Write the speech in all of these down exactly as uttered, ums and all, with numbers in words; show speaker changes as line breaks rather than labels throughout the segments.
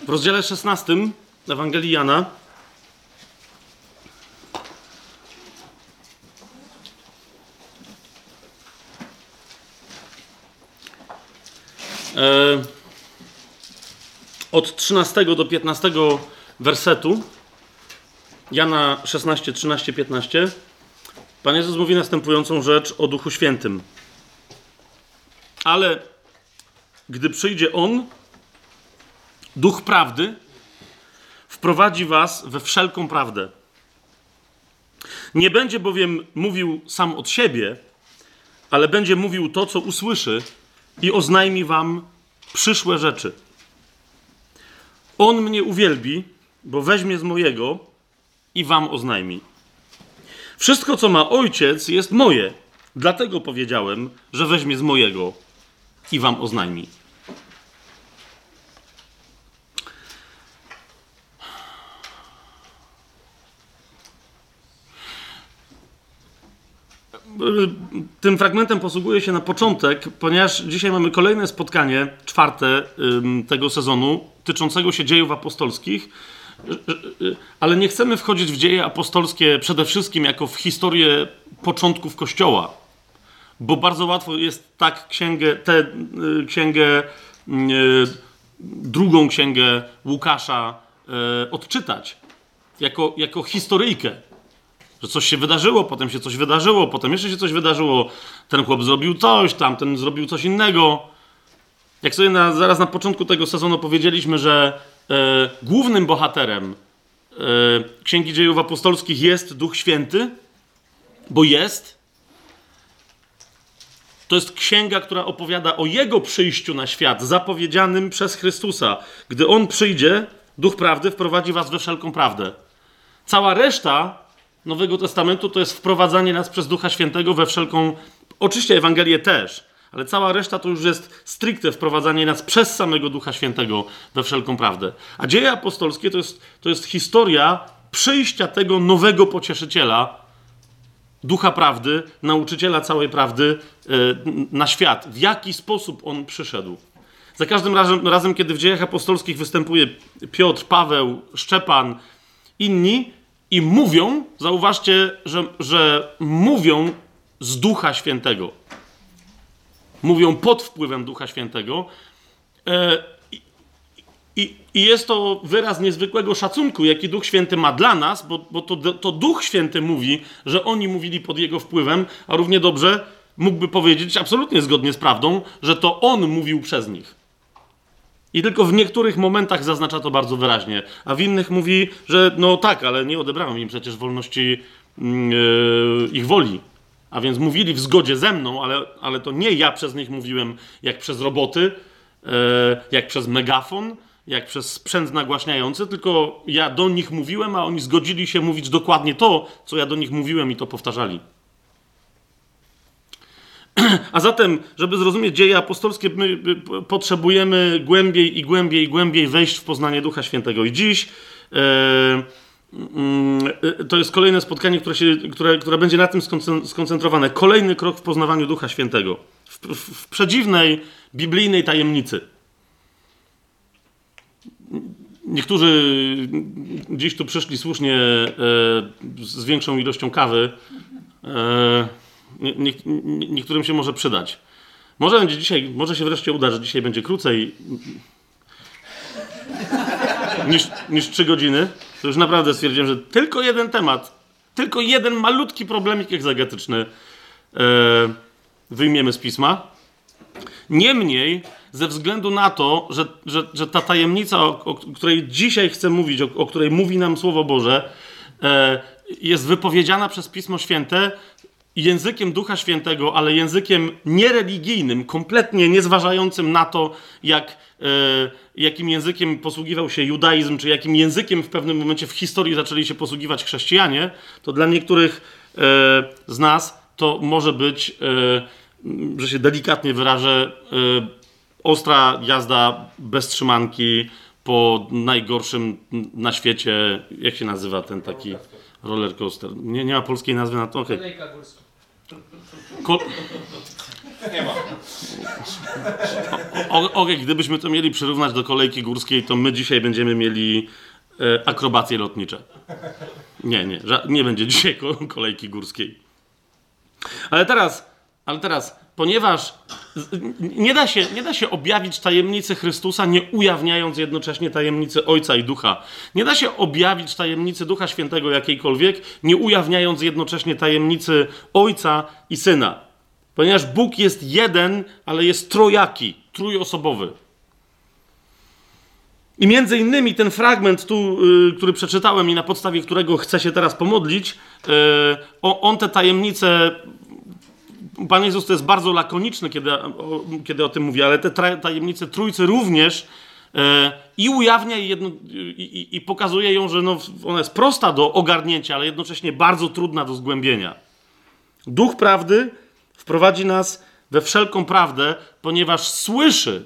W rozdziale szesnastym Ewangelii Jana e, od trzynastego do piętnastego wersetu Jana szesnaście, trzynaście, piętnaście Pan Jezus mówi następującą rzecz o Duchu Świętym. Ale gdy przyjdzie On, Duch Prawdy, wprowadzi was we wszelką prawdę. Nie będzie bowiem mówił sam od siebie, ale będzie mówił to, co usłyszy i oznajmi wam przyszłe rzeczy. On mnie uwielbi, bo weźmie z mojego i wam oznajmi. Wszystko, co ma Ojciec, jest moje. Dlatego powiedziałem, że weźmie z mojego i wam oznajmi. Tym fragmentem posługuję się na początek, ponieważ dzisiaj mamy kolejne spotkanie, czwarte ym, tego sezonu, tyczącego się dziejów apostolskich, ale nie chcemy wchodzić w dzieje apostolskie przede wszystkim jako w historię początków Kościoła, bo bardzo łatwo jest tak księgę, tę y, księgę, y, drugą księgę Łukasza y, odczytać jako, jako historyjkę. Że coś się wydarzyło, potem się coś wydarzyło, potem jeszcze się coś wydarzyło. Ten chłop zrobił coś, tamten zrobił coś innego. Jak sobie na, zaraz na początku tego sezonu powiedzieliśmy, że e, głównym bohaterem e, Księgi Dziejów Apostolskich jest Duch Święty, bo jest. To jest księga, która opowiada o Jego przyjściu na świat, zapowiedzianym przez Chrystusa. Gdy On przyjdzie, Duch Prawdy wprowadzi was we wszelką prawdę. Cała reszta Nowego Testamentu to jest wprowadzanie nas przez Ducha Świętego we wszelką, oczywiście Ewangelię też, ale cała reszta to już jest stricte wprowadzanie nas przez samego Ducha Świętego we wszelką prawdę. A dzieje apostolskie to jest, to jest historia przyjścia tego nowego pocieszyciela, Ducha Prawdy, nauczyciela całej prawdy yy, na świat. W jaki sposób on przyszedł. Za każdym razem, razem, kiedy w dziejach apostolskich występuje Piotr, Paweł, Szczepan, inni, i mówią, zauważcie, że, że mówią z Ducha Świętego. Mówią pod wpływem Ducha Świętego. E, i, I jest to wyraz niezwykłego szacunku, jaki Duch Święty ma dla nas, bo, bo to, to Duch Święty mówi, że oni mówili pod Jego wpływem, a równie dobrze mógłby powiedzieć, absolutnie zgodnie z prawdą, że to On mówił przez nich. I tylko w niektórych momentach zaznacza to bardzo wyraźnie, a w innych mówi, że no tak, ale nie odebrałem im przecież wolności yy, ich woli. A więc mówili w zgodzie ze mną, ale, ale to nie ja przez nich mówiłem jak przez roboty, yy, jak przez megafon, jak przez sprzęt nagłaśniający, tylko ja do nich mówiłem, a oni zgodzili się mówić dokładnie to, co ja do nich mówiłem i to powtarzali. A zatem, żeby zrozumieć dzieje apostolskie, my potrzebujemy głębiej i głębiej i głębiej wejść w poznanie Ducha Świętego. I dziś e, e, to jest kolejne spotkanie, które, się, które, które będzie na tym skoncentrowane. Kolejny krok w poznawaniu Ducha Świętego. W, w, w przedziwnej, biblijnej tajemnicy. Niektórzy dziś tu przyszli słusznie e, z większą ilością kawy. E, Nie, nie, niektórym się może przydać. Może będzie dzisiaj, może się wreszcie uda, że dzisiaj będzie krócej niż, niż trzy godziny. To już naprawdę stwierdziłem, że tylko jeden temat, tylko jeden malutki problemik egzegetyczny e, wyjmiemy z pisma. Niemniej, ze względu na to, że, że, że ta tajemnica, o, o której dzisiaj chcę mówić, o, o której mówi nam Słowo Boże, e, jest wypowiedziana przez Pismo Święte językiem Ducha Świętego, ale językiem niereligijnym, kompletnie nie zważającym na to, jak, e, jakim językiem posługiwał się judaizm, czy jakim językiem w pewnym momencie w historii zaczęli się posługiwać chrześcijanie, to dla niektórych e, z nas to może być, e, że się delikatnie wyrażę, e, ostra jazda bez trzymanki po najgorszym na świecie, jak się nazywa ten taki roller coaster? Nie, nie ma polskiej nazwy na to. Okay. Ko-
Nie ma.
Okej, okay, gdybyśmy to mieli przyrównać do kolejki górskiej, to my dzisiaj będziemy mieli e, akrobacje lotnicze. Nie, nie, nie będzie dzisiaj kolejki górskiej. Ale teraz, ale teraz, ponieważ nie da się, nie da się objawić tajemnicy Chrystusa, nie ujawniając jednocześnie tajemnicy Ojca i Ducha. Nie da się objawić tajemnicy Ducha Świętego jakiejkolwiek, nie ujawniając jednocześnie tajemnicy Ojca i Syna. Ponieważ Bóg jest jeden, ale jest trojaki, trójosobowy. I między innymi ten fragment tu, yy, który przeczytałem i na podstawie którego chcę się teraz pomodlić, yy, on, on te tajemnice... Pan Jezus to jest bardzo lakoniczny, kiedy o, kiedy o tym mówi, ale te tra- tajemnice Trójcy również yy, i ujawnia i, jedno, i, i, i pokazuje ją, że no, ona jest prosta do ogarnięcia, ale jednocześnie bardzo trudna do zgłębienia. Duch prawdy wprowadzi nas we wszelką prawdę, ponieważ słyszy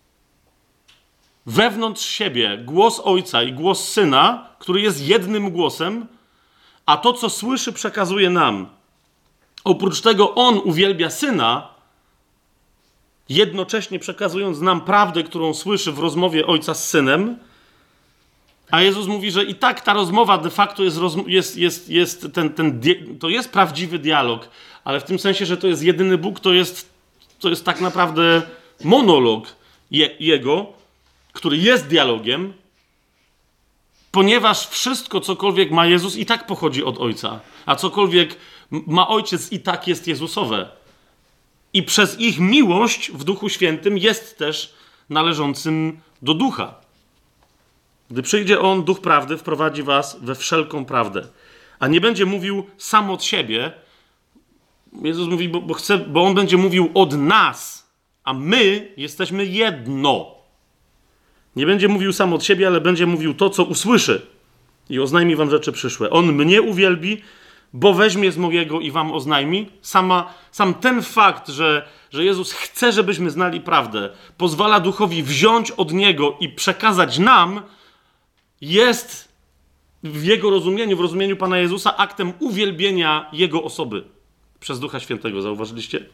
wewnątrz siebie głos Ojca i głos Syna, który jest jednym głosem, a to, co słyszy, przekazuje nam. Oprócz tego On uwielbia Syna, jednocześnie przekazując nam prawdę, którą słyszy w rozmowie Ojca z Synem, a Jezus mówi, że i tak ta rozmowa de facto jest, jest, jest, jest ten, ten, to jest prawdziwy dialog, ale w tym sensie, że to jest jedyny Bóg, to jest, to jest tak naprawdę monolog je, Jego, który jest dialogiem, ponieważ wszystko, cokolwiek ma Jezus, i tak pochodzi od Ojca, a cokolwiek ma Ojciec, i tak jest Jezusowe. I przez ich miłość w Duchu Świętym jest też należącym do Ducha. Gdy przyjdzie On, Duch Prawdy, wprowadzi was we wszelką prawdę. A nie będzie mówił sam od siebie. Jezus mówi, bo, bo, chce, bo On będzie mówił od nas, a my jesteśmy jedno. Nie będzie mówił sam od siebie, ale będzie mówił to, co usłyszy i oznajmi wam rzeczy przyszłe. On mnie uwielbi, bo weźmie z mojego i wam oznajmi. Sama, sam ten fakt, że, że Jezus chce, żebyśmy znali prawdę, pozwala Duchowi wziąć od Niego i przekazać nam, jest w Jego rozumieniu, w rozumieniu Pana Jezusa, aktem uwielbienia Jego osoby przez Ducha Świętego. Zauważyliście?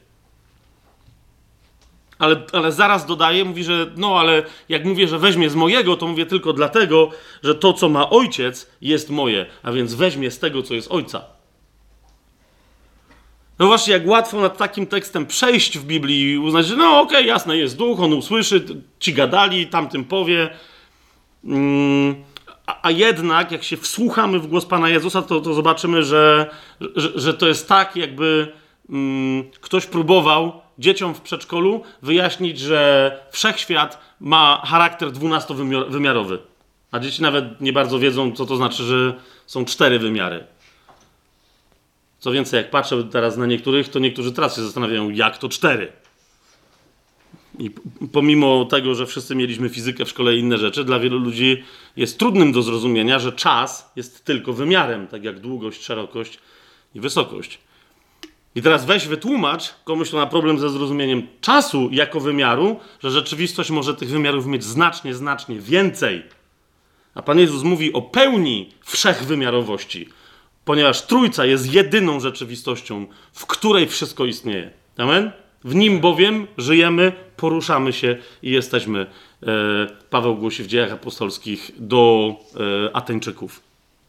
Ale, ale zaraz dodaje, mówi, że no ale jak mówię, że weźmie z mojego, to mówię tylko dlatego, że to, co ma Ojciec, jest moje, a więc weźmie z tego, co jest Ojca. No właśnie, jak łatwo nad takim tekstem przejść w Biblii i uznać, że no okej, okay, jasne, jest Duch, On usłyszy, ci gadali, tamtym powie. Mm, a, a jednak, jak się wsłuchamy w głos Pana Jezusa, to, to zobaczymy, że, że, że to jest tak, jakby mm, ktoś próbował dzieciom w przedszkolu wyjaśnić, że wszechświat ma charakter dwunastowymiarowy. A dzieci nawet nie bardzo wiedzą, co to znaczy, że są cztery wymiary. Co więcej, jak patrzę teraz na niektórych, to niektórzy teraz się zastanawiają, jak to cztery. I pomimo tego, że wszyscy mieliśmy fizykę w szkole i inne rzeczy, dla wielu ludzi jest trudnym do zrozumienia, że czas jest tylko wymiarem, tak jak długość, szerokość i wysokość. I teraz weź wytłumacz komuś, kto ma problem ze zrozumieniem czasu jako wymiaru, że rzeczywistość może tych wymiarów mieć znacznie, znacznie więcej. A Pan Jezus mówi o pełni wszechwymiarowości, ponieważ Trójca jest jedyną rzeczywistością, w której wszystko istnieje. Amen? W Nim bowiem żyjemy, poruszamy się i jesteśmy. E, Paweł głosi w Dziejach Apostolskich do e, Ateńczyków.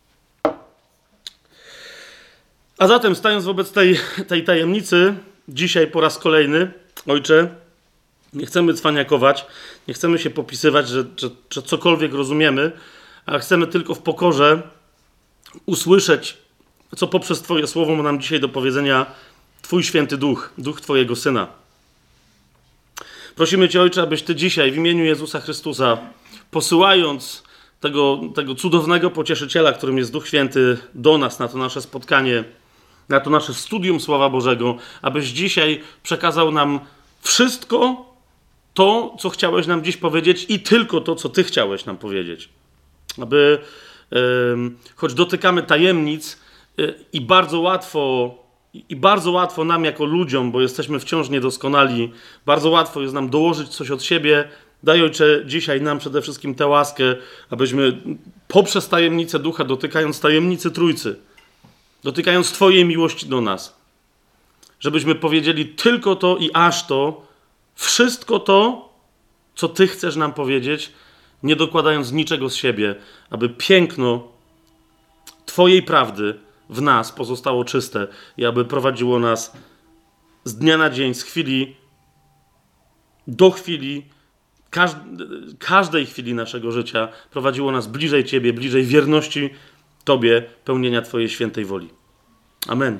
A zatem, stając wobec tej, tej tajemnicy, dzisiaj po raz kolejny, Ojcze, nie chcemy cwaniakować, nie chcemy się popisywać, że, że, że cokolwiek rozumiemy, a chcemy tylko w pokorze usłyszeć, co poprzez Twoje słowo ma nam dzisiaj do powiedzenia Twój Święty Duch, Duch Twojego Syna. Prosimy Cię, Ojcze, abyś Ty dzisiaj w imieniu Jezusa Chrystusa, posyłając tego, tego cudownego pocieszyciela, którym jest Duch Święty, do nas na to nasze spotkanie, na to nasze studium Słowa Bożego, abyś dzisiaj przekazał nam wszystko to, co chciałeś nam dziś powiedzieć i tylko to, co Ty chciałeś nam powiedzieć. Aby, yy, choć dotykamy tajemnic yy, i bardzo łatwo, i bardzo łatwo nam jako ludziom, bo jesteśmy wciąż niedoskonali, bardzo łatwo jest nam dołożyć coś od siebie. Daj, Ojcze, dzisiaj nam przede wszystkim tę łaskę, abyśmy poprzez tajemnicę Ducha, dotykając tajemnicy Trójcy, dotykając Twojej miłości do nas, żebyśmy powiedzieli tylko to i aż to, wszystko to, co Ty chcesz nam powiedzieć, nie dokładając niczego z siebie, aby piękno Twojej prawdy w nas pozostało czyste i aby prowadziło nas z dnia na dzień, z chwili do chwili, każd- każdej chwili naszego życia, prowadziło nas bliżej Ciebie, bliżej wierności Tobie, pełnienia Twojej świętej woli. Amen.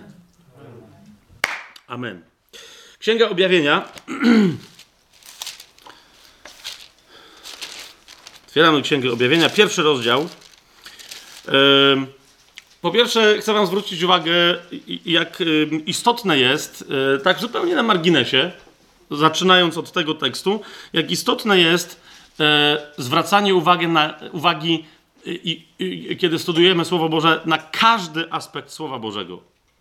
Amen. Księga Objawienia. Otwieramy Księgę Objawienia, pierwszy rozdział. Po pierwsze, chcę wam zwrócić uwagę, jak istotne jest, tak zupełnie na marginesie, zaczynając od tego tekstu, jak istotne jest zwracanie uwagi, na, uwagi i, i, kiedy studujemy Słowo Boże, na każdy aspekt Słowa Bożego.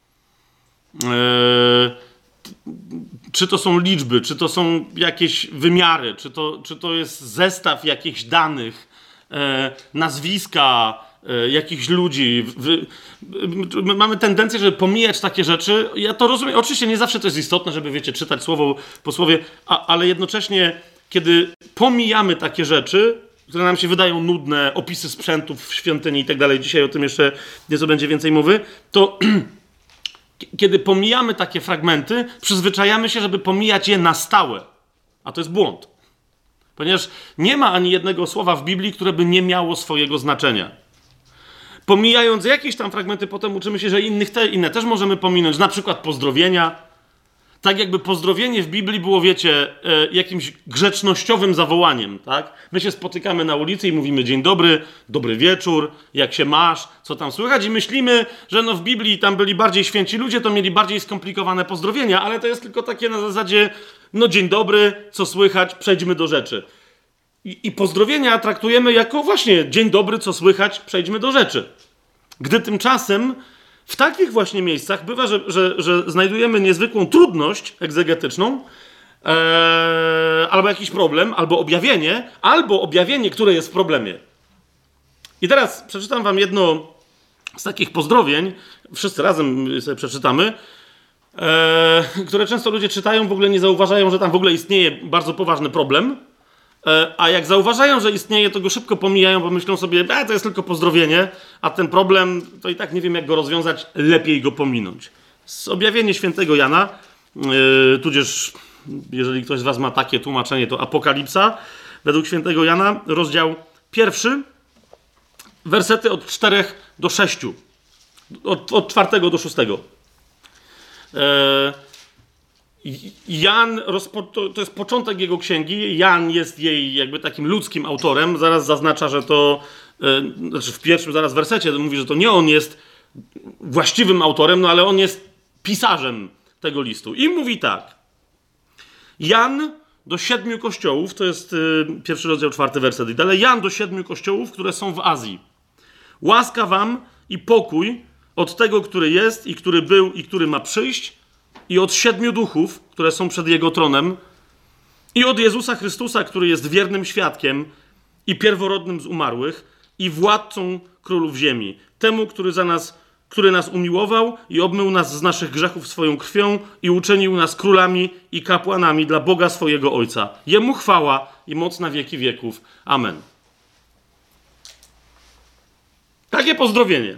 Czy to są liczby, czy to są jakieś wymiary, czy to, czy to jest zestaw jakichś danych, e, nazwiska e, jakichś ludzi. Wy, my mamy tendencję, żeby pomijać takie rzeczy. Ja to rozumiem. Oczywiście nie zawsze to jest istotne, żeby, wiecie, czytać słowo po słowie, a, ale jednocześnie, kiedy pomijamy takie rzeczy, które nam się wydają nudne, opisy sprzętów w świątyni i tak dalej, dzisiaj o tym jeszcze nieco będzie więcej mowy, to kiedy pomijamy takie fragmenty, przyzwyczajamy się, żeby pomijać je na stałe. A to jest błąd. Ponieważ nie ma ani jednego słowa w Biblii, które by nie miało swojego znaczenia. Pomijając jakieś tam fragmenty, potem uczymy się, że innych te, inne też możemy pominąć. Na przykład pozdrowienia. Tak jakby pozdrowienie w Biblii było, wiecie, e, jakimś grzecznościowym zawołaniem, tak? My się spotykamy na ulicy i mówimy dzień dobry, dobry wieczór, jak się masz, co tam słychać i myślimy, że no w Biblii tam byli bardziej święci ludzie, to mieli bardziej skomplikowane pozdrowienia, ale to jest tylko takie na zasadzie, no dzień dobry, co słychać, przejdźmy do rzeczy. I, i pozdrowienia traktujemy jako właśnie dzień dobry, co słychać, przejdźmy do rzeczy. Gdy tymczasem w takich właśnie miejscach bywa, że, że, że znajdujemy niezwykłą trudność egzegetyczną, ee, albo jakiś problem, albo objawienie, albo objawienie, które jest w problemie. I teraz przeczytam wam jedno z takich pozdrowień, wszyscy razem sobie przeczytamy, e, które często ludzie czytają, w ogóle nie zauważają, że tam w ogóle istnieje bardzo poważny problem, e, a jak zauważają, że istnieje, to go szybko pomijają, bo myślą sobie, e, to jest tylko pozdrowienie, a ten problem, to i tak nie wiem, jak go rozwiązać, lepiej go pominąć. Z objawienia świętego Jana, e, tudzież, jeżeli ktoś z was ma takie tłumaczenie, to Apokalipsa, według świętego Jana, rozdział pierwszy, wersety od czterech do sześciu. Od, od czwartego do szóstego. E, Jan, rozpo, to, to jest początek jego księgi. Jan jest jej jakby takim ludzkim autorem. Zaraz zaznacza, że to, e, znaczy w pierwszym zaraz wersecie mówi, że to nie on jest właściwym autorem, no ale on jest pisarzem tego listu. I mówi tak. Jan do siedmiu kościołów, to jest y, pierwszy rozdział, czwarty werset i dalej. Jan do siedmiu kościołów, które są w Azji. Łaska wam i pokój od tego, który jest i który był i który ma przyjść, i od siedmiu duchów, które są przed jego tronem, i od Jezusa Chrystusa, który jest wiernym świadkiem i pierworodnym z umarłych i władcą królów ziemi. Temu, który za nas, który nas umiłował i obmył nas z naszych grzechów swoją krwią i uczynił nas królami i kapłanami dla Boga swojego Ojca. Jemu chwała i moc na wieki wieków. Amen. Takie pozdrowienie.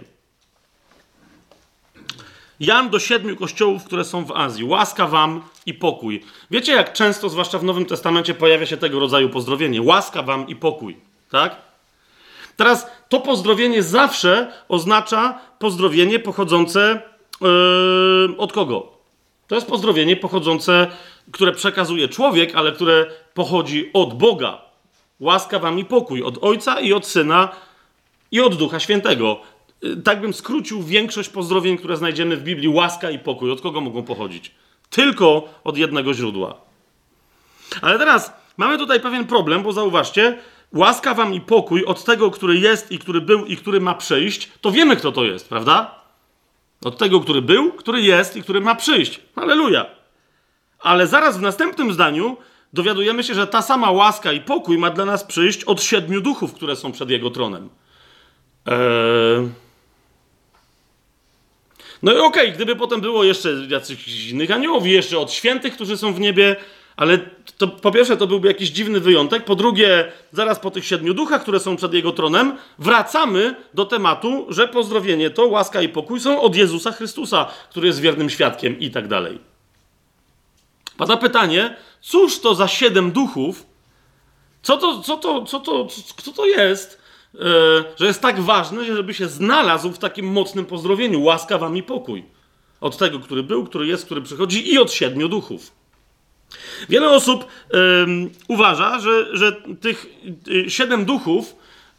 Jan do siedmiu kościołów, które są w Azji. Łaska wam i pokój. Wiecie, jak często, zwłaszcza w Nowym Testamencie, pojawia się tego rodzaju pozdrowienie. Łaska wam i pokój. Tak? Teraz to pozdrowienie zawsze oznacza pozdrowienie pochodzące yy, od kogo? To jest pozdrowienie pochodzące, które przekazuje człowiek, ale które pochodzi od Boga. Łaska wam i pokój. Od Ojca i od Syna i od Ducha Świętego. Tak bym skrócił większość pozdrowień, które znajdziemy w Biblii. Łaska i pokój. Od kogo mogą pochodzić? Tylko od jednego źródła. Ale teraz mamy tutaj pewien problem, bo zauważcie, łaska wam i pokój od tego, który jest i który był i który ma przyjść, to wiemy, kto to jest, prawda? Od tego, który był, który jest i który ma przyjść. Halleluja. Ale zaraz w następnym zdaniu dowiadujemy się, że ta sama łaska i pokój ma dla nas przyjść od siedmiu duchów, które są przed jego tronem. Eee... No i okej, okay, gdyby potem było jeszcze jacychś innych aniołów, jeszcze od świętych, którzy są w niebie, ale to po pierwsze to byłby jakiś dziwny wyjątek, po drugie zaraz po tych siedmiu duchach, które są przed jego tronem, wracamy do tematu, że pozdrowienie to, łaska i pokój są od Jezusa Chrystusa, który jest wiernym świadkiem i tak dalej. Pada pytanie, cóż to za siedem duchów, co to, co to, co to, kto to jest, yy, że jest tak ważne, żeby się znalazł w takim mocnym pozdrowieniu, łaska wam i pokój. Od tego, który był, który jest, który przychodzi i od siedmiu duchów. Wiele osób yy, uważa, że, że tych yy, siedem duchów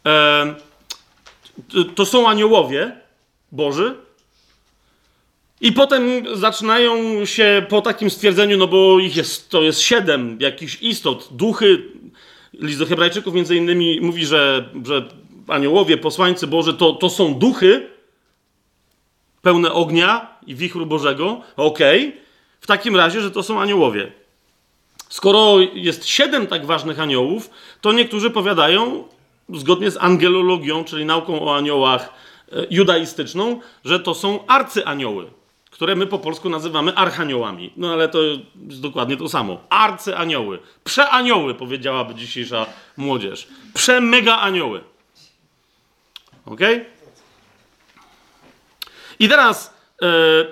yy, to są aniołowie Boży i potem zaczynają się po takim stwierdzeniu, no bo ich jest, to jest siedem jakichś istot, duchy. List do Hebrajczyków między innymi mówi, że, że aniołowie, posłańcy Boży to, to są duchy pełne ognia i wichru Bożego. Okej, okay. W takim razie, że to są aniołowie. Skoro jest siedem tak ważnych aniołów, to niektórzy powiadają, zgodnie z angelologią, czyli nauką o aniołach judaistyczną, że to są arcyanioły, które my po polsku nazywamy archaniołami. No ale to jest dokładnie to samo. Arcyanioły. Przeanioły, powiedziałaby dzisiejsza młodzież. Przemega anioły. Okej? Okay? I teraz e,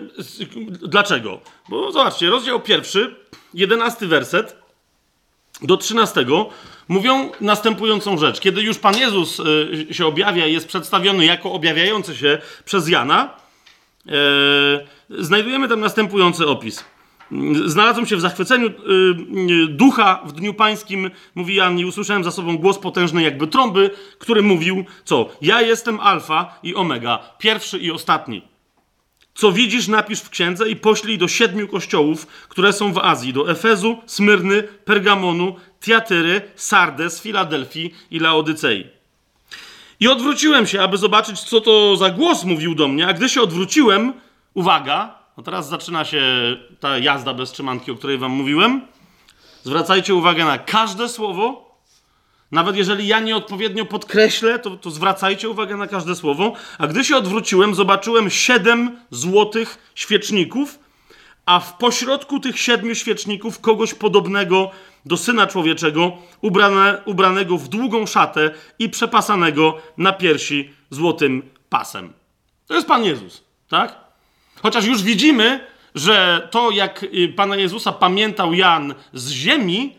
dlaczego? Bo zobaczcie, rozdział pierwszy, jedenasty werset do trzynastego mówią następującą rzecz. Kiedy już Pan Jezus e, się objawia i jest przedstawiony jako objawiający się przez Jana, e, znajdujemy tam następujący opis. Znalazłem się w zachwyceniu y, y, ducha w dniu pańskim, mówi Jan, i usłyszałem za sobą głos potężny jakby trąby, który mówił, co? Ja jestem alfa i omega, pierwszy i ostatni. Co widzisz, napisz w księdze i poślij do siedmiu kościołów, które są w Azji, do Efezu, Smyrny, Pergamonu, Tiatyry, Sardes, Filadelfii i Laodycei. I odwróciłem się, aby zobaczyć, co to za głos mówił do mnie, a gdy się odwróciłem, uwaga, no teraz zaczyna się ta jazda bez trzymanki, o której wam mówiłem. Zwracajcie uwagę na każde słowo. Nawet jeżeli ja nieodpowiednio podkreślę, to, to zwracajcie uwagę na każde słowo. A gdy się odwróciłem, zobaczyłem siedem złotych świeczników, a w pośrodku tych siedmiu świeczników kogoś podobnego do Syna Człowieczego, ubrane, ubranego w długą szatę i przepasanego na piersi złotym pasem. To jest Pan Jezus, tak? Chociaż już widzimy, że to, jak Pana Jezusa pamiętał Jan z ziemi,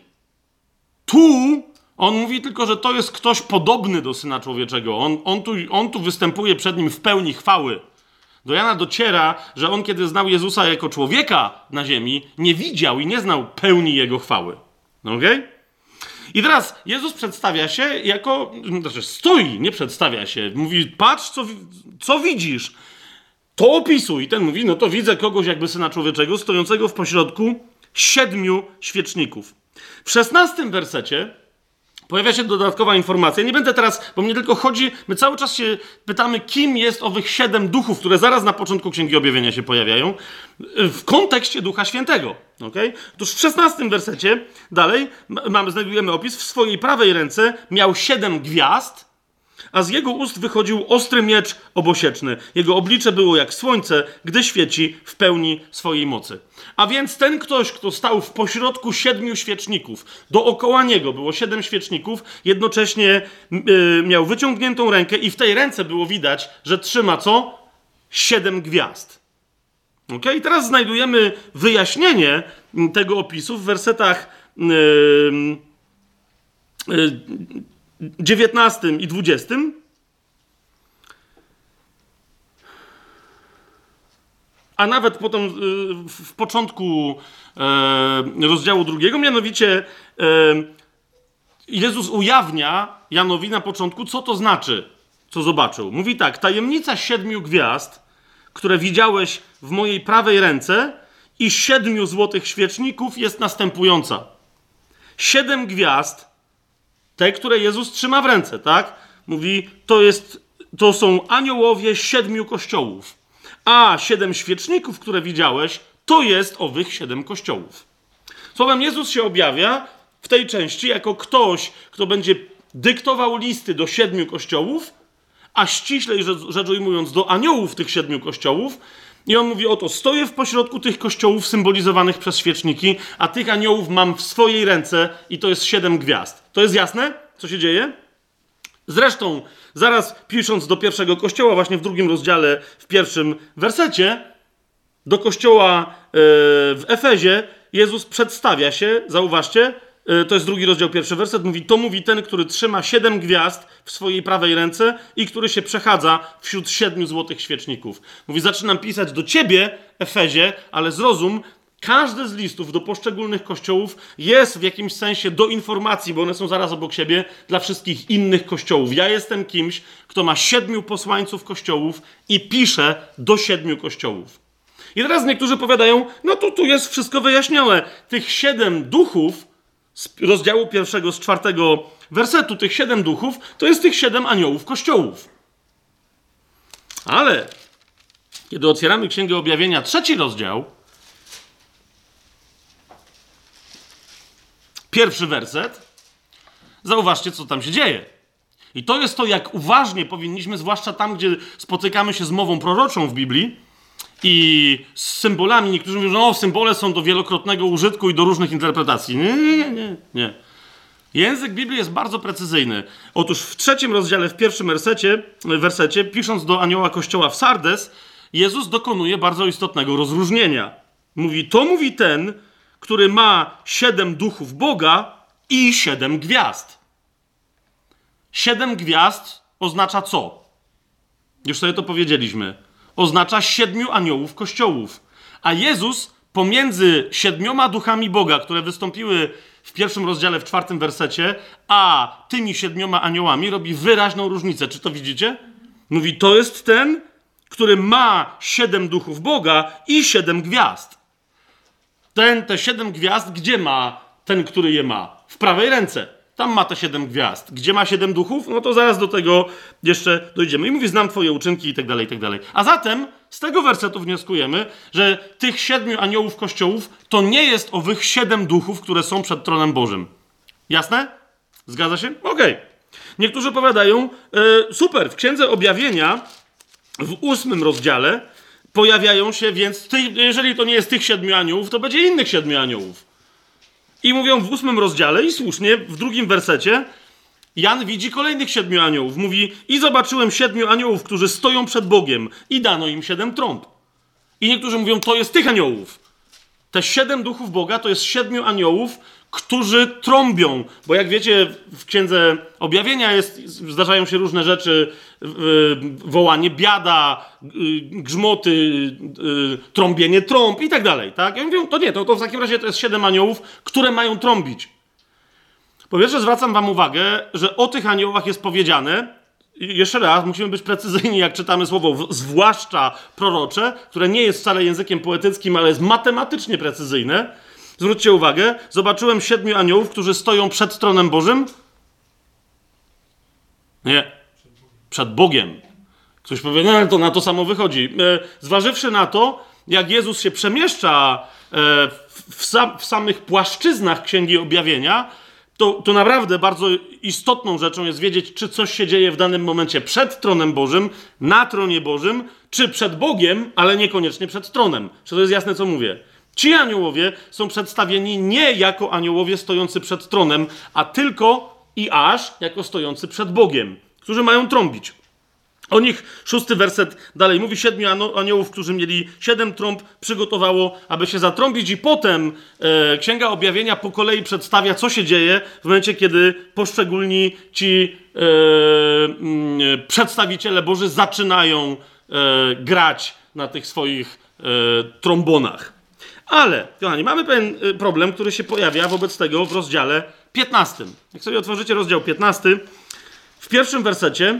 tu on mówi tylko, że to jest ktoś podobny do Syna Człowieczego. On, on, tu, on tu występuje przed nim w pełni chwały. Do Jana dociera, że on, kiedy znał Jezusa jako człowieka na ziemi, nie widział i nie znał pełni Jego chwały. Okej? Okay? I teraz Jezus przedstawia się jako, znaczy stoi, nie przedstawia się. Mówi, patrz, co, co widzisz. To opisuj. I ten mówi, no to widzę kogoś jakby Syna Człowieczego, stojącego w pośrodku siedmiu świeczników. W szesnastym wersecie pojawia się dodatkowa informacja. Nie będę teraz, bo mnie tylko chodzi, my cały czas się pytamy, kim jest owych siedem duchów, które zaraz na początku Księgi Objawienia się pojawiają, w kontekście Ducha Świętego. Okay? Otóż w szesnastym wersecie dalej mamy, znajdujemy opis. W swojej prawej ręce miał siedem gwiazd, a z jego ust wychodził ostry miecz obosieczny. Jego oblicze było jak słońce, gdy świeci w pełni swojej mocy. A więc ten ktoś, kto stał w pośrodku siedmiu świeczników, dookoła niego było siedem świeczników, jednocześnie yy, miał wyciągniętą rękę i w tej ręce było widać, że trzyma co? Siedem gwiazd. Okay? I teraz znajdujemy wyjaśnienie tego opisu w wersetach Yy, yy, dziewiętnastym i dwudziestym. A nawet potem yy, w początku yy, rozdziału drugiego, mianowicie yy, Jezus ujawnia Janowi na początku, co to znaczy, co zobaczył. Mówi tak, tajemnica siedmiu gwiazd, które widziałeś w mojej prawej ręce i siedmiu złotych świeczników jest następująca. Siedem gwiazd, te, które Jezus trzyma w ręce, tak? Mówi, to, jest, to są aniołowie siedmiu kościołów. A siedem świeczników, które widziałeś, to jest owych siedem kościołów. Słowem, Jezus się objawia w tej części jako ktoś, kto będzie dyktował listy do siedmiu kościołów, a ściślej rzecz ujmując do aniołów tych siedmiu kościołów, I on mówi, oto, stoję w pośrodku tych kościołów symbolizowanych przez świeczniki, a tych aniołów mam w swojej ręce i to jest siedem gwiazd. To jest jasne, co się dzieje? Zresztą, zaraz pisząc do pierwszego kościoła, właśnie w drugim rozdziale, w pierwszym wersecie, do kościoła yy, w Efezie, Jezus przedstawia się, zauważcie, yy, to jest drugi rozdział, pierwszy werset, mówi, to mówi ten, który trzyma siedem gwiazd w swojej prawej ręce i który się przechadza wśród siedmiu złotych świeczników. Mówi, zaczynam pisać do ciebie, Efezie, ale zrozum, każdy z listów do poszczególnych kościołów jest w jakimś sensie do informacji, bo one są zaraz obok siebie, dla wszystkich innych kościołów. Ja jestem kimś, kto ma siedmiu posłańców kościołów i pisze do siedmiu kościołów. I teraz niektórzy powiadają, no to tu jest wszystko wyjaśnione. Tych siedem duchów z rozdziału pierwszego, z czwartego wersetu, tych siedem duchów, to jest tych siedem aniołów kościołów. Ale kiedy otwieramy Księgę Objawienia, trzeci rozdział, pierwszy werset, zauważcie, co tam się dzieje. I to jest to, jak uważnie powinniśmy, zwłaszcza tam, gdzie spotykamy się z mową proroczą w Biblii i z symbolami. Niektórzy mówią, że no, symbole są do wielokrotnego użytku i do różnych interpretacji. Nie, nie, nie, nie, nie. Język Biblii jest bardzo precyzyjny. Otóż w trzecim rozdziale, w pierwszym wersecie, wersecie, pisząc do anioła kościoła w Sardes, Jezus dokonuje bardzo istotnego rozróżnienia. Mówi, to mówi ten, który ma siedem duchów Boga i siedem gwiazd. Siedem gwiazd oznacza co? Już sobie to powiedzieliśmy. Oznacza siedmiu aniołów kościołów. A Jezus pomiędzy siedmioma duchami Boga, które wystąpiły w pierwszym rozdziale, w czwartym wersecie, a tymi siedmioma aniołami robi wyraźną różnicę. Czy to widzicie? Mówi, to jest ten, który ma siedem duchów Boga i siedem gwiazd. Ten, te siedem gwiazd, gdzie ma ten, który je ma? W prawej ręce. Tam ma te siedem gwiazd. Gdzie ma siedem duchów? No to zaraz do tego jeszcze dojdziemy. I mówi, znam twoje uczynki i tak dalej, i tak dalej. A zatem z tego wersetu wnioskujemy, że tych siedmiu aniołów kościołów to nie jest owych siedem duchów, które są przed tronem Bożym. Jasne? Zgadza się? Okej. Okay. Niektórzy powiadają, e, super, w Księdze Objawienia w ósmym rozdziale pojawiają się, więc ty, jeżeli to nie jest tych siedmiu aniołów, to będzie innych siedmiu aniołów. I mówią w ósmym rozdziale, i słusznie, w drugim wersecie, Jan widzi kolejnych siedmiu aniołów. Mówi, i zobaczyłem siedmiu aniołów, którzy stoją przed Bogiem i dano im siedem trąb. I niektórzy mówią, to jest tych aniołów. Te siedem duchów Boga to jest siedmiu aniołów, którzy trąbią. Bo jak wiecie, w Księdze Objawienia jest, zdarzają się różne rzeczy, wołanie biada, grzmoty, trąbienie trąb i tak dalej. Tak? Ja mówię, to nie, to, to w takim razie to jest siedem aniołów, które mają trąbić. Po pierwsze zwracam wam uwagę, że o tych aniołach jest powiedziane, i jeszcze raz, musimy być precyzyjni, jak czytamy słowo, zwłaszcza prorocze, które nie jest wcale językiem poetyckim, ale jest matematycznie precyzyjne. Zwróćcie uwagę, zobaczyłem siedmiu aniołów, którzy stoją przed tronem Bożym. Nie, przed Bogiem. Ktoś powie, no ale to na to samo wychodzi. E, zważywszy na to, jak Jezus się przemieszcza e, w, sam, w samych płaszczyznach Księgi Objawienia, to, to naprawdę bardzo istotną rzeczą jest wiedzieć, czy coś się dzieje w danym momencie przed tronem Bożym, na tronie Bożym, czy przed Bogiem, ale niekoniecznie przed tronem. Czy to jest jasne, co mówię? Ci aniołowie są przedstawieni nie jako aniołowie stojący przed tronem, a tylko i aż jako stojący przed Bogiem, którzy mają trąbić. O nich szósty werset dalej mówi, siedmiu aniołów, którzy mieli siedem trąb, przygotowało, aby się zatrąbić, i potem e, Księga Objawienia po kolei przedstawia, co się dzieje w momencie, kiedy poszczególni ci e, m, przedstawiciele Boży zaczynają e, grać na tych swoich e, trombonach. Ale, kochani, mamy pewien problem, który się pojawia wobec tego w rozdziale piętnastym. Jak sobie otworzycie rozdział piętnasty, w pierwszym wersecie,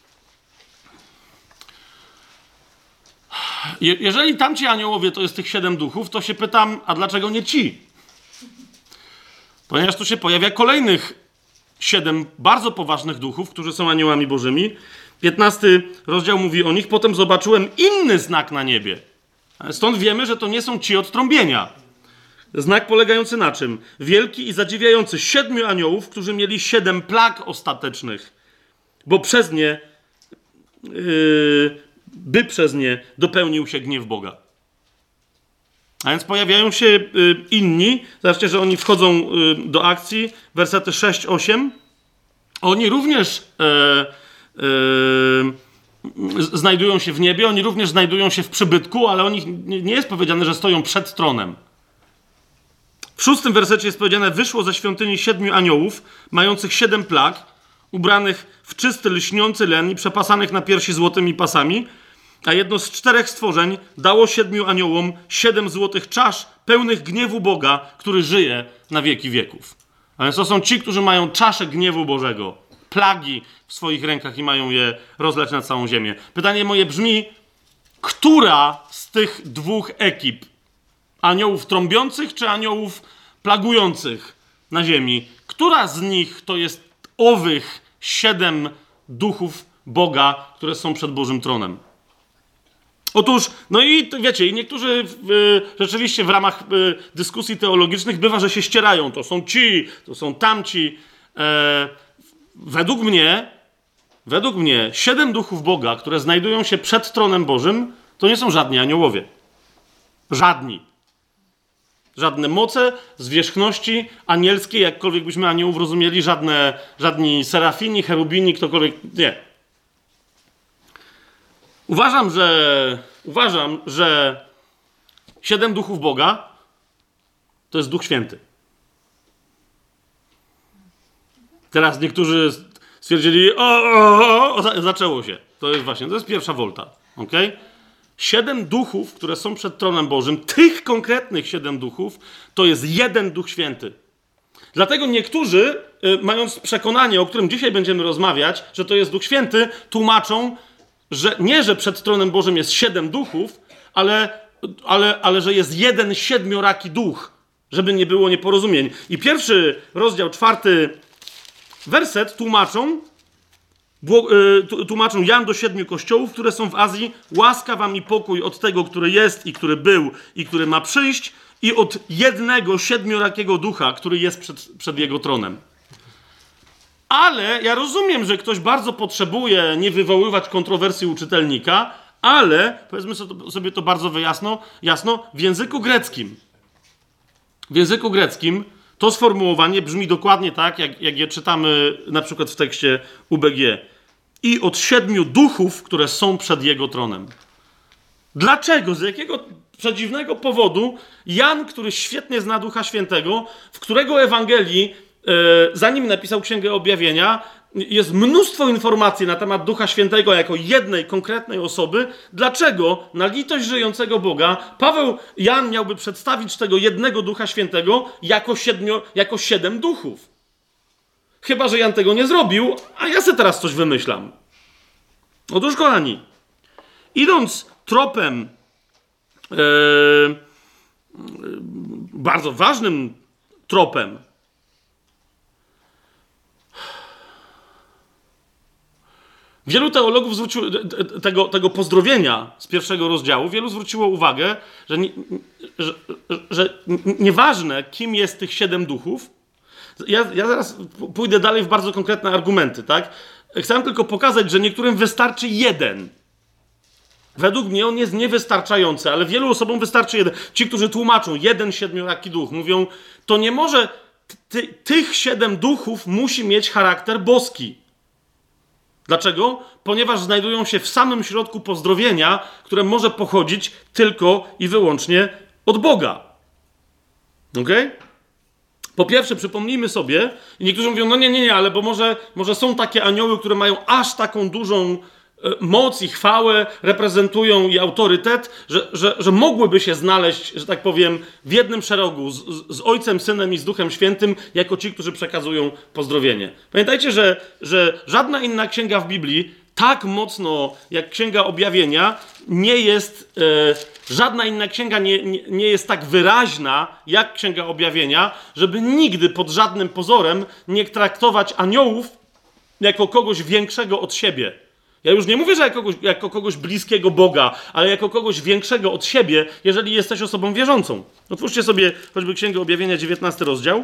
je, jeżeli tamci aniołowie to jest tych siedem duchów, to się pytam, a dlaczego nie ci? Ponieważ tu się pojawia kolejnych siedem bardzo poważnych duchów, którzy są aniołami bożymi. piętnasty rozdział mówi o nich, potem zobaczyłem inny znak na niebie. Stąd wiemy, że to nie są ci od trąbienia. Znak polegający na czym? Wielki i zadziwiający siedmiu aniołów, którzy mieli siedem plag ostatecznych, bo przez nie yy, by przez nie dopełnił się gniew Boga. A więc pojawiają się y, inni, zobaczcie, że oni wchodzą y, do akcji, wersety sześć osiem. Oni również e, e, znajdują się w niebie, oni również znajdują się w przybytku, ale o nich nie jest powiedziane, że stoją przed tronem. W szóstym wersecie jest powiedziane: wyszło ze świątyni siedmiu aniołów, mających siedem plag, ubranych w czysty, lśniący len i przepasanych na piersi złotymi pasami, a jedno z czterech stworzeń dało siedmiu aniołom siedem złotych czasz pełnych gniewu Boga, który żyje na wieki wieków. A więc to są ci, którzy mają czaszę gniewu Bożego, plagi w swoich rękach i mają je rozlać na całą ziemię. Pytanie moje brzmi: która z tych dwóch ekip, aniołów trąbiących czy aniołów plagujących na ziemi, która z nich to jest owych siedem duchów Boga, które są przed Bożym tronem? Otóż, no i wiecie, i niektórzy y, rzeczywiście w ramach y, dyskusji teologicznych bywa, że się ścierają. To są ci, to są tamci. E, według mnie, według mnie, siedem duchów Boga, które znajdują się przed tronem Bożym, to nie są żadni aniołowie. Żadni. Żadne moce, zwierzchności anielskie, jakkolwiek byśmy aniołów rozumieli, żadne, żadni serafini, cherubini, ktokolwiek, nie. Uważam, że, uważam, że siedem duchów Boga to jest Duch Święty. Teraz niektórzy stwierdzili: o, o, o, o, zaczęło się. To jest właśnie, to jest pierwsza wolta. Okay? Siedem duchów, które są przed tronem Bożym, tych konkretnych siedem duchów, to jest jeden Duch Święty. Dlatego niektórzy, y, mając przekonanie, o którym dzisiaj będziemy rozmawiać, że to jest Duch Święty, tłumaczą, że nie, że przed tronem Bożym jest siedem duchów, ale, ale, ale że jest jeden siedmioraki duch, żeby nie było nieporozumień. I pierwszy rozdział, czwarty werset tłumaczą, tłumaczą Jan do siedmiu kościołów, które są w Azji: łaska wam i pokój od tego, który jest i który był i który ma przyjść, i od jednego siedmiorakiego ducha, który jest przed, przed jego tronem. Ale ja rozumiem, że ktoś bardzo potrzebuje nie wywoływać kontrowersji u czytelnika, ale powiedzmy sobie to bardzo wyjasno, jasno, w języku greckim. W języku greckim to sformułowanie brzmi dokładnie tak, jak, jak je czytamy na przykład w tekście U B G. I od siedmiu duchów, które są przed jego tronem. Dlaczego? Z jakiego przedziwnego powodu Jan, który świetnie zna Ducha Świętego, w którego Ewangelii, zanim napisał Księgę Objawienia, jest mnóstwo informacji na temat Ducha Świętego jako jednej konkretnej osoby. Dlaczego na litość żyjącego Boga Paweł, Jan miałby przedstawić tego jednego Ducha Świętego jako, siedmiu, jako siedem duchów? Chyba że Jan tego nie zrobił, a ja sobie teraz coś wymyślam. Otóż, kochani, idąc tropem yy, bardzo ważnym tropem, wielu teologów zwróciło, tego, tego pozdrowienia z pierwszego rozdziału, wielu zwróciło uwagę, że, nie, że, że nieważne, kim jest tych siedem duchów. Ja, ja zaraz pójdę dalej w bardzo konkretne argumenty, tak? Chcę tylko pokazać, że niektórym wystarczy jeden. Według mnie on jest niewystarczający, ale wielu osobom wystarczy jeden. Ci, którzy tłumaczą jeden siedmioraki duch, mówią, to nie może, ty, tych siedem duchów musi mieć charakter boski. Dlaczego? Ponieważ znajdują się w samym środku pozdrowienia, które może pochodzić tylko i wyłącznie od Boga. Okej? Okay? Po pierwsze, przypomnijmy sobie, i niektórzy mówią, no nie, nie, nie, ale bo może, może są takie anioły, które mają aż taką dużą e, moc i chwałę, reprezentują i autorytet, że, że, że mogłyby się znaleźć, że tak powiem, w jednym szeregu z, z Ojcem, Synem i z Duchem Świętym, jako ci, którzy przekazują pozdrowienie. Pamiętajcie, że, że żadna inna księga w Biblii tak mocno jak Księga Objawienia nie jest, e, żadna inna księga nie, nie, nie jest tak wyraźna jak Księga Objawienia, żeby nigdy pod żadnym pozorem nie traktować aniołów jako kogoś większego od siebie. Ja już nie mówię, że jako kogoś, jako kogoś bliskiego Boga, ale jako kogoś większego od siebie, jeżeli jesteś osobą wierzącą. Otwórzcie sobie choćby Księgę Objawienia, dziewiętnasty rozdział.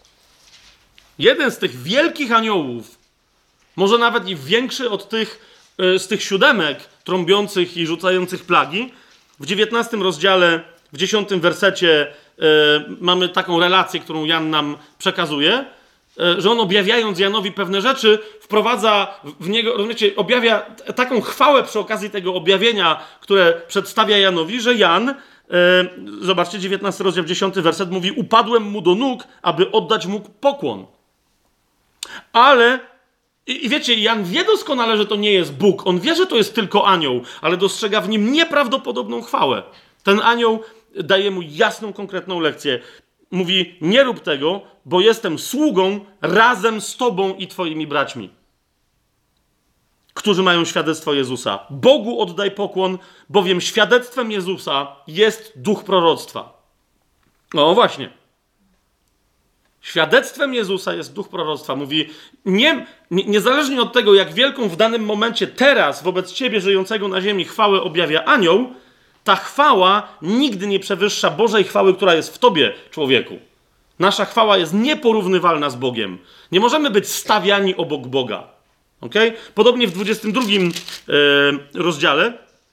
Jeden z tych wielkich aniołów, może nawet i większy od tych z tych siódemek trąbiących i rzucających plagi, w dziewiętnastym rozdziale, w dziesiątym wersecie yy, mamy taką relację, którą Jan nam przekazuje, yy, że on objawiając Janowi pewne rzeczy, wprowadza w niego, rozumiecie, objawia t- taką chwałę przy okazji tego objawienia, które przedstawia Janowi, że Jan, yy, zobaczcie, dziewiętnasty rozdział, dziesiąty werset mówi: upadłem mu do nóg, aby oddać mu pokłon. Ale I, I wiecie, Jan wie doskonale, że to nie jest Bóg. On wie, że to jest tylko anioł, ale dostrzega w nim nieprawdopodobną chwałę. Ten anioł daje mu jasną, konkretną lekcję. Mówi: nie rób tego, bo jestem sługą razem z tobą i twoimi braćmi, którzy mają świadectwo Jezusa. Bogu oddaj pokłon, bowiem świadectwem Jezusa jest duch proroctwa. No właśnie. Świadectwem Jezusa jest duch proroctwa. Mówi, nie, nie, niezależnie od tego, jak wielką w danym momencie teraz wobec ciebie żyjącego na ziemi chwałę objawia anioł, ta chwała nigdy nie przewyższa Bożej chwały, która jest w tobie, człowieku. Nasza chwała jest nieporównywalna z Bogiem. Nie możemy być stawiani obok Boga. Okay? Podobnie w dwudziestym drugim e, rozdziale,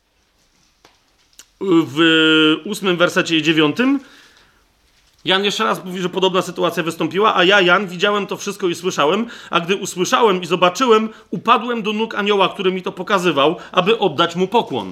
w ósmym wersecie i dziewiątym, Jan jeszcze raz mówi, że podobna sytuacja wystąpiła, a ja, Jan, widziałem to wszystko i słyszałem, a gdy usłyszałem i zobaczyłem, upadłem do nóg anioła, który mi to pokazywał, aby oddać mu pokłon.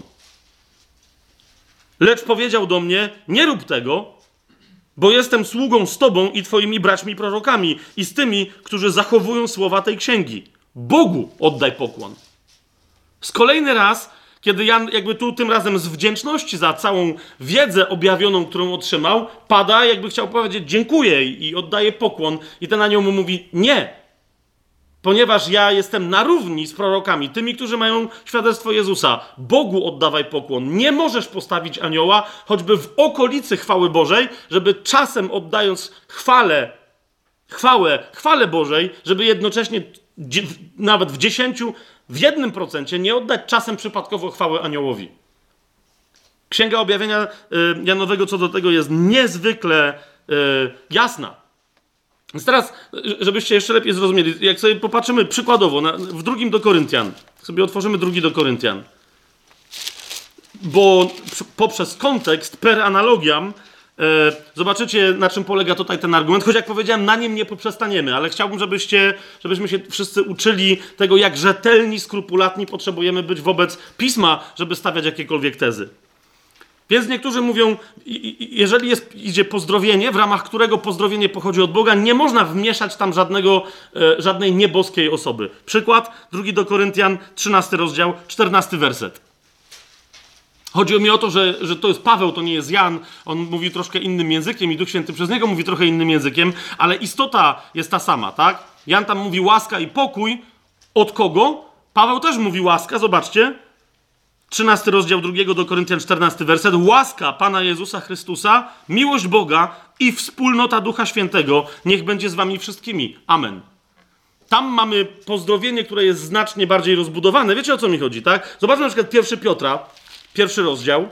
Lecz powiedział do mnie: nie rób tego, bo jestem sługą z tobą i twoimi braćmi prorokami i z tymi, którzy zachowują słowa tej księgi. Bogu oddaj pokłon. Z kolejny raz, kiedy Jan jakby tu tym razem z wdzięczności za całą wiedzę objawioną, którą otrzymał, pada, jakby chciał powiedzieć dziękuję i oddaje pokłon. I ten anioł mu mówi: nie, ponieważ ja jestem na równi z prorokami, tymi, którzy mają świadectwo Jezusa. Bogu oddawaj pokłon. Nie możesz postawić anioła, choćby w okolicy chwały Bożej, żeby czasem oddając chwałę, chwałę, chwałę Bożej, żeby jednocześnie nawet w dziesięciu, w jednym procencie nie oddać czasem przypadkowo chwały aniołowi. Księga Objawienia y, Janowego co do tego jest niezwykle y, jasna. Więc teraz, żebyście jeszcze lepiej zrozumieli, jak sobie popatrzymy przykładowo na, w drugim do Koryntian, sobie otworzymy drugi do Koryntian, bo poprzez kontekst, per analogiam, E, zobaczycie, na czym polega tutaj ten argument, choć jak powiedziałem, na nim nie poprzestaniemy, ale chciałbym, żebyście, żebyśmy się wszyscy uczyli tego, jak rzetelni, skrupulatni potrzebujemy być wobec Pisma, żeby stawiać jakiekolwiek tezy. Więc niektórzy mówią, jeżeli jest, idzie pozdrowienie, w ramach którego pozdrowienie pochodzi od Boga, nie można wmieszać tam żadnego, e, żadnej nieboskiej osoby. Przykład, drugi do Koryntian, trzynasty rozdział, czternasty werset. Chodzi mi o to, że, że to jest Paweł, to nie jest Jan. On mówi troszkę innym językiem i Duch Święty przez niego mówi trochę innym językiem, ale istota jest ta sama, tak? Jan tam mówi łaska i pokój. Od kogo? Paweł też mówi łaska, zobaczcie. trzynasty rozdział drugiego do Koryntian, czternasty werset. Łaska Pana Jezusa Chrystusa, miłość Boga i wspólnota Ducha Świętego niech będzie z wami wszystkimi. Amen. Tam mamy pozdrowienie, które jest znacznie bardziej rozbudowane. Wiecie, o co mi chodzi, tak? Zobaczmy na przykład pierwszy Piotra, pierwszy rozdział.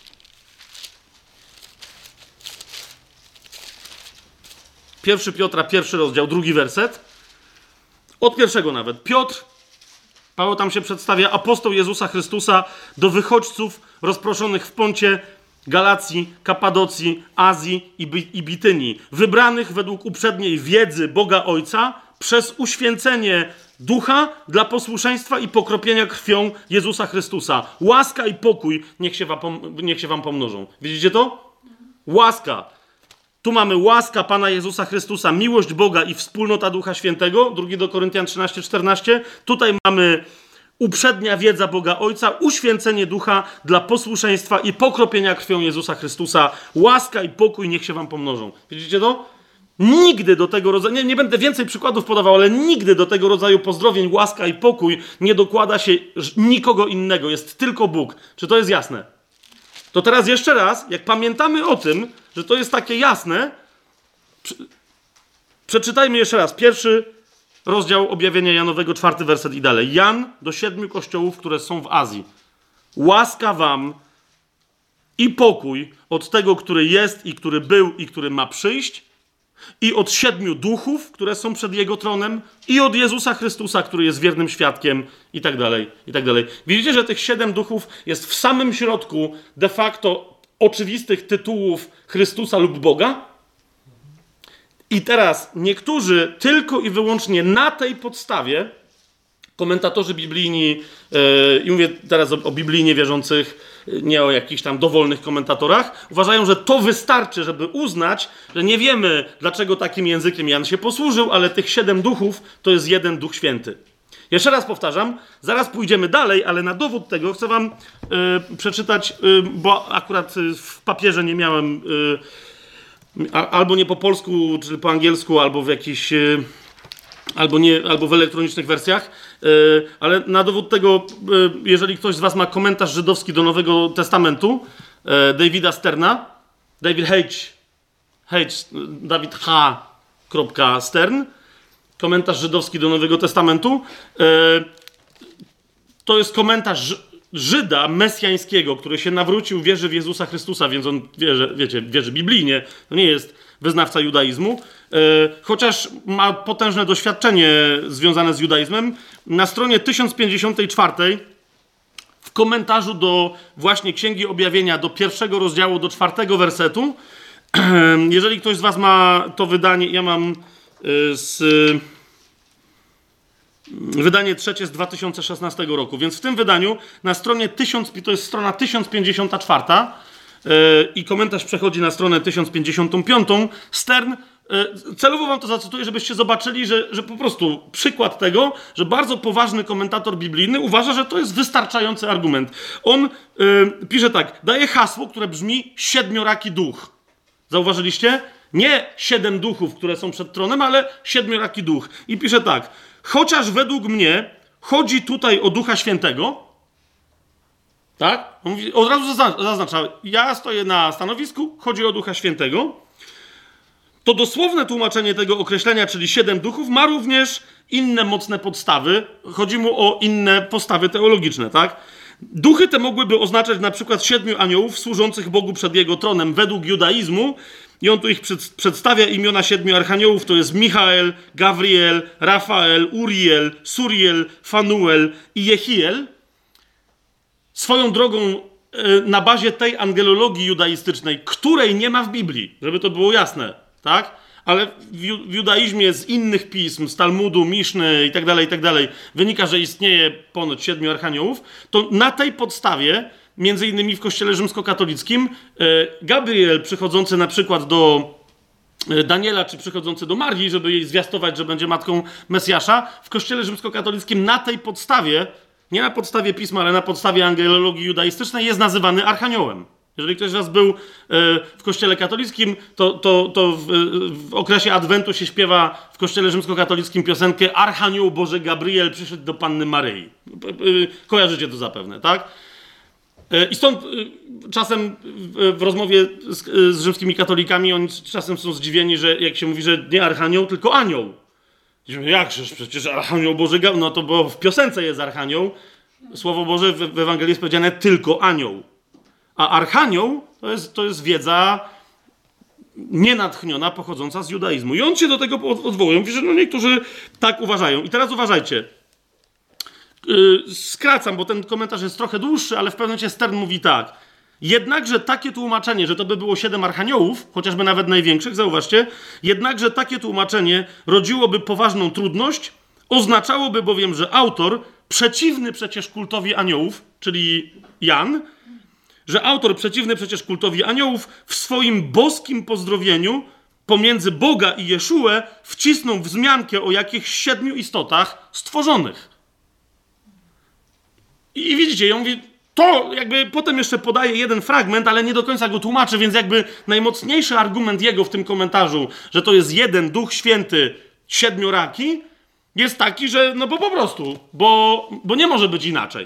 Pierwszy Piotra, pierwszy rozdział, drugi werset. Od pierwszego nawet. Piotr, Paweł tam się przedstawia, apostoł Jezusa Chrystusa do wychodźców rozproszonych w Poncie, Galacji, Kapadocji, Azji i, Bi- i Bitynii, wybranych według uprzedniej wiedzy Boga Ojca przez uświęcenie Ducha dla posłuszeństwa i pokropienia krwią Jezusa Chrystusa. Łaska i pokój niech się wam, niech się wam pomnożą. Widzicie to? Łaska. Tu mamy łaska Pana Jezusa Chrystusa, miłość Boga i wspólnota Ducha Świętego. drugi do Koryntian trzynaście czternaście. Tutaj mamy uprzednia wiedza Boga Ojca, uświęcenie Ducha dla posłuszeństwa i pokropienia krwią Jezusa Chrystusa. Łaska i pokój niech się wam pomnożą. Widzicie to? Nigdy do tego rodzaju, nie, nie będę więcej przykładów podawał, ale nigdy do tego rodzaju pozdrowień, łaska i pokój nie dokłada się nikogo innego. Jest tylko Bóg. Czy to jest jasne? To teraz jeszcze raz, jak pamiętamy o tym, że to jest takie jasne, prze, przeczytajmy jeszcze raz. Pierwszy rozdział Objawienia Janowego, czwarty werset i dalej. Jan do siedmiu kościołów, które są w Azji. Łaska wam i pokój od tego, który jest i który był i który ma przyjść, i od siedmiu duchów, które są przed Jego tronem, i od Jezusa Chrystusa, który jest wiernym świadkiem, i tak dalej, i tak dalej. Widzicie, że tych siedem duchów jest w samym środku de facto oczywistych tytułów Chrystusa lub Boga? I teraz niektórzy tylko i wyłącznie na tej podstawie, komentatorzy biblijni, yy, i mówię teraz o, o biblijnie wierzących, nie o jakichś tam dowolnych komentatorach, uważają, że to wystarczy, żeby uznać, że nie wiemy, dlaczego takim językiem Jan się posłużył, ale tych siedem duchów to jest jeden Duch Święty. Jeszcze raz powtarzam, zaraz pójdziemy dalej, ale na dowód tego chcę wam yy, przeczytać, yy, bo akurat w papierze nie miałem, yy, a, albo nie po polsku, czy po angielsku, albo w jakichś... Yy, Albo, nie, albo w elektronicznych wersjach, yy, ale na dowód tego, yy, jeżeli ktoś z was ma komentarz żydowski do Nowego Testamentu, yy, Davida Sterna, David H. H. David H. Stern, komentarz żydowski do Nowego Testamentu, yy, to jest komentarz Żyda mesjańskiego, który się nawrócił, wierzy w Jezusa Chrystusa, więc on wierzy, wiecie, wierzy biblijnie, to nie jest wyznawca judaizmu, yy, chociaż ma potężne doświadczenie związane z judaizmem. Na stronie tysiąc pięćdziesiąt cztery w komentarzu do właśnie Księgi Objawienia, do pierwszego rozdziału, do czwartego wersetu, yy, jeżeli ktoś z was ma to wydanie, ja mam yy, z... Yy, Wydanie trzecie z dwa tysiące szesnastego roku, więc w tym wydaniu na stronie tysiąc, to jest strona tysiąc pięćdziesiąt cztery yy, i komentarz przechodzi na stronę tysiąc pięćdziesiąt pięć. Stern, yy, celowo wam to zacytuję, żebyście zobaczyli, że, że po prostu przykład tego, że bardzo poważny komentator biblijny uważa, że to jest wystarczający argument. On yy, pisze tak, daje hasło, które brzmi siedmioraki duch. Zauważyliście? Nie siedem duchów, które są przed tronem, ale siedmioraki duch. I pisze tak, chociaż według mnie chodzi tutaj o Ducha Świętego, tak? On mówi, od razu zaznacza, ja stoję na stanowisku, chodzi o Ducha Świętego, to dosłowne tłumaczenie tego określenia, czyli siedem duchów, ma również inne mocne podstawy. Chodzi mu o inne postawy teologiczne, tak? Duchy te mogłyby oznaczać na przykład siedmiu aniołów służących Bogu przed Jego tronem według judaizmu, i on tu ich przed, przedstawia imiona siedmiu archaniołów, to jest Michael, Gawriel, Rafael, Uriel, Suriel, Fanuel i Jehiel. Swoją drogą na bazie tej angelologii judaistycznej, której nie ma w Biblii, żeby to było jasne, tak? Ale w, ju, w judaizmie z innych pism, z Talmudu, Miszny i tak dalej, i tak dalej, wynika, że istnieje ponoć siedmiu archaniołów, to na tej podstawie między innymi w kościele rzymskokatolickim Gabriel przychodzący na przykład do Daniela, czy przychodzący do Marii, żeby jej zwiastować, że będzie matką Mesjasza, w kościele rzymskokatolickim na tej podstawie, nie na podstawie pisma, ale na podstawie angelologii judaistycznej jest nazywany archaniołem. Jeżeli ktoś z was był w kościele katolickim, to, to, to w, w okresie Adwentu się śpiewa w kościele rzymskokatolickim piosenkę Archanioł Boży Gabriel przyszedł do Panny Maryi. Kojarzycie to zapewne, tak? I stąd czasem w rozmowie z, z rzymskimi katolikami oni czasem są zdziwieni, że jak się mówi, że nie archanioł, tylko anioł. Jakżeż przecież archanioł Boży Gabriel, no to bo w piosence jest archanioł. Słowo Boże w, w Ewangelii jest powiedziane tylko anioł. A archanioł to jest, to jest wiedza nienatchniona, pochodząca z judaizmu. I on się do tego odwołuje. Mówi, że no niektórzy tak uważają. I teraz uważajcie. Yy, skracam, bo ten komentarz jest trochę dłuższy, ale w pewnym momencie Stern mówi tak. Jednakże takie tłumaczenie, że to by było siedem archaniołów, chociażby nawet największych, zauważcie, jednakże takie tłumaczenie rodziłoby poważną trudność, oznaczałoby bowiem, że autor, przeciwny przecież kultowi aniołów, czyli Jan, że autor przeciwny przecież kultowi aniołów w swoim boskim pozdrowieniu pomiędzy Boga i Jeszułę wcisnął wzmiankę o jakichś siedmiu istotach stworzonych. I widzicie, ja mówię, to jakby potem jeszcze podaje jeden fragment, ale nie do końca go tłumaczy, więc jakby najmocniejszy argument jego w tym komentarzu, że to jest jeden Duch Święty, siedmioraki, jest taki, że no bo po prostu, bo, bo nie może być inaczej.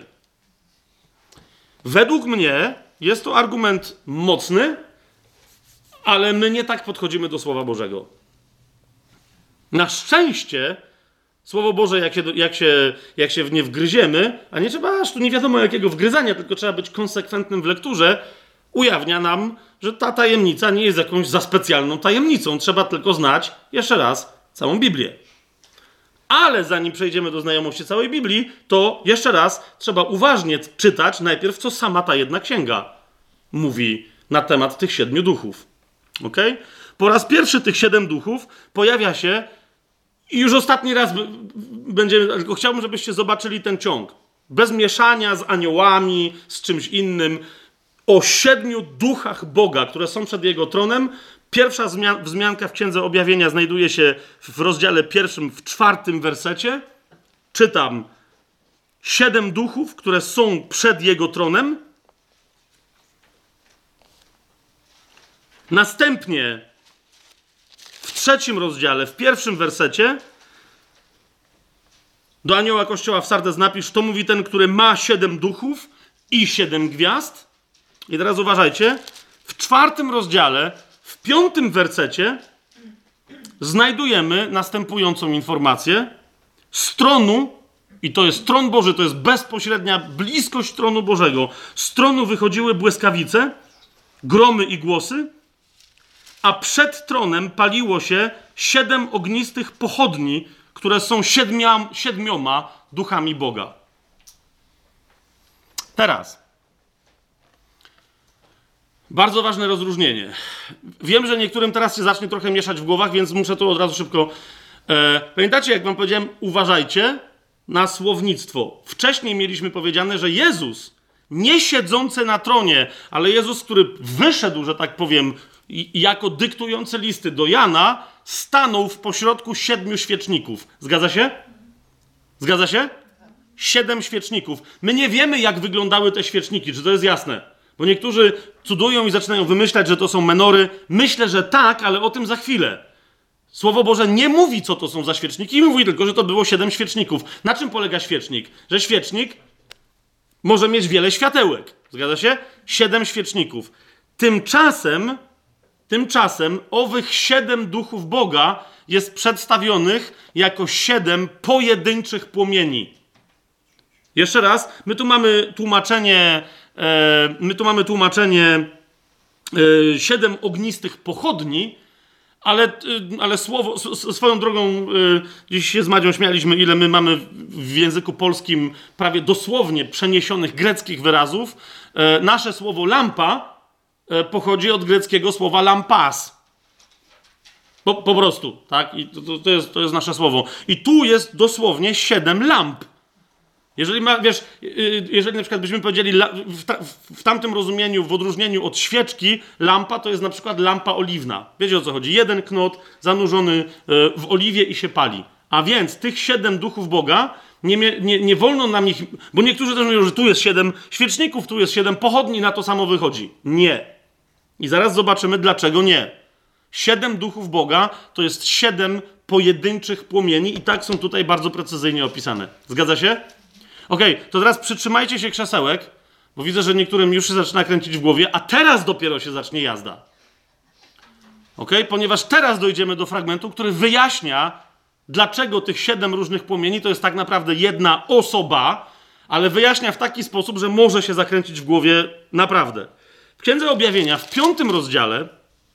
Według mnie jest to argument mocny, ale my nie tak podchodzimy do Słowa Bożego. Na szczęście Słowo Boże, jak się, jak, się, jak się w nie wgryziemy, a nie trzeba aż tu nie wiadomo jakiego wgryzania, tylko trzeba być konsekwentnym w lekturze, ujawnia nam, że ta tajemnica nie jest jakąś za specjalną tajemnicą. Trzeba tylko znać, jeszcze raz, całą Biblię. Ale zanim przejdziemy do znajomości całej Biblii, to jeszcze raz trzeba uważnie czytać najpierw, co sama ta jedna księga mówi na temat tych siedmiu duchów. Okay? Po raz pierwszy tych siedem duchów pojawia się i już ostatni raz będzie, tylko chciałbym, żebyście zobaczyli ten ciąg. Bez mieszania z aniołami, z czymś innym. O siedmiu duchach Boga, które są przed Jego tronem. Pierwsza wzmian- wzmianka w Księdze Objawienia znajduje się w rozdziale pierwszym, w czwartym wersecie. Czytam. Siedem duchów, które są przed Jego tronem. Następnie w trzecim rozdziale, w pierwszym wersecie do anioła kościoła w Sardes napisz, to mówi ten, który ma siedem duchów i siedem gwiazd. I teraz uważajcie, w czwartym rozdziale, w piątym wersecie znajdujemy następującą informację. Z tronu, i to jest tron Boży, to jest bezpośrednia bliskość tronu Bożego, z tronu wychodziły błyskawice, gromy i głosy, a przed tronem paliło się siedem ognistych pochodni, które są siedmioma, siedmioma duchami Boga. Teraz. Bardzo ważne rozróżnienie. Wiem, że niektórym teraz się zacznie trochę mieszać w głowach, więc muszę to od razu szybko... E, pamiętacie, jak wam powiedziałem, uważajcie na słownictwo. Wcześniej mieliśmy powiedziane, że Jezus, nie siedzący na tronie, ale Jezus, który wyszedł, że tak powiem, jako dyktujący listy do Jana, stanął w pośrodku siedmiu świeczników. Zgadza się? Zgadza się? Siedem świeczników. My nie wiemy, jak wyglądały te świeczniki, czy to jest jasne? Bo niektórzy cudują i zaczynają wymyślać, że to są menory. Myślę, że tak, ale o tym za chwilę. Słowo Boże nie mówi, co to są za świeczniki, i mówi tylko, że to było siedem świeczników. Na czym polega świecznik? Że świecznik może mieć wiele światełek. Zgadza się? Siedem świeczników. Tymczasem, tymczasem owych siedem duchów Boga jest przedstawionych jako siedem pojedynczych płomieni. Jeszcze raz, my tu mamy tłumaczenie, e, my tu mamy tłumaczenie e, siedem ognistych pochodni, ale, e, ale słowo, s, swoją drogą, e, dziś się z Madzią śmialiśmy, ile my mamy w języku polskim prawie dosłownie przeniesionych greckich wyrazów. E, nasze słowo lampa e, pochodzi od greckiego słowa lampas. Po, po prostu, tak? I to, to, to, jest, to jest nasze słowo. I tu jest dosłownie siedem lamp. Jeżeli, ma, wiesz, jeżeli na przykład byśmy powiedzieli w, ta, w tamtym rozumieniu, w odróżnieniu od świeczki, lampa to jest na przykład lampa oliwna. Wiecie, o co chodzi? Jeden knot zanurzony w oliwie i się pali. A więc tych siedem duchów Boga nie, nie, nie wolno nam ich... Bo niektórzy też mówią, że tu jest siedem świeczników, tu jest siedem pochodni, na to samo wychodzi. Nie. I zaraz zobaczymy, dlaczego nie. Siedem duchów Boga to jest siedem pojedynczych płomieni i tak są tutaj bardzo precyzyjnie opisane. Zgadza się? Okej, okay, to teraz przytrzymajcie się krzesełek, bo widzę, że niektórym już się zaczyna kręcić w głowie, a teraz dopiero się zacznie jazda. Okej? Okay? Ponieważ teraz dojdziemy do fragmentu, który wyjaśnia, dlaczego tych siedem różnych płomieni to jest tak naprawdę jedna osoba, ale wyjaśnia w taki sposób, że może się zakręcić w głowie naprawdę. W Księdze Objawienia, w piątym rozdziale,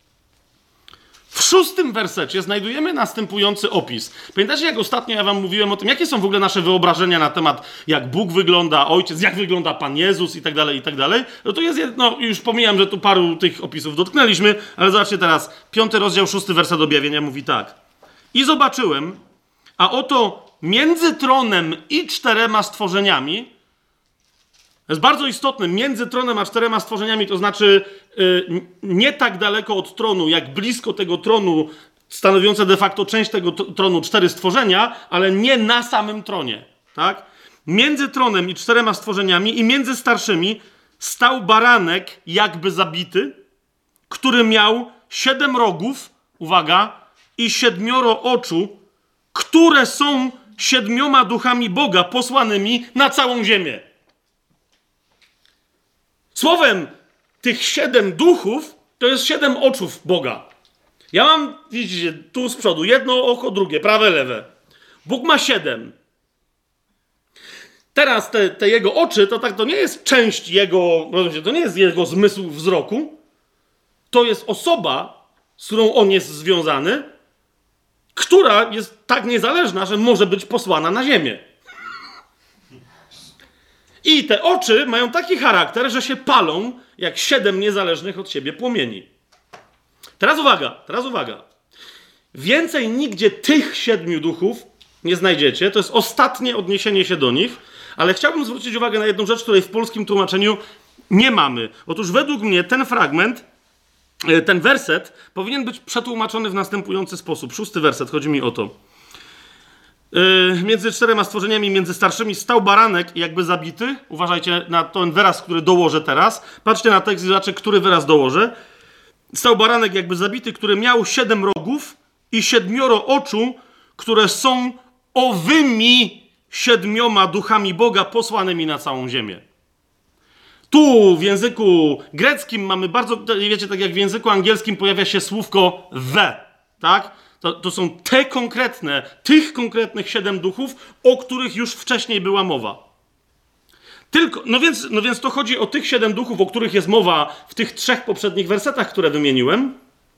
w szóstym wersecie znajdujemy następujący opis. Pamiętacie, jak ostatnio ja wam mówiłem o tym, jakie są w ogóle nasze wyobrażenia na temat, jak Bóg wygląda, Ojciec, jak wygląda Pan Jezus i tak dalej, i tak dalej. No to jest, no już pomijam, że tu paru tych opisów dotknęliśmy, ale zobaczcie teraz, piąty rozdział, szósty werset Objawienia mówi tak. I zobaczyłem, a oto między tronem i czterema stworzeniami, to jest bardzo istotne, między tronem a czterema stworzeniami, to znaczy yy, nie tak daleko od tronu, jak blisko tego tronu, stanowiące de facto część tego t- tronu cztery stworzenia, ale nie na samym tronie, tak? Między tronem i czterema stworzeniami i między starszymi stał baranek jakby zabity, który miał siedem rogów, uwaga, i siedmioro oczu, które są siedmioma duchami Boga posłanymi na całą ziemię. Słowem, tych siedem duchów to jest siedem oczów Boga. Ja mam, widzicie, tu z przodu jedno oko, drugie, prawe, lewe. Bóg ma siedem. teraz te, te jego oczy, to tak to nie jest część jego, rozumiecie, to nie jest jego zmysł wzroku, to jest osoba, z którą on jest związany, która jest tak niezależna, że może być posłana na ziemię. I te oczy mają taki charakter, że się palą jak siedem niezależnych od siebie płomieni. Teraz uwaga, teraz uwaga. Więcej nigdzie tych siedmiu duchów nie znajdziecie. To jest ostatnie odniesienie się do nich, ale chciałbym zwrócić uwagę na jedną rzecz, której w polskim tłumaczeniu nie mamy. Otóż według mnie ten fragment, ten werset powinien być przetłumaczony w następujący sposób. Szósty werset, chodzi mi o to. Yy, między czterema stworzeniami, między starszymi stał baranek jakby zabity. Uważajcie na ten wyraz, który dołożę teraz. Patrzcie na tekst i zobaczcie, który wyraz dołożę. Stał baranek jakby zabity, który miał siedem rogów i siedmioro oczu, które są owymi siedmioma duchami Boga posłanymi na całą ziemię. Tu w języku greckim mamy bardzo, wiecie, tak jak w języku angielskim pojawia się słówko the, tak? To, to są te konkretne, tych konkretnych siedem duchów, o których już wcześniej była mowa. Tylko, no więc, no więc to chodzi o tych siedem duchów, o których jest mowa w tych trzech poprzednich wersetach, które wymieniłem,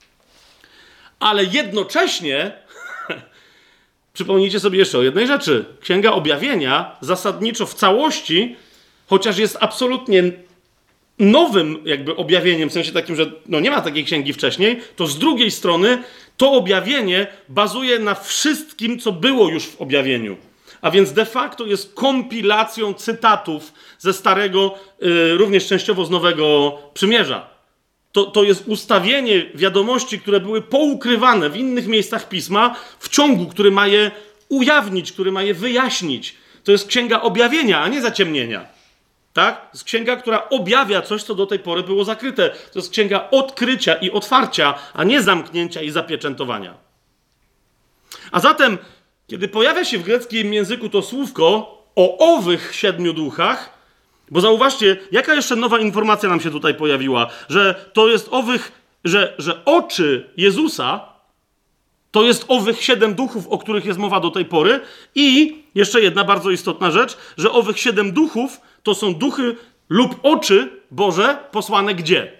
ale jednocześnie przypomnijcie sobie jeszcze o jednej rzeczy. Księga Objawienia zasadniczo w całości, chociaż jest absolutnie nowym jakby objawieniem, w sensie takim, że no nie ma takiej księgi wcześniej, to z drugiej strony to objawienie bazuje na wszystkim, co było już w objawieniu. A więc de facto jest kompilacją cytatów ze Starego, yy, również częściowo z Nowego Przymierza. To, to jest ustawienie wiadomości, które były poukrywane w innych miejscach Pisma w ciągu, który ma je ujawnić, który ma je wyjaśnić. To jest księga objawienia, a nie zaciemnienia. Tak? To jest księga, która objawia coś, co do tej pory było zakryte. To jest księga odkrycia i otwarcia, a nie zamknięcia i zapieczętowania. A zatem, kiedy pojawia się w greckim języku to słówko o owych siedmiu duchach, bo zauważcie, jaka jeszcze nowa informacja nam się tutaj pojawiła, że to jest owych, że, że oczy Jezusa to jest owych siedem duchów, o których jest mowa do tej pory, i jeszcze jedna bardzo istotna rzecz, że owych siedem duchów to są duchy lub oczy Boże posłane gdzie?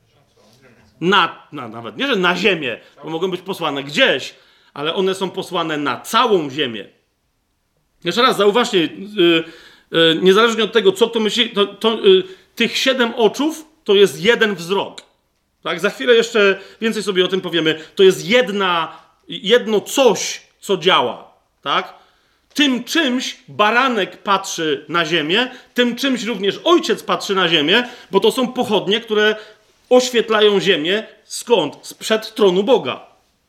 Na, na, nawet nie, że na ziemię, bo mogą być posłane gdzieś, ale one są posłane na całą ziemię. Jeszcze raz, zauważcie, yy, yy, niezależnie od tego, co to myśli, to, to, yy, tych siedem oczów to jest jeden wzrok. Tak? Za chwilę jeszcze więcej sobie o tym powiemy. To jest jedna, jedno coś, co działa. Tak? Tym czymś baranek patrzy na ziemię, tym czymś również ojciec patrzy na ziemię, bo to są pochodnie, które oświetlają ziemię. Skąd? Sprzed tronu Boga.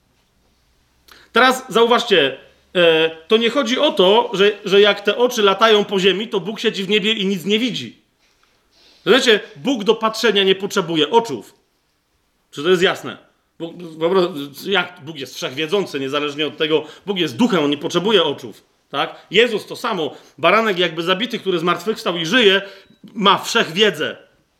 Teraz zauważcie, e, to nie chodzi o to, że, że jak te oczy latają po ziemi, to Bóg siedzi w niebie i nic nie widzi. Wiecie, Bóg do patrzenia nie potrzebuje oczów. Czy to jest jasne? Bóg, jak Bóg jest wszechwiedzący, niezależnie od tego, Bóg jest duchem, on nie potrzebuje oczów. Tak? Jezus to samo, baranek jakby zabity, który zmartwychwstał i żyje, ma wszechwiedzę.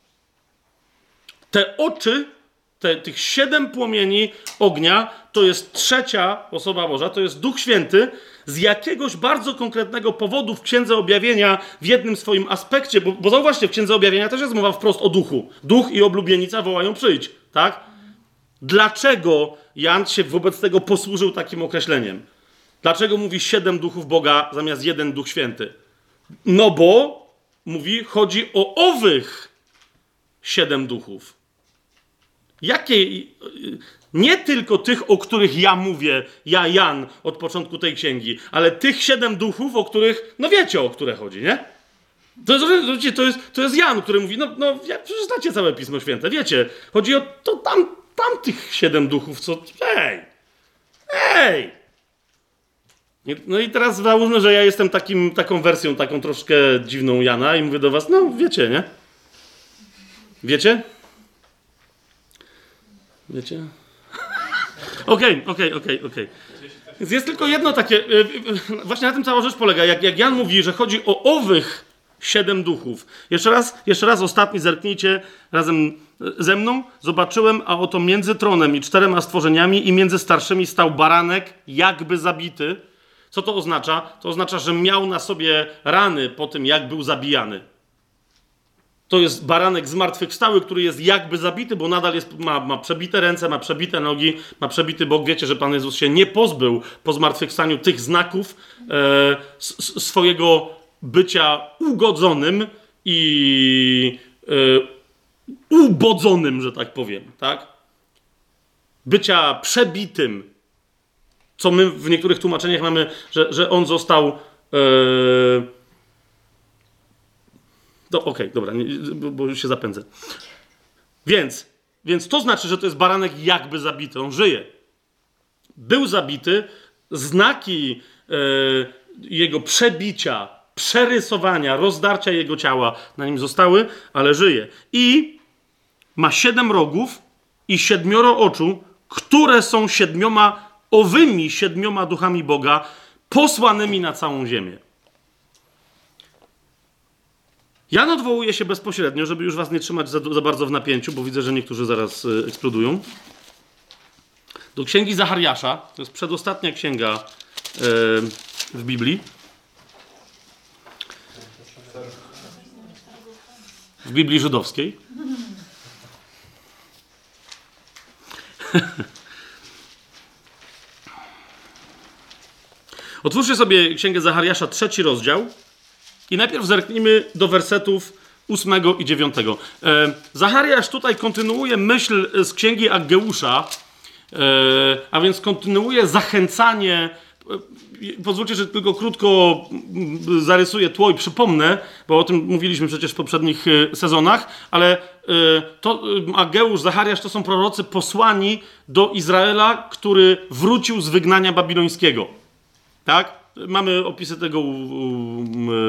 Te oczy, te, tych siedem płomieni ognia, to jest trzecia osoba Boża, to jest Duch Święty, z jakiegoś bardzo konkretnego powodu w Księdze Objawienia, w jednym swoim aspekcie, bo, bo zauważcie, w Księdze Objawienia też jest mowa wprost o duchu. Duch i oblubienica wołają przyjdź, tak? Dlaczego Jan się wobec tego posłużył takim określeniem? Dlaczego mówi siedem duchów Boga zamiast jeden Duch Święty? No bo, mówi, chodzi o owych siedem duchów. Jakie? Nie tylko tych, o których ja mówię, ja, Jan, od początku tej księgi, ale tych siedem duchów, o których, no wiecie, o które chodzi, nie? To jest, to jest, to jest Jan, który mówi, no, no przecież znacie całe Pismo Święte, wiecie. Chodzi o to tam, tam tych siedem duchów, co, hej, hej. No i teraz załóżmy, że ja jestem takim, taką wersją, taką troszkę dziwną Jana i mówię do was, no wiecie, nie? Wiecie? Wiecie? Okej, okej, okej, okej. Więc jest tylko jedno takie, właśnie na tym cała rzecz polega, jak, jak Jan mówi, że chodzi o owych siedem duchów. Jeszcze raz, jeszcze raz ostatni zerknijcie razem ze mną. Zobaczyłem, a oto między tronem i czterema stworzeniami i między starszymi stał baranek jakby zabity. Co to oznacza? To oznacza, że miał na sobie rany po tym, jak był zabijany. To jest baranek zmartwychwstały, który jest jakby zabity, bo nadal jest, ma, ma przebite ręce, ma przebite nogi, ma przebity bok. Wiecie, że Pan Jezus się nie pozbył po zmartwychwstaniu tych znaków e, s, swojego bycia ugodzonym i e, ubodzonym, że tak powiem, tak? Bycia przebitym. Co my w niektórych tłumaczeniach mamy, że, że on został... E, No okej, okay, dobra, nie, bo, bo już się zapędzę. Więc, więc to znaczy, że to jest baranek jakby zabity, on żyje. Był zabity, znaki e, jego przebicia, przerysowania, rozdarcia jego ciała na nim zostały, ale żyje. I ma siedem rogów i siedmioro oczu, które są siedmioma owymi siedmioma duchami Boga posłanymi na całą ziemię. Jan odwołuje się bezpośrednio, żeby już was nie trzymać za, za bardzo w napięciu, bo widzę, że niektórzy zaraz y, eksplodują. Do księgi Zachariasza, to jest przedostatnia księga y, w Biblii. W Biblii żydowskiej. Otwórzcie sobie księgę Zachariasza, trzeci rozdział. I najpierw zerknijmy do wersetów ósmego i dziewiątego. E, Zachariasz tutaj kontynuuje myśl z księgi Aggeusza, e, a więc kontynuuje zachęcanie. E, pozwólcie, że tylko krótko zarysuję tło i przypomnę, bo o tym mówiliśmy przecież w poprzednich e, sezonach, ale e, to e, Aggeusz, Zachariasz to są prorocy posłani do Izraela, który wrócił z wygnania babilońskiego. Tak? Mamy opisy tego u, u,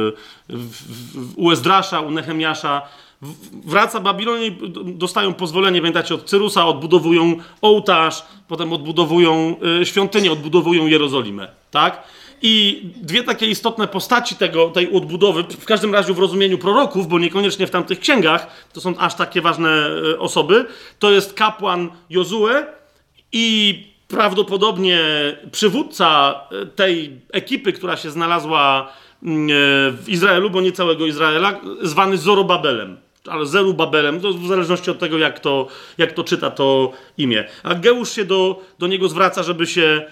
u Ezdrasza, u Nehemiasza. Wraca Babilonia i dostają pozwolenie, pamiętacie, od Cyrusa, odbudowują ołtarz, potem odbudowują świątynię, odbudowują Jerozolimę. Tak? I dwie takie istotne postaci tego, tej odbudowy, w każdym razie w rozumieniu proroków, bo niekoniecznie w tamtych księgach, to są aż takie ważne osoby, to jest kapłan Jozue i prawdopodobnie przywódca tej ekipy, która się znalazła w Izraelu, bo nie całego Izraela, zwany Zorobabelem, ale Zerubabelem, to w zależności od tego, jak to, jak to czyta to imię. A Aggeusz się do, do niego zwraca, żeby się,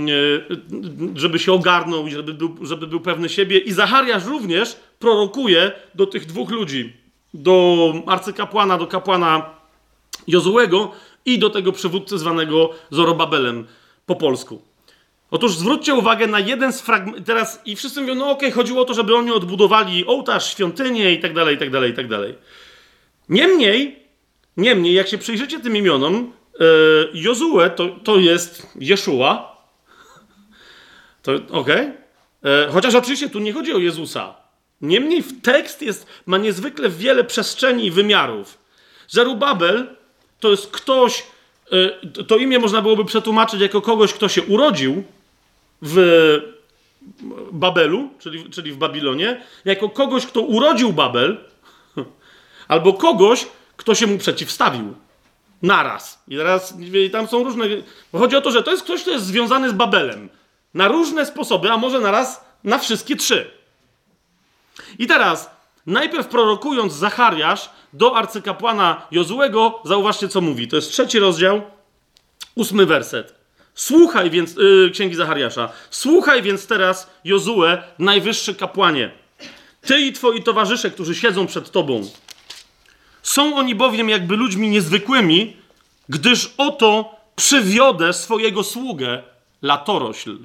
żeby się ogarnął i żeby był, żeby był pewny siebie. I Zachariasz również prorokuje do tych dwóch ludzi, do arcykapłana, do kapłana Jozuego, i do tego przywódcy zwanego Zorobabelem po polsku. Otóż zwróćcie uwagę na jeden z fragmentów. Teraz i wszyscy mówią, no okej, okay, chodziło o to, żeby oni odbudowali ołtarz, świątynię i tak dalej, i tak dalej, i tak dalej. Niemniej, niemniej, jak się przyjrzycie tym imionom, yy, Jozue to, to jest Jeszua. To okej. Okay. Yy, chociaż oczywiście tu nie chodzi o Jezusa. Niemniej tekst jest, ma niezwykle wiele przestrzeni i wymiarów. Zerubabel to jest ktoś, to imię można byłoby przetłumaczyć jako kogoś, kto się urodził w Babelu, czyli, czyli w Babilonie, jako kogoś, kto urodził Babel, albo kogoś, kto się mu przeciwstawił. Naraz. I teraz i tam są różne... Bo chodzi o to, że to jest ktoś, kto jest związany z Babelem. Na różne sposoby, a może naraz na wszystkie trzy. I teraz... Najpierw prorokując Zachariasz do arcykapłana Jozuego, zauważcie, co mówi. To jest trzeci rozdział, ósmy werset. Słuchaj więc, yy, księgi Zachariasza, słuchaj więc teraz, Jozue, najwyższy kapłanie, ty i twoi towarzysze, którzy siedzą przed tobą. Są oni bowiem jakby ludźmi niezwykłymi, gdyż oto przywiodę swojego sługę, latorośl.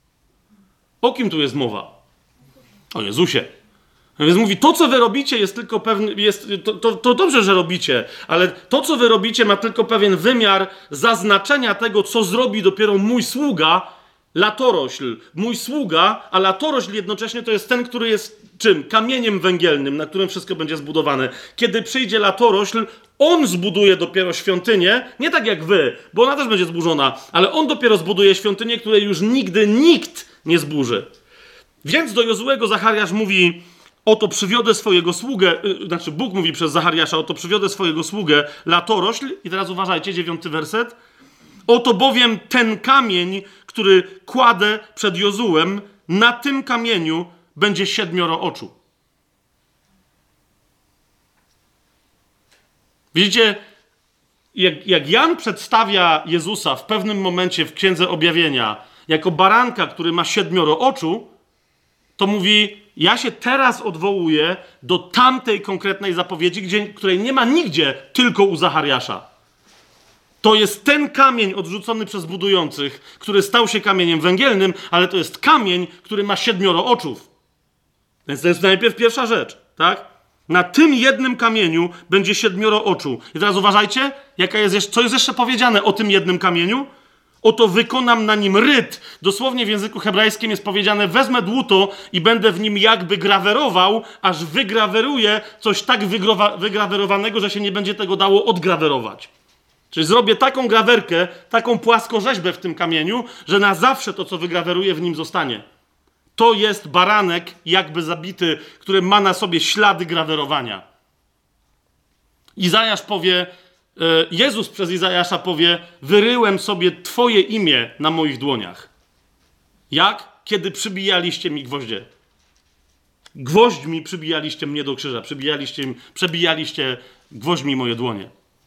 O kim tu jest mowa? O Jezusie. Więc mówi, to co wy robicie jest tylko pewny, jest, to, to, to dobrze, że robicie, ale to co wy robicie ma tylko pewien wymiar zaznaczenia tego, co zrobi dopiero mój sługa, latorośl. Mój sługa, a latorośl jednocześnie to jest ten, który jest czym? Kamieniem węgielnym, na którym wszystko będzie zbudowane. Kiedy przyjdzie latorośl, on zbuduje dopiero świątynię, nie tak jak wy, bo ona też będzie zburzona, ale on dopiero zbuduje świątynię, której już nigdy nikt nie zburzy. Więc do Jozuego Zachariasz mówi, oto przywiodę swojego sługę, yy, znaczy Bóg mówi przez Zachariasza, oto przywiodę swojego sługę latorośl. I teraz uważajcie, dziewiąty werset. Oto bowiem ten kamień, który kładę przed Jozułem, na tym kamieniu będzie siedmioro oczu. Widzicie, jak, jak Jan przedstawia Jezusa w pewnym momencie w Księdze Objawienia jako baranka, który ma siedmioro oczu, to mówi, ja się teraz odwołuję do tamtej konkretnej zapowiedzi, gdzie, której nie ma nigdzie, tylko u Zachariasza. To jest ten kamień odrzucony przez budujących, który stał się kamieniem węgielnym, ale to jest kamień, który ma siedmioro oczów. Więc to jest najpierw pierwsza rzecz, tak? Na tym jednym kamieniu będzie siedmioro oczu. I teraz uważajcie, jaka jest jeszcze, co jest jeszcze powiedziane o tym jednym kamieniu? Oto wykonam na nim ryt. Dosłownie w języku hebrajskim jest powiedziane, wezmę dłuto i będę w nim jakby grawerował, aż wygraweruję coś tak wygrowa- wygrawerowanego, że się nie będzie tego dało odgrawerować. Czyli zrobię taką grawerkę, taką płaskorzeźbę w tym kamieniu, że na zawsze to, co wygraweruję, w nim zostanie. To jest baranek jakby zabity, który ma na sobie ślady grawerowania. Izajasz powie, Jezus przez Izajasza powie, wyryłem sobie twoje imię na moich dłoniach. Jak? Kiedy przybijaliście mi gwoździe. Gwoźdźmi przybijaliście mnie do krzyża, przybijaliście, przebijaliście gwoźdźmi moje dłonie.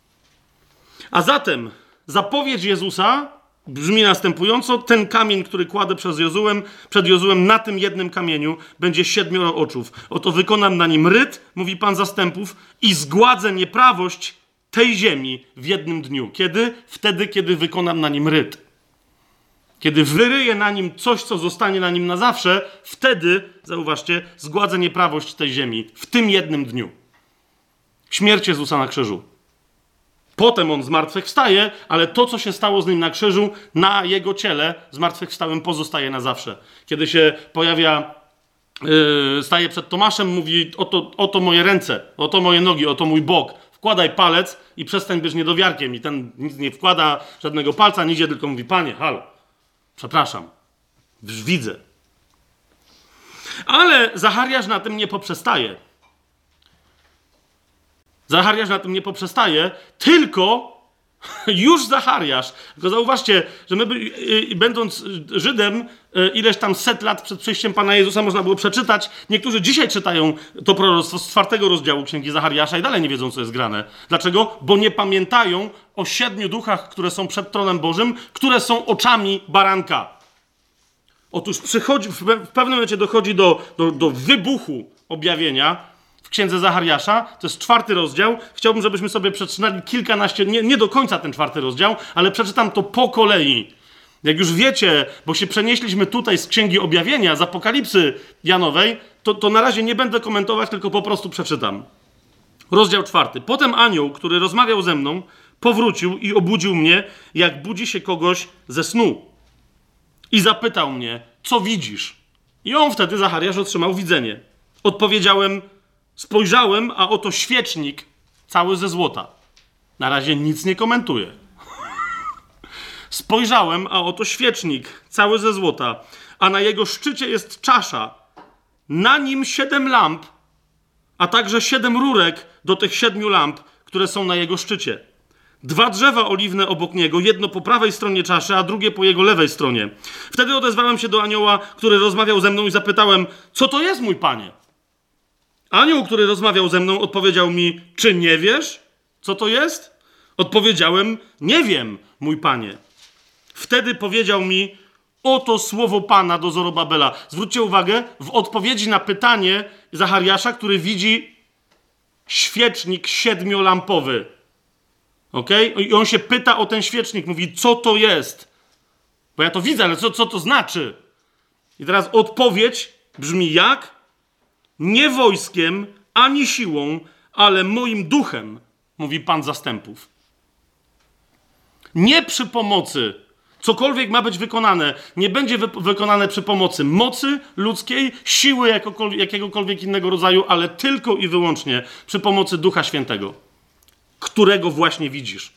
A zatem zapowiedź Jezusa brzmi następująco, ten kamień, który kładę przez Jozułem, przed Jozułem, na tym jednym kamieniu będzie siedmioro oczów. Oto wykonam na nim ryt, mówi Pan zastępów, i zgładzę nieprawość tej ziemi w jednym dniu. Kiedy? Wtedy, kiedy wykonam na nim ryt. Kiedy wyryję na nim coś, co zostanie na nim na zawsze, wtedy, zauważcie, zgładzę nieprawość tej ziemi w tym jednym dniu. Śmierć Jezusa na krzyżu. Potem on zmartwychwstaje, ale to, co się stało z nim na krzyżu, na jego ciele zmartwychwstałym pozostaje na zawsze. Kiedy się pojawia, yy, staje przed Tomaszem, mówi, oto, oto moje ręce, oto moje nogi, oto mój bok. Wkładaj palec i przestań być niedowiarkiem. I ten nic nie wkłada żadnego palca, nie idzie, tylko mówi, Panie, halo, przepraszam, już widzę. Ale Zachariasz na tym nie poprzestaje. Zachariasz na tym nie poprzestaje, tylko już Zachariasz. Tylko zauważcie, że my, by, będąc Żydem, ileś tam set lat przed przyjściem Pana Jezusa można było przeczytać. Niektórzy dzisiaj czytają to proroctwo z czwartego rozdziału Księgi Zachariasza i dalej nie wiedzą, co jest grane. Dlaczego? Bo nie pamiętają o siedmiu duchach, które są przed tronem Bożym, które są oczami baranka. Otóż przychodzi, w pewnym momencie dochodzi do, do, do wybuchu objawienia w Księdze Zachariasza, to jest czwarty rozdział. Chciałbym, żebyśmy sobie przeczytali kilkanaście, nie, nie do końca ten czwarty rozdział, ale przeczytam to po kolei. Jak już wiecie, bo się przenieśliśmy tutaj z Księgi Objawienia, z Apokalipsy Janowej, to, to na razie nie będę komentować, tylko po prostu przeczytam. Rozdział czwarty. Potem anioł, który rozmawiał ze mną, powrócił i obudził mnie, jak budzi się kogoś ze snu. I zapytał mnie, co widzisz? I on wtedy, Zachariasz, otrzymał widzenie. Odpowiedziałem, spojrzałem, a oto świecznik cały ze złota. Na razie nic nie komentuję. Spojrzałem, a oto świecznik cały ze złota, a na jego szczycie jest czasza. Na nim siedem lamp, a także siedem rurek do tych siedmiu lamp, które są na jego szczycie. Dwa drzewa oliwne obok niego, jedno po prawej stronie czaszy, a drugie po jego lewej stronie. Wtedy odezwałem się do anioła, który rozmawiał ze mną i zapytałem, co to jest, mój panie? Anioł, który rozmawiał ze mną, odpowiedział mi, czy nie wiesz, co to jest? Odpowiedziałem, nie wiem, mój panie. Wtedy powiedział mi, oto słowo Pana do Zorobabela. Zwróćcie uwagę, w odpowiedzi na pytanie Zachariasza, który widzi świecznik siedmiolampowy. Okej? I on się pyta o ten świecznik, mówi, co to jest? Bo ja to widzę, ale co, co to znaczy? I teraz odpowiedź brzmi jak? Nie wojskiem, ani siłą, ale moim duchem, mówi Pan zastępów. Nie przy pomocy, cokolwiek ma być wykonane, nie będzie wy- wykonane przy pomocy mocy ludzkiej, siły jakiegokolwiek innego rodzaju, ale tylko i wyłącznie przy pomocy Ducha Świętego, którego właśnie widzisz.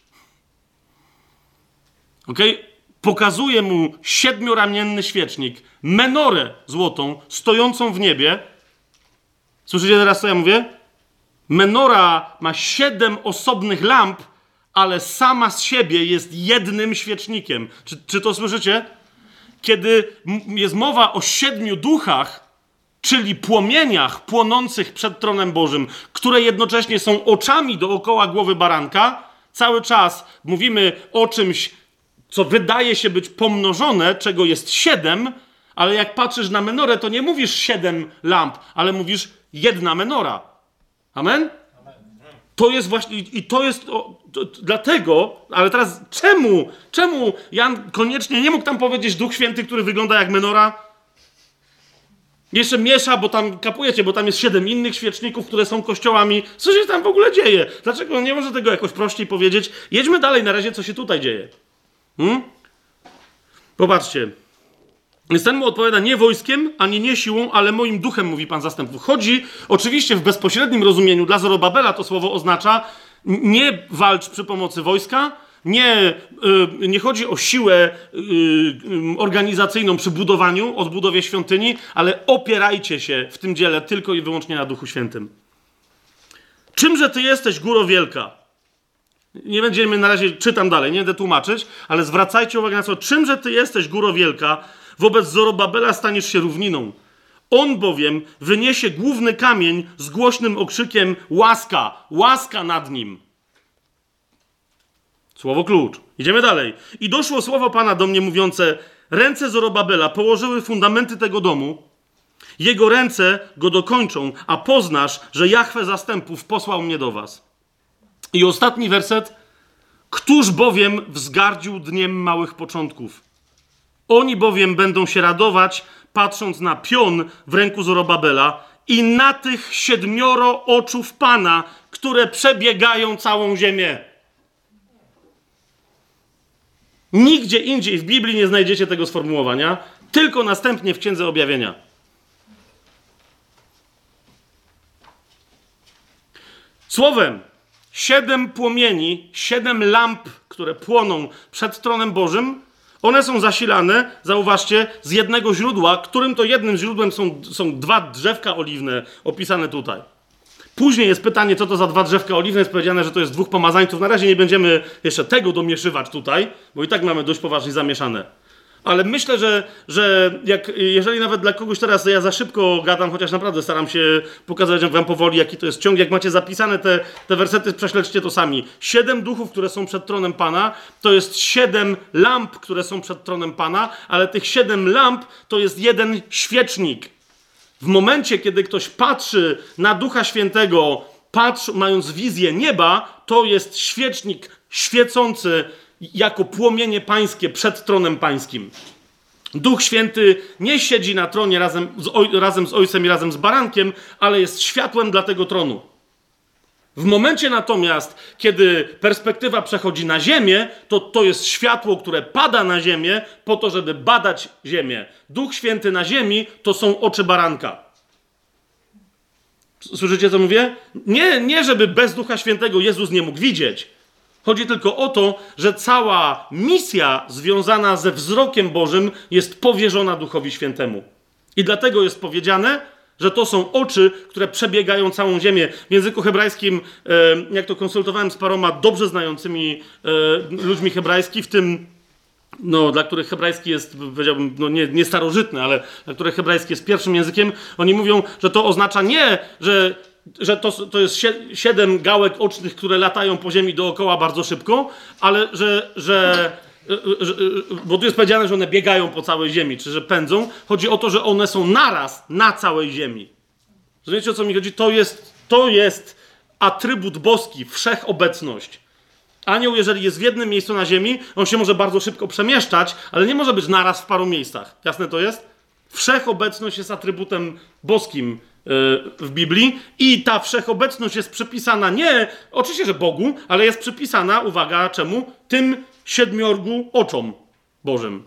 Okej? Okay? Pokazuje mu siedmioramienny świecznik, menorę złotą, stojącą w niebie. Słyszycie teraz, co ja mówię? Menora ma siedem osobnych lamp, ale sama z siebie jest jednym świecznikiem. Czy, czy to słyszycie? kiedy jest mowa o siedmiu duchach, czyli płomieniach płonących przed tronem Bożym, które jednocześnie są oczami dookoła głowy baranka, cały czas mówimy o czymś, co wydaje się być pomnożone, czego jest siedem, ale jak patrzysz na menorę, to nie mówisz siedem lamp, ale mówisz jedna menora. Amen? To jest właśnie, i to jest o, to, to, dlatego, ale teraz czemu, czemu Jan koniecznie nie mógł tam powiedzieć Duch Święty, który wygląda jak menora? Jeszcze miesza, bo tam, kapujecie, bo tam jest siedem innych świeczników, które są kościołami. Co się tam w ogóle dzieje? Dlaczego nie może tego jakoś prościej powiedzieć? Jedźmy dalej na razie, co się tutaj dzieje. Hmm? Popatrzcie. Więc ten mu odpowiada nie wojskiem, ani nie siłą, ale moim duchem, mówi Pan Zastępów. Chodzi, oczywiście w bezpośrednim rozumieniu, dla Zorobabela to słowo oznacza nie walcz przy pomocy wojska, nie, yy, nie chodzi o siłę yy, yy, organizacyjną przy budowaniu, odbudowie świątyni, ale opierajcie się w tym dziele tylko i wyłącznie na Duchu Świętym. Czymże ty jesteś, góro wielka? Nie będziemy na razie, czytam dalej, nie będę tłumaczyć, ale zwracajcie uwagę na to, czymże ty jesteś, góro wielka? Wobec Zorobabela staniesz się równiną. On bowiem wyniesie główny kamień z głośnym okrzykiem łaska, łaska nad nim. Słowo klucz. Idziemy dalej. I doszło słowo Pana do mnie mówiące, ręce Zorobabela położyły fundamenty tego domu, jego ręce go dokończą, a poznasz, że Jahwe Zastępów posłał mnie do was. I ostatni werset. Któż bowiem wzgardził dniem małych początków? Oni bowiem będą się radować, patrząc na pion w ręku Zorobabela i na tych siedmioro oczów Pana, które przebiegają całą ziemię. Nigdzie indziej w Biblii nie znajdziecie tego sformułowania, tylko następnie w Księdze Objawienia. Słowem, siedem płomieni, siedem lamp, które płoną przed tronem Bożym, one są zasilane, zauważcie, z jednego źródła, którym to jednym źródłem są, są dwa drzewka oliwne opisane tutaj. Później jest pytanie, co to za dwa drzewka oliwne. Jest powiedziane, że to jest dwóch pomazańców. Na razie nie będziemy jeszcze tego domieszywać tutaj, bo i tak mamy dość poważnie zamieszane. Ale myślę, że, że jak, jeżeli nawet dla kogoś teraz ja za szybko gadam, chociaż naprawdę staram się pokazać wam powoli, jaki to jest ciąg. Jak macie zapisane te, te wersety, prześledźcie to sami. Siedem duchów, które są przed tronem Pana, to jest siedem lamp, które są przed tronem Pana, ale tych siedem lamp to jest jeden świecznik. W momencie, kiedy ktoś patrzy na Ducha Świętego, patrzy, mając wizję nieba, to jest świecznik świecący jako płomienie pańskie przed tronem pańskim. Duch Święty nie siedzi na tronie razem z, oj, razem z Ojcem i razem z Barankiem, ale jest światłem dla tego tronu. W momencie natomiast, kiedy perspektywa przechodzi na ziemię, to to jest światło, które pada na ziemię po to, żeby badać ziemię. Duch Święty na ziemi to są oczy Baranka. Słyszycie, co mówię? Nie, nie, żeby bez Ducha Świętego Jezus nie mógł widzieć. Chodzi tylko o to, że cała misja związana ze wzrokiem Bożym jest powierzona Duchowi Świętemu. I dlatego jest powiedziane, że to są oczy, które przebiegają całą ziemię. W języku hebrajskim, jak to konsultowałem z paroma dobrze znającymi ludźmi hebrajskich, w tym, no, dla których hebrajski jest, powiedziałbym, no, nie, nie starożytny, ale dla których hebrajski jest pierwszym językiem, oni mówią, że to oznacza nie, że że to, to jest siedem gałek ocznych, które latają po ziemi dookoła bardzo szybko, ale że, że, że, bo tu jest powiedziane, że one biegają po całej ziemi, czy że pędzą. Chodzi o to, że one są naraz na całej ziemi. Rozumiecie, o co mi chodzi? To jest, to jest atrybut boski, wszechobecność. Anioł, jeżeli jest w jednym miejscu na ziemi, on się może bardzo szybko przemieszczać, ale nie może być naraz w paru miejscach. Jasne to jest? Wszechobecność jest atrybutem boskim w Biblii i ta wszechobecność jest przypisana nie, oczywiście, że Bogu, ale jest przypisana, uwaga, czemu? Tym siedmiorgu oczom Bożym.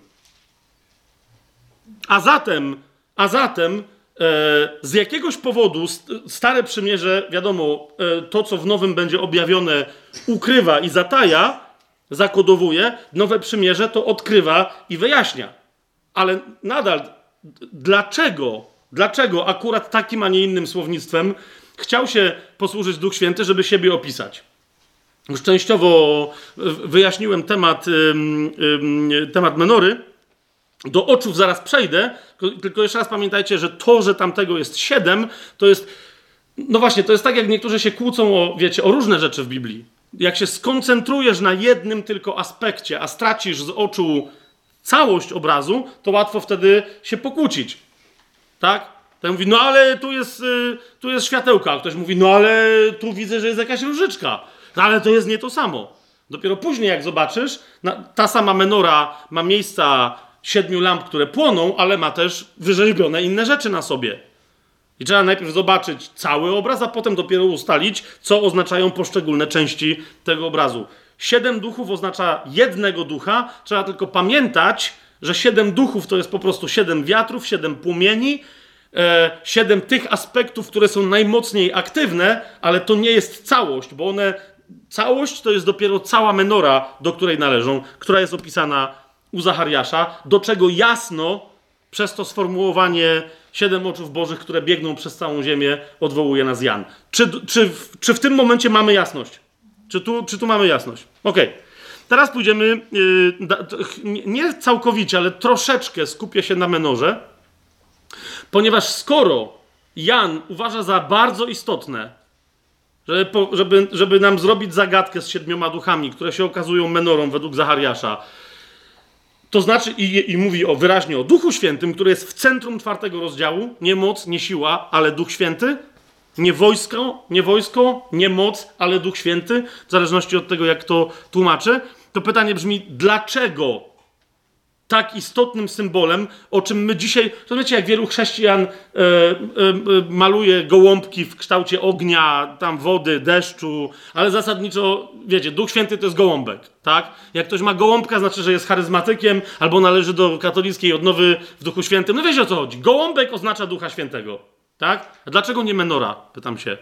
A zatem, a zatem e, z jakiegoś powodu Stare Przymierze, wiadomo, e, to, co w Nowym będzie objawione, ukrywa i zataja, zakodowuje, Nowe Przymierze to odkrywa i wyjaśnia. Ale nadal, dlaczego Dlaczego akurat takim, a nie innym słownictwem chciał się posłużyć Duch Święty, żeby siebie opisać? Już częściowo wyjaśniłem temat, ym, ym, temat menory, Do oczów zaraz przejdę, tylko jeszcze raz pamiętajcie, że to, że tamtego jest siedem, to jest, no właśnie, to jest tak, jak niektórzy się kłócą o, wiecie, o różne rzeczy w Biblii. Jak się skoncentrujesz na jednym tylko aspekcie, a stracisz z oczu całość obrazu, to łatwo wtedy się pokłócić. Tak? Ten mówi, no ale tu jest, y, tu jest światełka. A ktoś mówi, no ale tu widzę, że jest jakaś różyczka. No ale to jest nie to samo. Dopiero później, jak zobaczysz, na, ta sama menora ma miejsca siedmiu lamp, które płoną, ale ma też wyrzeźbione inne rzeczy na sobie. I trzeba najpierw zobaczyć cały obraz, a potem dopiero ustalić, co oznaczają poszczególne części tego obrazu. Siedem duchów oznacza jednego ducha. Trzeba tylko pamiętać, że siedem duchów to jest po prostu siedem wiatrów, siedem płomieni, e, siedem tych aspektów, które są najmocniej aktywne, ale to nie jest całość, bo one, całość to jest dopiero cała menora, do której należą, która jest opisana u Zachariasza, do czego jasno przez to sformułowanie siedem oczów bożych, które biegną przez całą ziemię, odwołuje nas Jan. Czy, czy, czy w tym momencie mamy jasność? Czy tu, czy tu mamy jasność? Okej. Okay. Teraz pójdziemy, yy, da, nie całkowicie, ale troszeczkę skupię się na menorze, ponieważ skoro Jan uważa za bardzo istotne, żeby, po, żeby, żeby nam zrobić zagadkę z siedmioma duchami, które się okazują menorą według Zachariasza, to znaczy, i, i mówi o, wyraźnie o Duchu Świętym, który jest w centrum czwartego rozdziału, nie moc, nie siła, ale Duch Święty, nie wojsko, nie wojsko, nie moc, ale Duch Święty, w zależności od tego, jak to tłumaczy, to pytanie brzmi, dlaczego tak istotnym symbolem, o czym my dzisiaj, rozumiecie, jak wielu chrześcijan e, e, e, maluje gołąbki w kształcie ognia, tam wody, deszczu, ale zasadniczo, wiecie, Duch Święty to jest gołąbek, tak? Jak ktoś ma gołąbka, znaczy, że jest charyzmatykiem, albo należy do katolickiej odnowy w Duchu Świętym. No wiecie, o co chodzi. Gołąbek oznacza Ducha Świętego, tak? A dlaczego nie menora? Pytam się.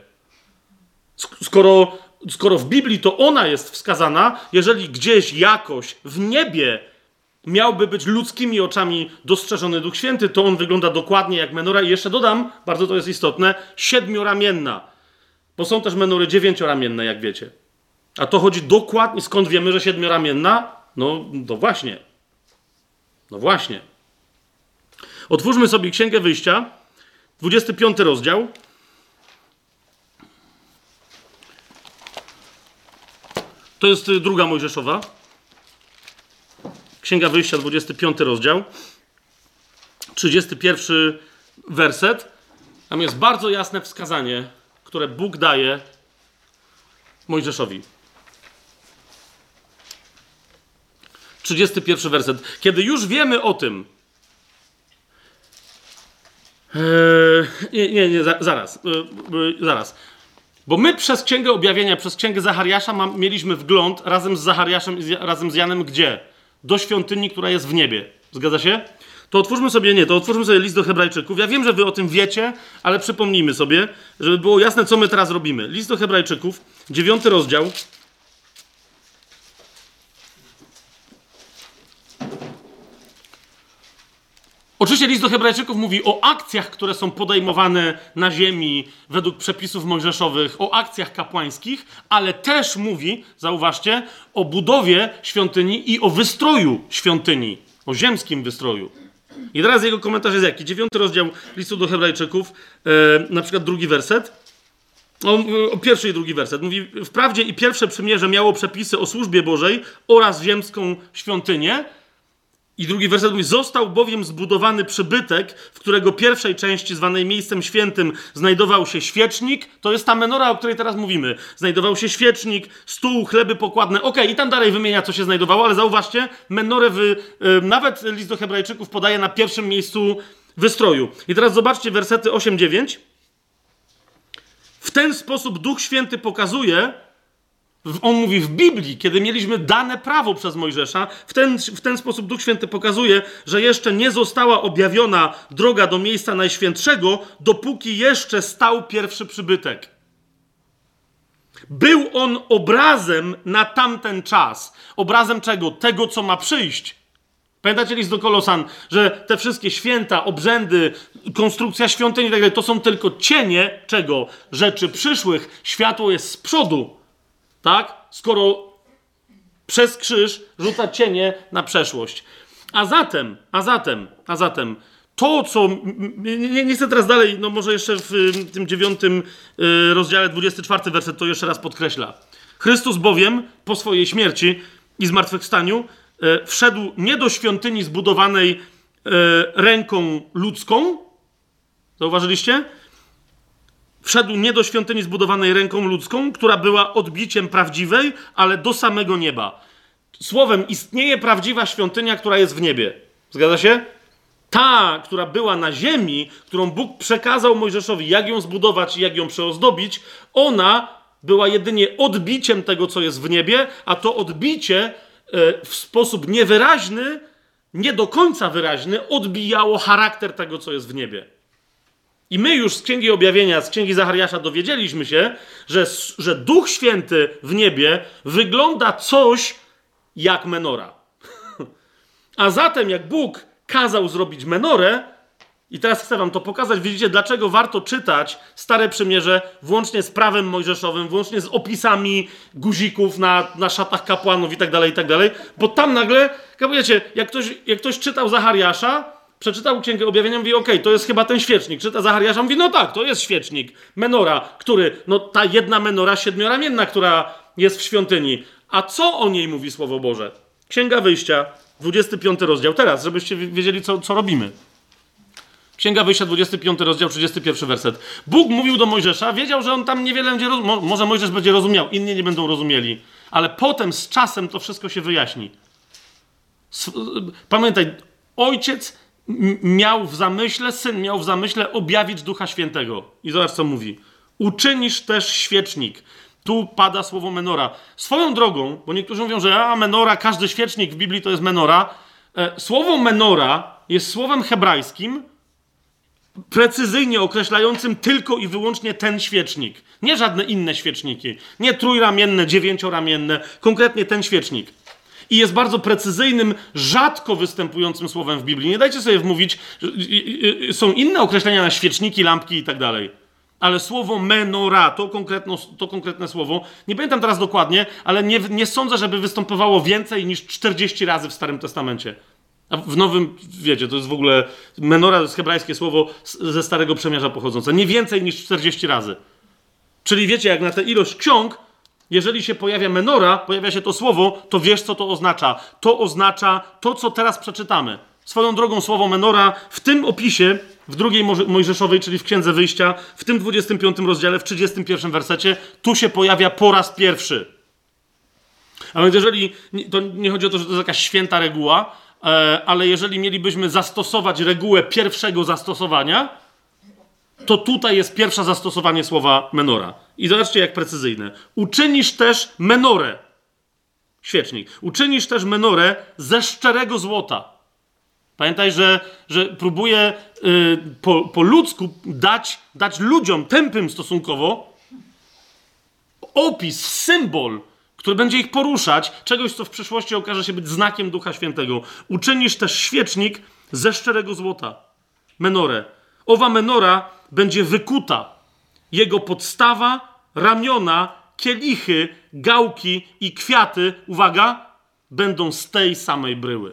Skoro, skoro w Biblii to ona jest wskazana, jeżeli gdzieś jakoś w niebie miałby być ludzkimi oczami dostrzeżony Duch Święty, to on wygląda dokładnie jak menora. I jeszcze dodam, bardzo to jest istotne, siedmioramienna. Bo są też menory dziewięcioramienne, jak wiecie. A to chodzi dokładnie, skąd wiemy, że siedmioramienna? No, no właśnie. No właśnie. Otwórzmy sobie Księgę Wyjścia, dwudziesty piąty rozdział. To jest druga Mojżeszowa. Księga Wyjścia, dwudziesty piąty rozdział, trzydziesty pierwszy werset. Tam jest bardzo jasne wskazanie, które Bóg daje Mojżeszowi. trzydziesty pierwszy werset. Kiedy już wiemy o tym... Eee, nie, nie, nie, zaraz. Eee, zaraz. Bo my przez Księgę Objawienia, przez Księgę Zachariasza mam, mieliśmy wgląd razem z Zachariaszem i z, razem z Janem gdzie? Do świątyni, która jest w niebie. Zgadza się? To otwórzmy sobie, nie, to otwórzmy sobie list do Hebrajczyków. Ja wiem, że wy o tym wiecie, ale przypomnijmy sobie, żeby było jasne, co my teraz robimy. List do Hebrajczyków, dziewiąty rozdział. Oczywiście list do Hebrajczyków mówi o akcjach, które są podejmowane na ziemi według przepisów mojżeszowych, o akcjach kapłańskich, ale też mówi, zauważcie, o budowie świątyni i o wystroju świątyni, o ziemskim wystroju. I teraz jego komentarz jest jaki? Dziewiąty rozdział listu do Hebrajczyków, e, na przykład drugi werset. O, o pierwszy i drugi werset. Mówi, wprawdzie i pierwsze przymierze miało przepisy o służbie Bożej oraz ziemską świątynię. I drugi werset mówi, został bowiem zbudowany przybytek, w którego pierwszej części, zwanej miejscem świętym, znajdował się świecznik. To jest ta menora, o której teraz mówimy. Znajdował się świecznik, stół, chleby pokładne. Okej, okay, i tam dalej wymienia, co się znajdowało, ale zauważcie, menorę wy, yy, nawet list do Hebrajczyków podaje na pierwszym miejscu wystroju. I teraz zobaczcie wersety osiem dziewięć. W ten sposób Duch Święty pokazuje, on mówi w Biblii, kiedy mieliśmy dane prawo przez Mojżesza, w ten, w ten sposób Duch Święty pokazuje, że jeszcze nie została objawiona droga do miejsca najświętszego, dopóki jeszcze stał pierwszy przybytek. Był on obrazem na tamten czas. Obrazem czego? Tego, co ma przyjść. Pamiętacie list do Kolosan, że te wszystkie święta, obrzędy, konstrukcja świątyni i tak dalej, to są tylko cienie czego? Rzeczy przyszłych. Światło jest z przodu. Tak? Skoro przez krzyż rzuca cienie na przeszłość. A zatem, a zatem, a zatem, to, co... Nie, nie chcę teraz dalej, no może jeszcze w tym dziewiątym rozdziale, dwudziesty czwarty werset to jeszcze raz podkreśla. Chrystus bowiem po swojej śmierci i zmartwychwstaniu wszedł nie do świątyni zbudowanej ręką ludzką. Zauważyliście? Wszedł nie do świątyni zbudowanej ręką ludzką, która była odbiciem prawdziwej, ale do samego nieba. Słowem, istnieje prawdziwa świątynia, która jest w niebie. Zgadza się? Ta, która była na ziemi, którą Bóg przekazał Mojżeszowi, jak ją zbudować i jak ją przeozdobić, ona była jedynie odbiciem tego, co jest w niebie, a to odbicie w sposób niewyraźny, nie do końca wyraźny, odbijało charakter tego, co jest w niebie. I my już z Księgi Objawienia, z Księgi Zachariasza dowiedzieliśmy się, że, że Duch Święty w niebie wygląda coś jak menora. A zatem jak Bóg kazał zrobić menorę, i teraz chcę wam to pokazać, widzicie, dlaczego warto czytać Stare Przymierze włącznie z prawem mojżeszowym, włącznie z opisami guzików na, na szatach kapłanów i tak dalej, i tak dalej, bo tam nagle, jak wiecie, jak ktoś, jak ktoś czytał Zachariasza, przeczytał Księgę Objawienia, mówi, okej, okay, to jest chyba ten świecznik. Czyta Zachariasza, mówi, no tak, to jest świecznik, menora, który, no ta jedna menora siedmioramienna, która jest w świątyni. A co o niej mówi Słowo Boże? Księga Wyjścia, dwudziesty piąty rozdział. Teraz, żebyście wiedzieli, co, co robimy. Księga Wyjścia, dwudziesty piąty rozdział, trzydziesty pierwszy werset. Bóg mówił do Mojżesza, wiedział, że on tam niewiele będzie rozumiał. Może Mojżesz będzie rozumiał, inni nie będą rozumieli. Ale potem z czasem to wszystko się wyjaśni. Pamiętaj, ojciec miał w zamyśle, syn miał w zamyśle objawić Ducha Świętego. I zobacz, co mówi. Uczynisz też świecznik. Tu pada słowo menora. Swoją drogą, bo niektórzy mówią, że a, menora, każdy świecznik w Biblii to jest menora. E, słowo menora jest słowem hebrajskim precyzyjnie określającym tylko i wyłącznie ten świecznik. Nie żadne inne świeczniki. Nie trójramienne, dziewięcioramienne. Konkretnie ten świecznik. I jest bardzo precyzyjnym, rzadko występującym słowem w Biblii. Nie dajcie sobie wmówić, że są inne określenia na świeczniki, lampki i tak dalej. Ale słowo menora, to, to konkretne słowo, nie pamiętam teraz dokładnie, ale nie, nie sądzę, żeby występowało więcej niż czterdzieści razy w Starym Testamencie. A w Nowym, wiecie, to jest w ogóle, menora to jest hebrajskie słowo ze Starego Przymierza pochodzące. Nie więcej niż czterdzieści razy. Czyli wiecie, jak na tę ilość ksiąg, jeżeli się pojawia menora, pojawia się to słowo, to wiesz, co to oznacza. To oznacza to, co teraz przeczytamy. Swoją drogą słowo menora w tym opisie, w drugiej Mojżeszowej, czyli w Księdze Wyjścia, w tym dwudziestym piątym rozdziale, w trzydziestym pierwszym wersecie, tu się pojawia po raz pierwszy. A więc jeżeli, to nie chodzi o to, że to jest jakaś święta reguła, ale jeżeli mielibyśmy zastosować regułę pierwszego zastosowania, to tutaj jest pierwsze zastosowanie słowa menora. I zobaczcie, jak precyzyjne. Uczynisz też menorę. Świecznik. Uczynisz też menorę ze szczerego złota. Pamiętaj, że, że próbuję yy, po, po ludzku dać, dać ludziom, tępym stosunkowo, opis, symbol, który będzie ich poruszać, czegoś, co w przyszłości okaże się być znakiem Ducha Świętego. Uczynisz też świecznik ze szczerego złota. Menorę. Owa menora będzie wykuta. Jego podstawa, ramiona, kielichy, gałki i kwiaty, uwaga, będą z tej samej bryły.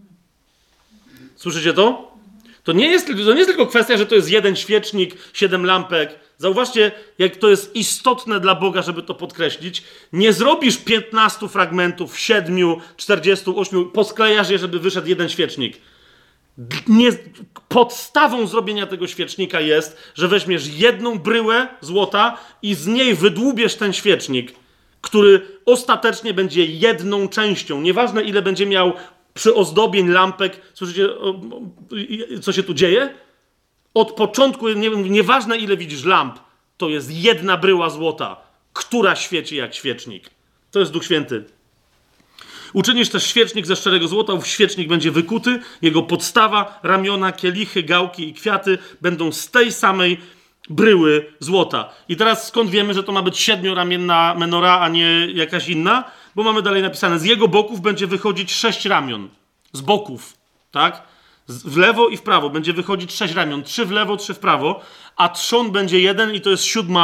Słyszycie to? To nie jest, to nie jest tylko kwestia, że to jest jeden świecznik, siedem lampek. Zauważcie, jak to jest istotne dla Boga, żeby to podkreślić. Nie zrobisz piętnastu fragmentów, siedmiu, czterdziestu ośmiu, posklejasz je, żeby wyszedł jeden świecznik. Nie, podstawą zrobienia tego świecznika jest, że weźmiesz jedną bryłę złota i z niej wydłubiesz ten świecznik, który ostatecznie będzie jedną częścią. Nieważne, ile będzie miał przyozdobień, lampek. Słyszycie, co się tu dzieje? Od początku, nie, nieważne, ile widzisz lamp, to jest jedna bryła złota, która świeci jak świecznik. To jest Duch Święty. Uczynisz też świecznik ze szczerego złota, ów świecznik będzie wykuty, jego podstawa, ramiona, kielichy, gałki i kwiaty będą z tej samej bryły złota. I teraz skąd wiemy, że to ma być siedmioramienna menora, a nie jakaś inna? Bo mamy dalej napisane, z jego boków będzie wychodzić sześć ramion. Z boków, tak? W lewo i w prawo będzie wychodzić sześć ramion. Trzy w lewo, trzy w prawo, a trzon będzie jeden i to jest siódma,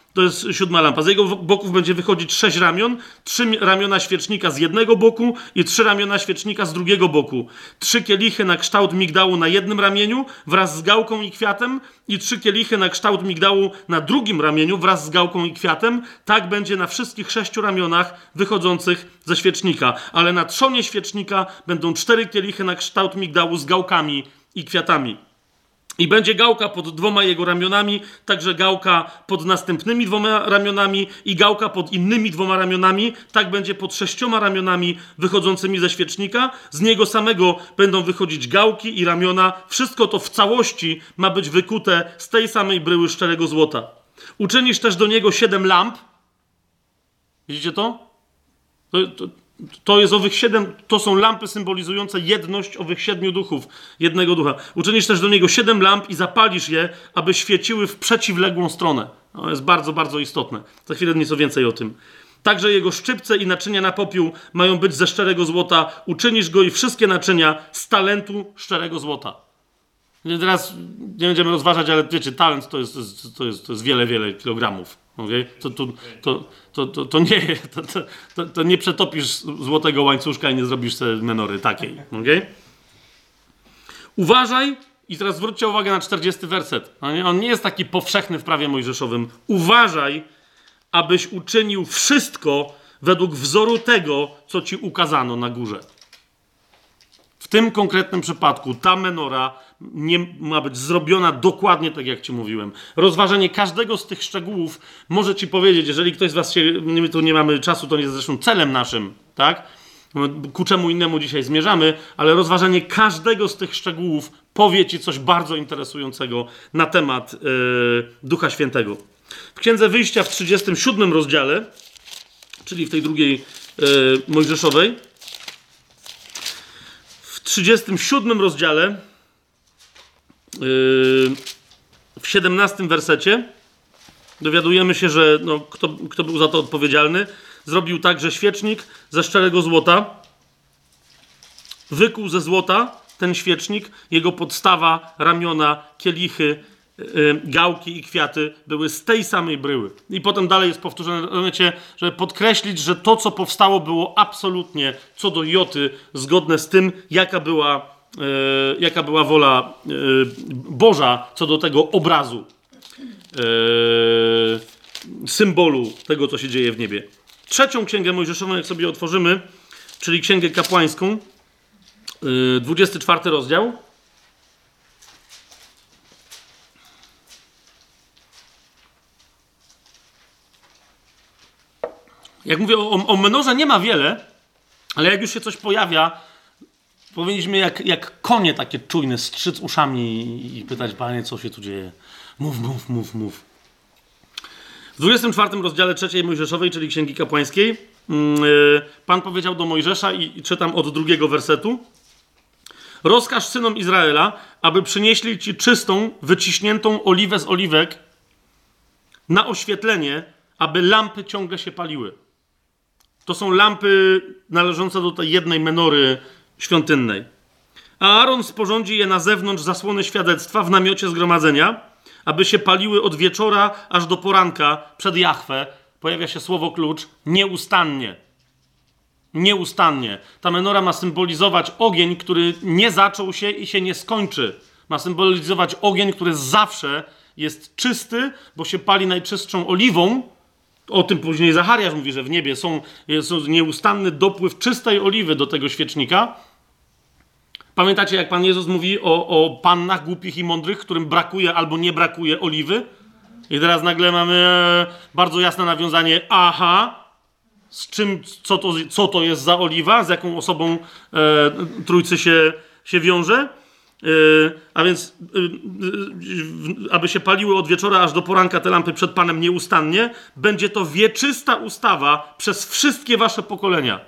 to jest siódma lampa. Z jego boków będzie wychodzić sześć ramion, trzy ramiona świecznika z jednego boku i trzy ramiona świecznika z drugiego boku. Trzy kielichy na kształt migdału na jednym ramieniu wraz z gałką i kwiatem i trzy kielichy na kształt migdału na drugim ramieniu wraz z gałką i kwiatem. Tak będzie na wszystkich sześciu ramionach wychodzących ze świecznika. Ale na trzonie świecznika będą cztery kielichy na kształt migdału z gałkami i kwiatami. I będzie gałka pod dwoma jego ramionami, także gałka pod następnymi dwoma ramionami i gałka pod innymi dwoma ramionami. Tak będzie pod sześcioma ramionami wychodzącymi ze świecznika. Z niego samego będą wychodzić gałki i ramiona. Wszystko to w całości ma być wykute z tej samej bryły szczerego złota. Uczynisz też do niego siedem lamp. Widzicie to? To, to, to jest owych siedem, to są lampy symbolizujące jedność owych siedmiu duchów, jednego ducha. Uczynisz też do niego siedem lamp i zapalisz je, aby świeciły w przeciwległą stronę. To jest bardzo, bardzo istotne. Za chwilę nieco więcej o tym. Także jego szczypce i naczynia na popiół mają być ze szczerego złota. Uczynisz go i wszystkie naczynia z talentu szczerego złota. Teraz nie będziemy rozważać, ale wiecie, talent to jest, to jest, to jest, to jest wiele, wiele kilogramów. Okay? To, to, to, to, to, to, nie, to, to, to nie przetopisz złotego łańcuszka i nie zrobisz sobie menory takiej. Okay? Uważaj, i teraz zwróćcie uwagę na czterdziesty werset. On nie jest taki powszechny w prawie mojżeszowym. Uważaj, abyś uczynił wszystko według wzoru tego, co ci ukazano na górze. W tym konkretnym przypadku ta menora nie ma być zrobiona dokładnie tak, jak ci mówiłem. Rozważenie każdego z tych szczegółów może ci powiedzieć, jeżeli ktoś z was się, my tu nie mamy czasu, to nie jest zresztą celem naszym, tak? Ku czemu innemu dzisiaj zmierzamy, ale rozważenie każdego z tych szczegółów powie ci coś bardzo interesującego na temat yy, Ducha Świętego. W Księdze Wyjścia w trzydziestym siódmym rozdziale, czyli w tej drugiej yy, Mojżeszowej, w trzydziestym siódmym rozdziale, yy, w siedemnastym wersecie, dowiadujemy się, że no, kto, kto był za to odpowiedzialny, zrobił tak, że świecznik ze szczerego złota wykuł ze złota ten świecznik, jego podstawa, ramiona, kielichy, yy, gałki i kwiaty były z tej samej bryły. I potem dalej jest powtórzone, żeby podkreślić, że to, co powstało, było absolutnie co do joty zgodne z tym, jaka była, yy, jaka była wola yy, Boża co do tego obrazu, yy, symbolu tego, co się dzieje w niebie. Trzecią księgę mojżeszową, jak sobie otworzymy, czyli księgę kapłańską, yy, dwudziesty czwarty rozdział. Jak mówię, o, o menorze nie ma wiele, ale jak już się coś pojawia, powinniśmy jak, jak konie takie czujne strzyc uszami i, i pytać, Panie, co się tu dzieje? Mów, mów, mów, mów. W dwudziestym czwartym rozdziale trzeciej Mojżeszowej, czyli Księgi Kapłańskiej, yy, Pan powiedział do Mojżesza, i, i czytam od drugiego wersetu: rozkaż synom Izraela, aby przynieśli ci czystą, wyciśniętą oliwę z oliwek na oświetlenie, aby lampy ciągle się paliły. To są lampy należące do tej jednej menory świątynnej. A Aaron sporządzi je na zewnątrz zasłony świadectwa w namiocie zgromadzenia, aby się paliły od wieczora aż do poranka przed Jahwe. Pojawia się słowo klucz, nieustannie. Nieustannie. Ta menora ma symbolizować ogień, który nie zaczął się i się nie skończy. Ma symbolizować ogień, który zawsze jest czysty, bo się pali najczystszą oliwą. O tym później Zachariasz mówi, że w niebie są, jest nieustanny dopływ czystej oliwy do tego świecznika. Pamiętacie, jak Pan Jezus mówi o, o pannach głupich i mądrych, którym brakuje albo nie brakuje oliwy? I teraz nagle mamy bardzo jasne nawiązanie, aha, z czym, co to, co to jest za oliwa, z jaką osobą e, trójcy się, się wiąże. Yy, a więc yy, yy, aby się paliły od wieczora aż do poranka te lampy przed Panem nieustannie, będzie to wieczysta ustawa przez wszystkie wasze pokolenia.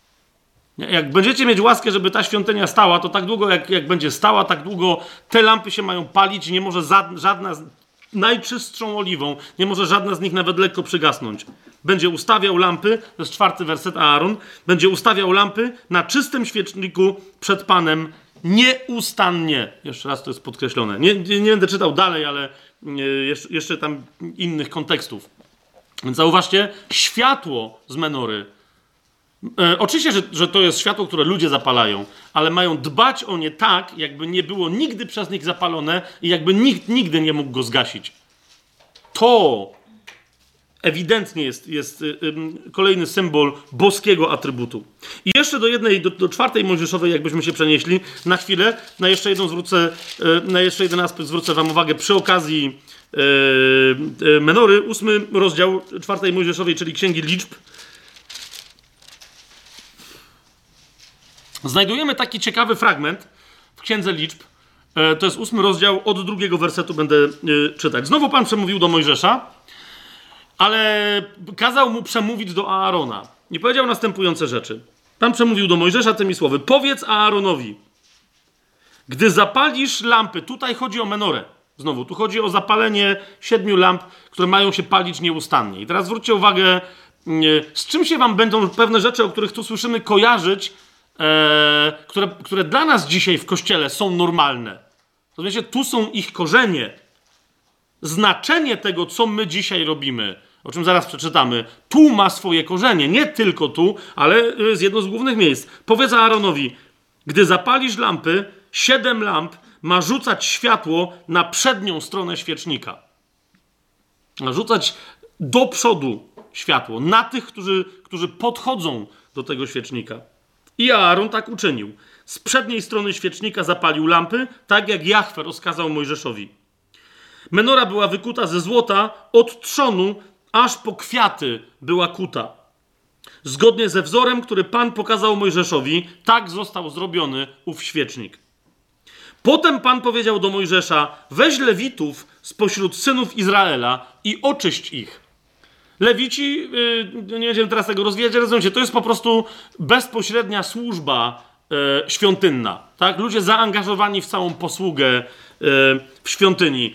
Jak będziecie mieć łaskę, żeby ta świątynia stała, to tak długo jak, jak będzie stała, tak długo te lampy się mają palić i nie może za, żadna z, najczystszą oliwą, nie może żadna z nich nawet lekko przygasnąć. Będzie ustawiał lampy, to jest czwarty werset Aaron, będzie ustawiał lampy na czystym świeczniku przed Panem nieustannie. Jeszcze raz to jest podkreślone. Nie, nie, nie będę czytał dalej, ale jeszcze, jeszcze tam innych kontekstów. Więc zauważcie, światło z menory. E, oczywiście, że, że to jest światło, które ludzie zapalają, ale mają dbać o nie tak, jakby nie było nigdy przez nich zapalone i jakby nikt nigdy nie mógł go zgasić. To ewidentnie jest, jest y, y, kolejny symbol boskiego atrybutu. I jeszcze do jednej, do, do czwartej Mojżeszowej, jakbyśmy się przenieśli na chwilę, na jeszcze jedną zwrócę, y, na jeszcze jeden aspekt zwrócę wam uwagę przy okazji y, y, Menory, ósmy rozdział czwartej Mojżeszowej, czyli Księgi Liczb. Znajdujemy taki ciekawy fragment w Księdze Liczb. Y, to jest ósmy rozdział, od drugiego wersetu będę y, czytać. Znowu Pan przemówił do Mojżesza, ale kazał mu przemówić do Aarona. I powiedział następujące rzeczy. Pan przemówił do Mojżesza tymi słowy. Powiedz Aaronowi, gdy zapalisz lampy, tutaj chodzi o menorę. Znowu, tu chodzi o zapalenie siedmiu lamp, które mają się palić nieustannie. I teraz zwróćcie uwagę, z czym się wam będą pewne rzeczy, o których tu słyszymy, kojarzyć, e, które, które dla nas dzisiaj w Kościele są normalne. Rozumiecie, tu są ich korzenie. Znaczenie tego, co my dzisiaj robimy, o czym zaraz przeczytamy, tu ma swoje korzenie. Nie tylko tu, ale jest jedno z głównych miejsc. Powiedz Aaronowi, gdy zapalisz lampy, siedem lamp ma rzucać światło na przednią stronę świecznika. Ma rzucać do przodu światło, na tych, którzy, którzy podchodzą do tego świecznika. I Aaron tak uczynił. Z przedniej strony świecznika zapalił lampy, tak jak Jahwe rozkazał Mojżeszowi. Menora była wykuta ze złota, od trzonu aż po kwiaty była kuta. Zgodnie ze wzorem, który Pan pokazał Mojżeszowi, tak został zrobiony ów świecznik. Potem Pan powiedział do Mojżesza, weź Lewitów spośród synów Izraela i oczyść ich. Lewici, yy, nie będziemy teraz tego rozwijać, rozumiecie, to jest po prostu bezpośrednia służba yy, świątynna. Tak? Ludzie zaangażowani w całą posługę yy, w świątyni.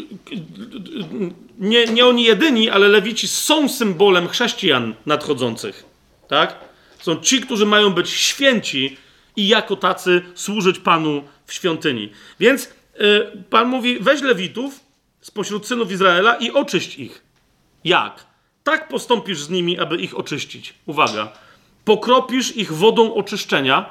Nie, nie oni jedyni, ale Lewici są symbolem chrześcijan nadchodzących. Tak? Są ci, którzy mają być święci i jako tacy służyć Panu w świątyni. Więc yy, Pan mówi, weź Lewitów spośród synów Izraela i oczyść ich. Jak? Tak postąpisz z nimi, aby ich oczyścić. Uwaga. Pokropisz ich wodą oczyszczenia,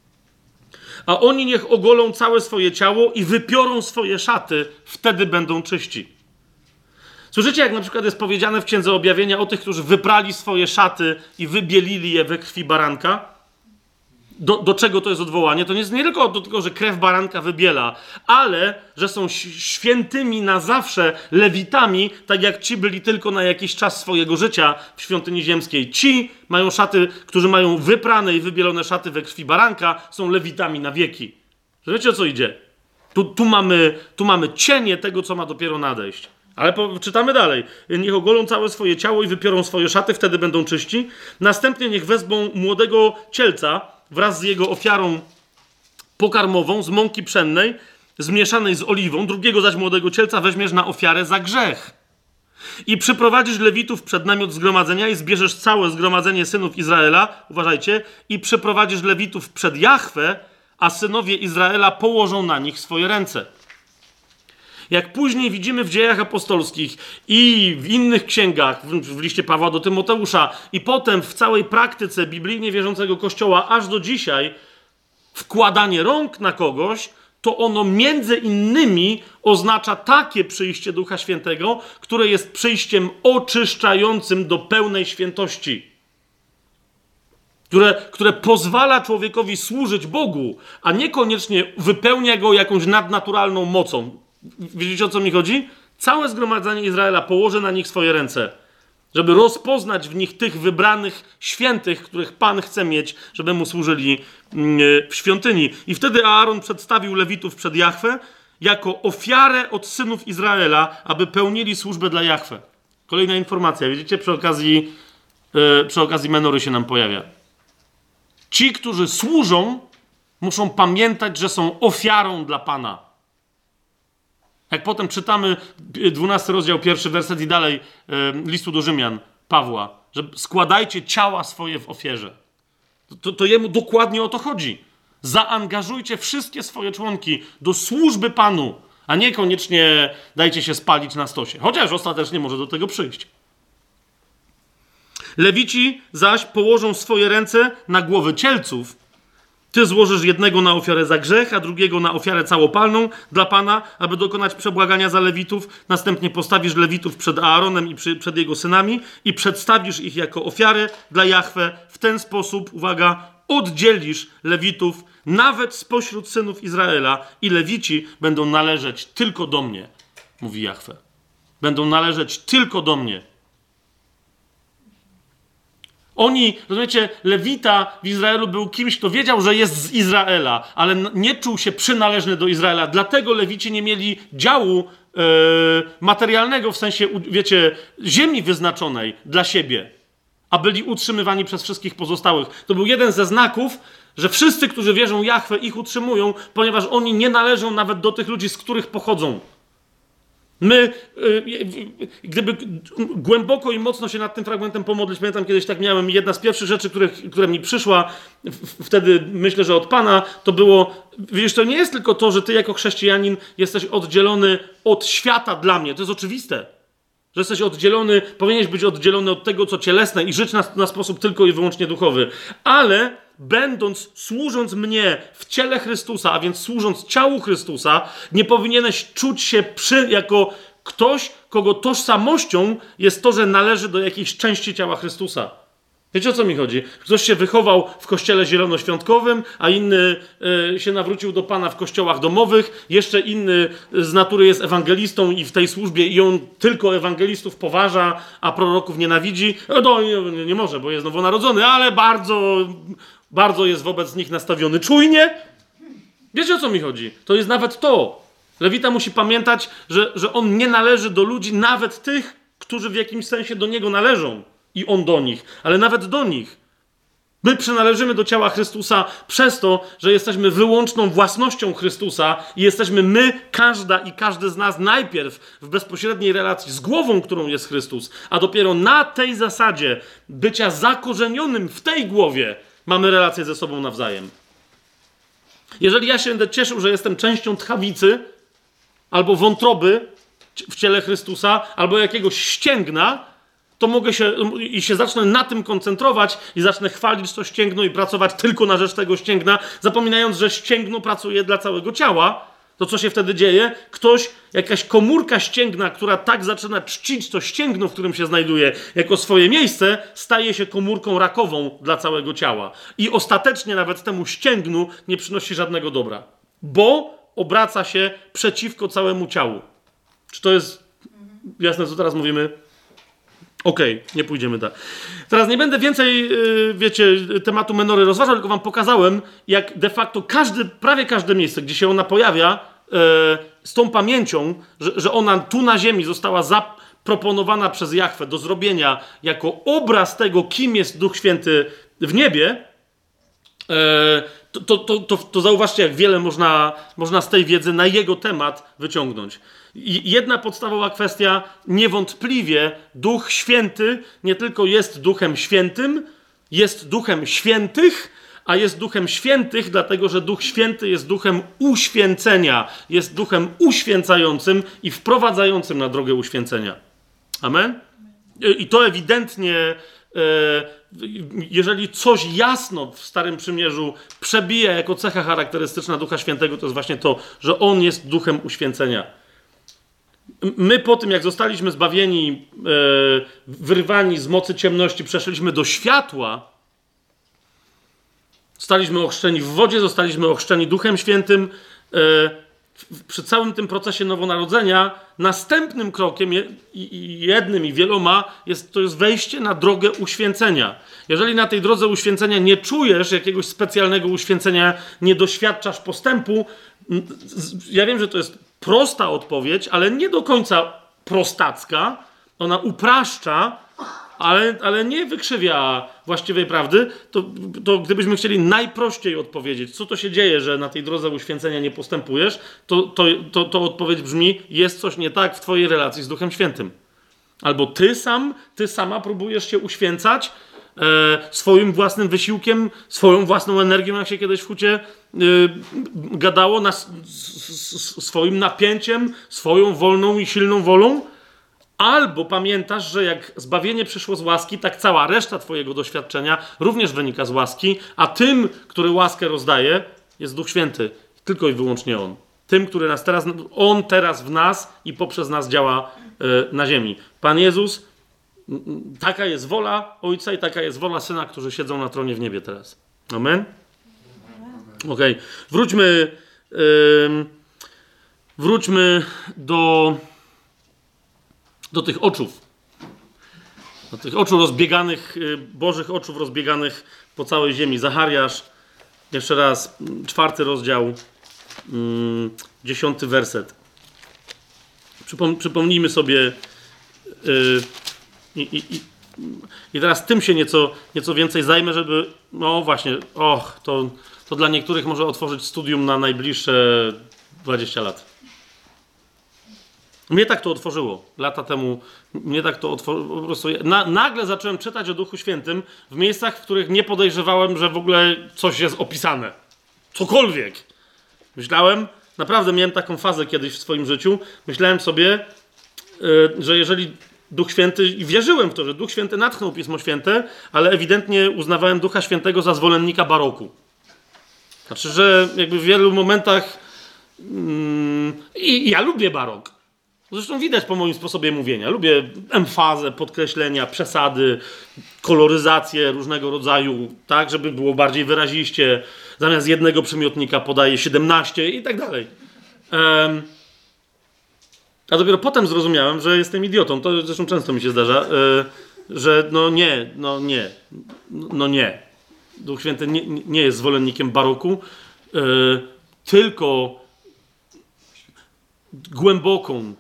a oni niech ogolą całe swoje ciało i wypiorą swoje szaty, wtedy będą czyści. Słyszycie, jak na przykład jest powiedziane w Księdze Objawienia o tych, którzy wyprali swoje szaty i wybielili je we krwi baranka? Do, do czego to jest odwołanie? To nie jest nie tylko do tego, że krew baranka wybiela, ale że są świętymi na zawsze Lewitami, tak jak ci byli tylko na jakiś czas swojego życia w świątyni ziemskiej. Ci mają szaty, którzy mają wyprane i wybielone szaty we krwi baranka, są Lewitami na wieki. Wiecie, o co idzie? Tu, tu, mamy, tu mamy cienie tego, co ma dopiero nadejść. Ale po, czytamy dalej. Niech ogolą całe swoje ciało i wypiorą swoje szaty, wtedy będą czyści. Następnie niech wezmą młodego cielca wraz z jego ofiarą pokarmową z mąki pszennej, zmieszanej z oliwą, drugiego zaś młodego cielca weźmiesz na ofiarę za grzech. I przyprowadzisz Lewitów przed namiot zgromadzenia i zbierzesz całe zgromadzenie synów Izraela, uważajcie, i przyprowadzisz Lewitów przed Jahwe, a synowie Izraela położą na nich swoje ręce. Jak później widzimy w Dziejach Apostolskich i w innych księgach, w liście Pawła do Tymoteusza i potem w całej praktyce biblijnie wierzącego Kościoła aż do dzisiaj, wkładanie rąk na kogoś, to ono między innymi oznacza takie przyjście Ducha Świętego, które jest przyjściem oczyszczającym do pełnej świętości. Które, które pozwala człowiekowi służyć Bogu, a niekoniecznie wypełnia go jakąś nadnaturalną mocą. Widzicie, o co mi chodzi? Całe zgromadzenie Izraela położy na nich swoje ręce, żeby rozpoznać w nich tych wybranych świętych, których Pan chce mieć, żeby mu służyli w świątyni. I wtedy Aaron przedstawił Lewitów przed Jahwe jako ofiarę od synów Izraela, aby pełnili służbę dla Jahwe. Kolejna informacja, widzicie, przy okazji, yy, przy okazji Menory się nam pojawia. Ci, którzy służą, muszą pamiętać, że są ofiarą dla Pana. Jak potem czytamy dwunasty rozdział, pierwszy werset i dalej yy, listu do Rzymian Pawła, że składajcie ciała swoje w ofierze. To, to jemu dokładnie o to chodzi. Zaangażujcie wszystkie swoje członki do służby Panu, a niekoniecznie dajcie się spalić na stosie. Chociaż ostatecznie może do tego przyjść. Lewici zaś położą swoje ręce na głowy cielców. Ty złożysz jednego na ofiarę za grzech, a drugiego na ofiarę całopalną dla Pana, aby dokonać przebłagania za Lewitów. Następnie postawisz Lewitów przed Aaronem i przy, przed jego synami i przedstawisz ich jako ofiarę dla Jahwe. W ten sposób, uwaga, oddzielisz Lewitów nawet spośród synów Izraela i Lewici będą należeć tylko do mnie, mówi Jahwe. Będą należeć tylko do mnie. Oni, rozumiecie, Lewita w Izraelu był kimś, kto wiedział, że jest z Izraela, ale nie czuł się przynależny do Izraela. Dlatego Lewici nie mieli działu e, materialnego, w sensie, wiecie, ziemi wyznaczonej dla siebie, a byli utrzymywani przez wszystkich pozostałych. To był jeden ze znaków, że wszyscy, którzy wierzą Jahwe, ich utrzymują, ponieważ oni nie należą nawet do tych ludzi, z których pochodzą. My, gdyby głęboko i mocno się nad tym fragmentem pomodlić, pamiętam kiedyś tak miałem, jedna z pierwszych rzeczy, które, które mi przyszła, wtedy myślę, że od Pana, to było, wiesz, to nie jest tylko to, że ty jako chrześcijanin jesteś oddzielony od świata dla mnie, to jest oczywiste, że jesteś oddzielony, powinieneś być oddzielony od tego, co cielesne i żyć na, na sposób tylko i wyłącznie duchowy, ale będąc, służąc mnie w ciele Chrystusa, a więc służąc ciału Chrystusa, nie powinieneś czuć się przy, jako ktoś, kogo tożsamością jest to, że należy do jakiejś części ciała Chrystusa. Wiecie, o co mi chodzi? Ktoś się wychował w kościele zielonoświątkowym, a inny y, się nawrócił do Pana w kościołach domowych, jeszcze inny z natury jest ewangelistą i w tej służbie i on tylko ewangelistów poważa, a proroków nienawidzi. No, nie, nie może, bo jest nowonarodzony, ale bardzo, bardzo jest wobec nich nastawiony czujnie. Wiecie, o co mi chodzi? To jest nawet to. Lewita musi pamiętać, że, że on nie należy do ludzi, nawet tych, którzy w jakimś sensie do niego należą. I on do nich, ale nawet do nich. My przynależymy do ciała Chrystusa przez to, że jesteśmy wyłączną własnością Chrystusa i jesteśmy my, każda i każdy z nas najpierw w bezpośredniej relacji z głową, którą jest Chrystus, a dopiero na tej zasadzie bycia zakorzenionym w tej głowie mamy relację ze sobą nawzajem. Jeżeli ja się będę cieszył, że jestem częścią tchawicy albo wątroby w ciele Chrystusa, albo jakiegoś ścięgna, to mogę się i się zacznę na tym koncentrować i zacznę chwalić to ścięgno i pracować tylko na rzecz tego ścięgna, zapominając, że ścięgno pracuje dla całego ciała. To co się wtedy dzieje? Ktoś, jakaś komórka ścięgna, która tak zaczyna czcić to ścięgno, w którym się znajduje, jako swoje miejsce, staje się komórką rakową dla całego ciała. I ostatecznie nawet temu ścięgnu nie przynosi żadnego dobra, bo obraca się przeciwko całemu ciału. Czy to jest jasne, co teraz mówimy? Okej, okay, nie pójdziemy tak. Teraz nie będę więcej, yy, wiecie, tematu menory rozważał, tylko wam pokazałem, jak de facto każdy, prawie każde miejsce, gdzie się ona pojawia, yy, z tą pamięcią, że, że ona tu na ziemi została zaproponowana przez Jahwe do zrobienia jako obraz tego, kim jest Duch Święty w niebie, yy, to, to, to, to, to zauważcie, jak wiele można, można z tej wiedzy na jego temat wyciągnąć. I jedna podstawowa kwestia, niewątpliwie Duch Święty nie tylko jest Duchem Świętym, jest Duchem Świętych, a jest Duchem Świętych, dlatego że Duch Święty jest Duchem uświęcenia, jest Duchem uświęcającym i wprowadzającym na drogę uświęcenia. Amen? I to ewidentnie, jeżeli coś jasno w Starym Przymierzu przebija jako cecha charakterystyczna Ducha Świętego, to jest właśnie to, że On jest Duchem uświęcenia. My po tym, jak zostaliśmy zbawieni, wyrwani z mocy ciemności, przeszliśmy do światła, zostaliśmy ochrzczeni w wodzie, zostaliśmy ochrzczeni Duchem Świętym. Przy całym tym procesie nowonarodzenia następnym krokiem, jednym i wieloma, jest, to jest wejście na drogę uświęcenia. Jeżeli na tej drodze uświęcenia nie czujesz jakiegoś specjalnego uświęcenia, nie doświadczasz postępu, ja wiem, że to jest prosta odpowiedź, ale nie do końca prostacka. Ona upraszcza, ale, ale nie wykrzywia właściwej prawdy. To, to gdybyśmy chcieli najprościej odpowiedzieć, co to się dzieje, że na tej drodze uświęcenia nie postępujesz, to, to, to, to odpowiedź brzmi, jest coś nie tak w twojej relacji z Duchem Świętym. Albo ty sam, ty sama próbujesz się uświęcać e, swoim własnym wysiłkiem, swoją własną energią, jak się kiedyś w hucie e, gadało, na, s, s, swoim napięciem, swoją wolną i silną wolą, Albo pamiętasz, że jak zbawienie przyszło z łaski, tak cała reszta twojego doświadczenia również wynika z łaski, a tym, który łaskę rozdaje, jest Duch Święty. Tylko i wyłącznie On. Tym, który nas teraz, On teraz w nas i poprzez nas działa y, na ziemi. Pan Jezus, y, taka jest wola Ojca i taka jest wola Syna, którzy siedzą na tronie w niebie teraz. Amen? Okej. Okay. Wróćmy, y, wróćmy do, do tych oczów. Do tych oczu rozbieganych, y, Bożych oczów rozbieganych po całej ziemi. Zachariasz, jeszcze raz, czwarty rozdział, Mm, dziesiąty werset. Przypom- przypomnijmy sobie yy, i, i, i teraz tym się nieco, nieco więcej zajmę, żeby, no właśnie, och, to, to dla niektórych może otworzyć studium na najbliższe dwadzieścia lat. Mnie tak to otworzyło. Lata temu mnie tak to otworzyło. Po prostu na, nagle zacząłem czytać o Duchu Świętym w miejscach, w których nie podejrzewałem, że w ogóle coś jest opisane. Cokolwiek. Myślałem, naprawdę miałem taką fazę kiedyś w swoim życiu, myślałem sobie, yy, że jeżeli Duch Święty, i wierzyłem w to, że Duch Święty natchnął Pismo Święte, ale ewidentnie uznawałem Ducha Świętego za zwolennika baroku. Znaczy, że jakby w wielu momentach yy, i, i ja lubię barok. Zresztą widać po moim sposobie mówienia. Lubię emfazę, podkreślenia, przesady, koloryzację różnego rodzaju, tak, żeby było bardziej wyraziście. Zamiast jednego przymiotnika podaję siedemnaście i tak dalej. Um, a dopiero potem zrozumiałem, że jestem idiotą. To zresztą często mi się zdarza, yy, że no nie, no nie, no nie. Duch Święty nie, nie jest zwolennikiem baroku, yy, tylko głęboką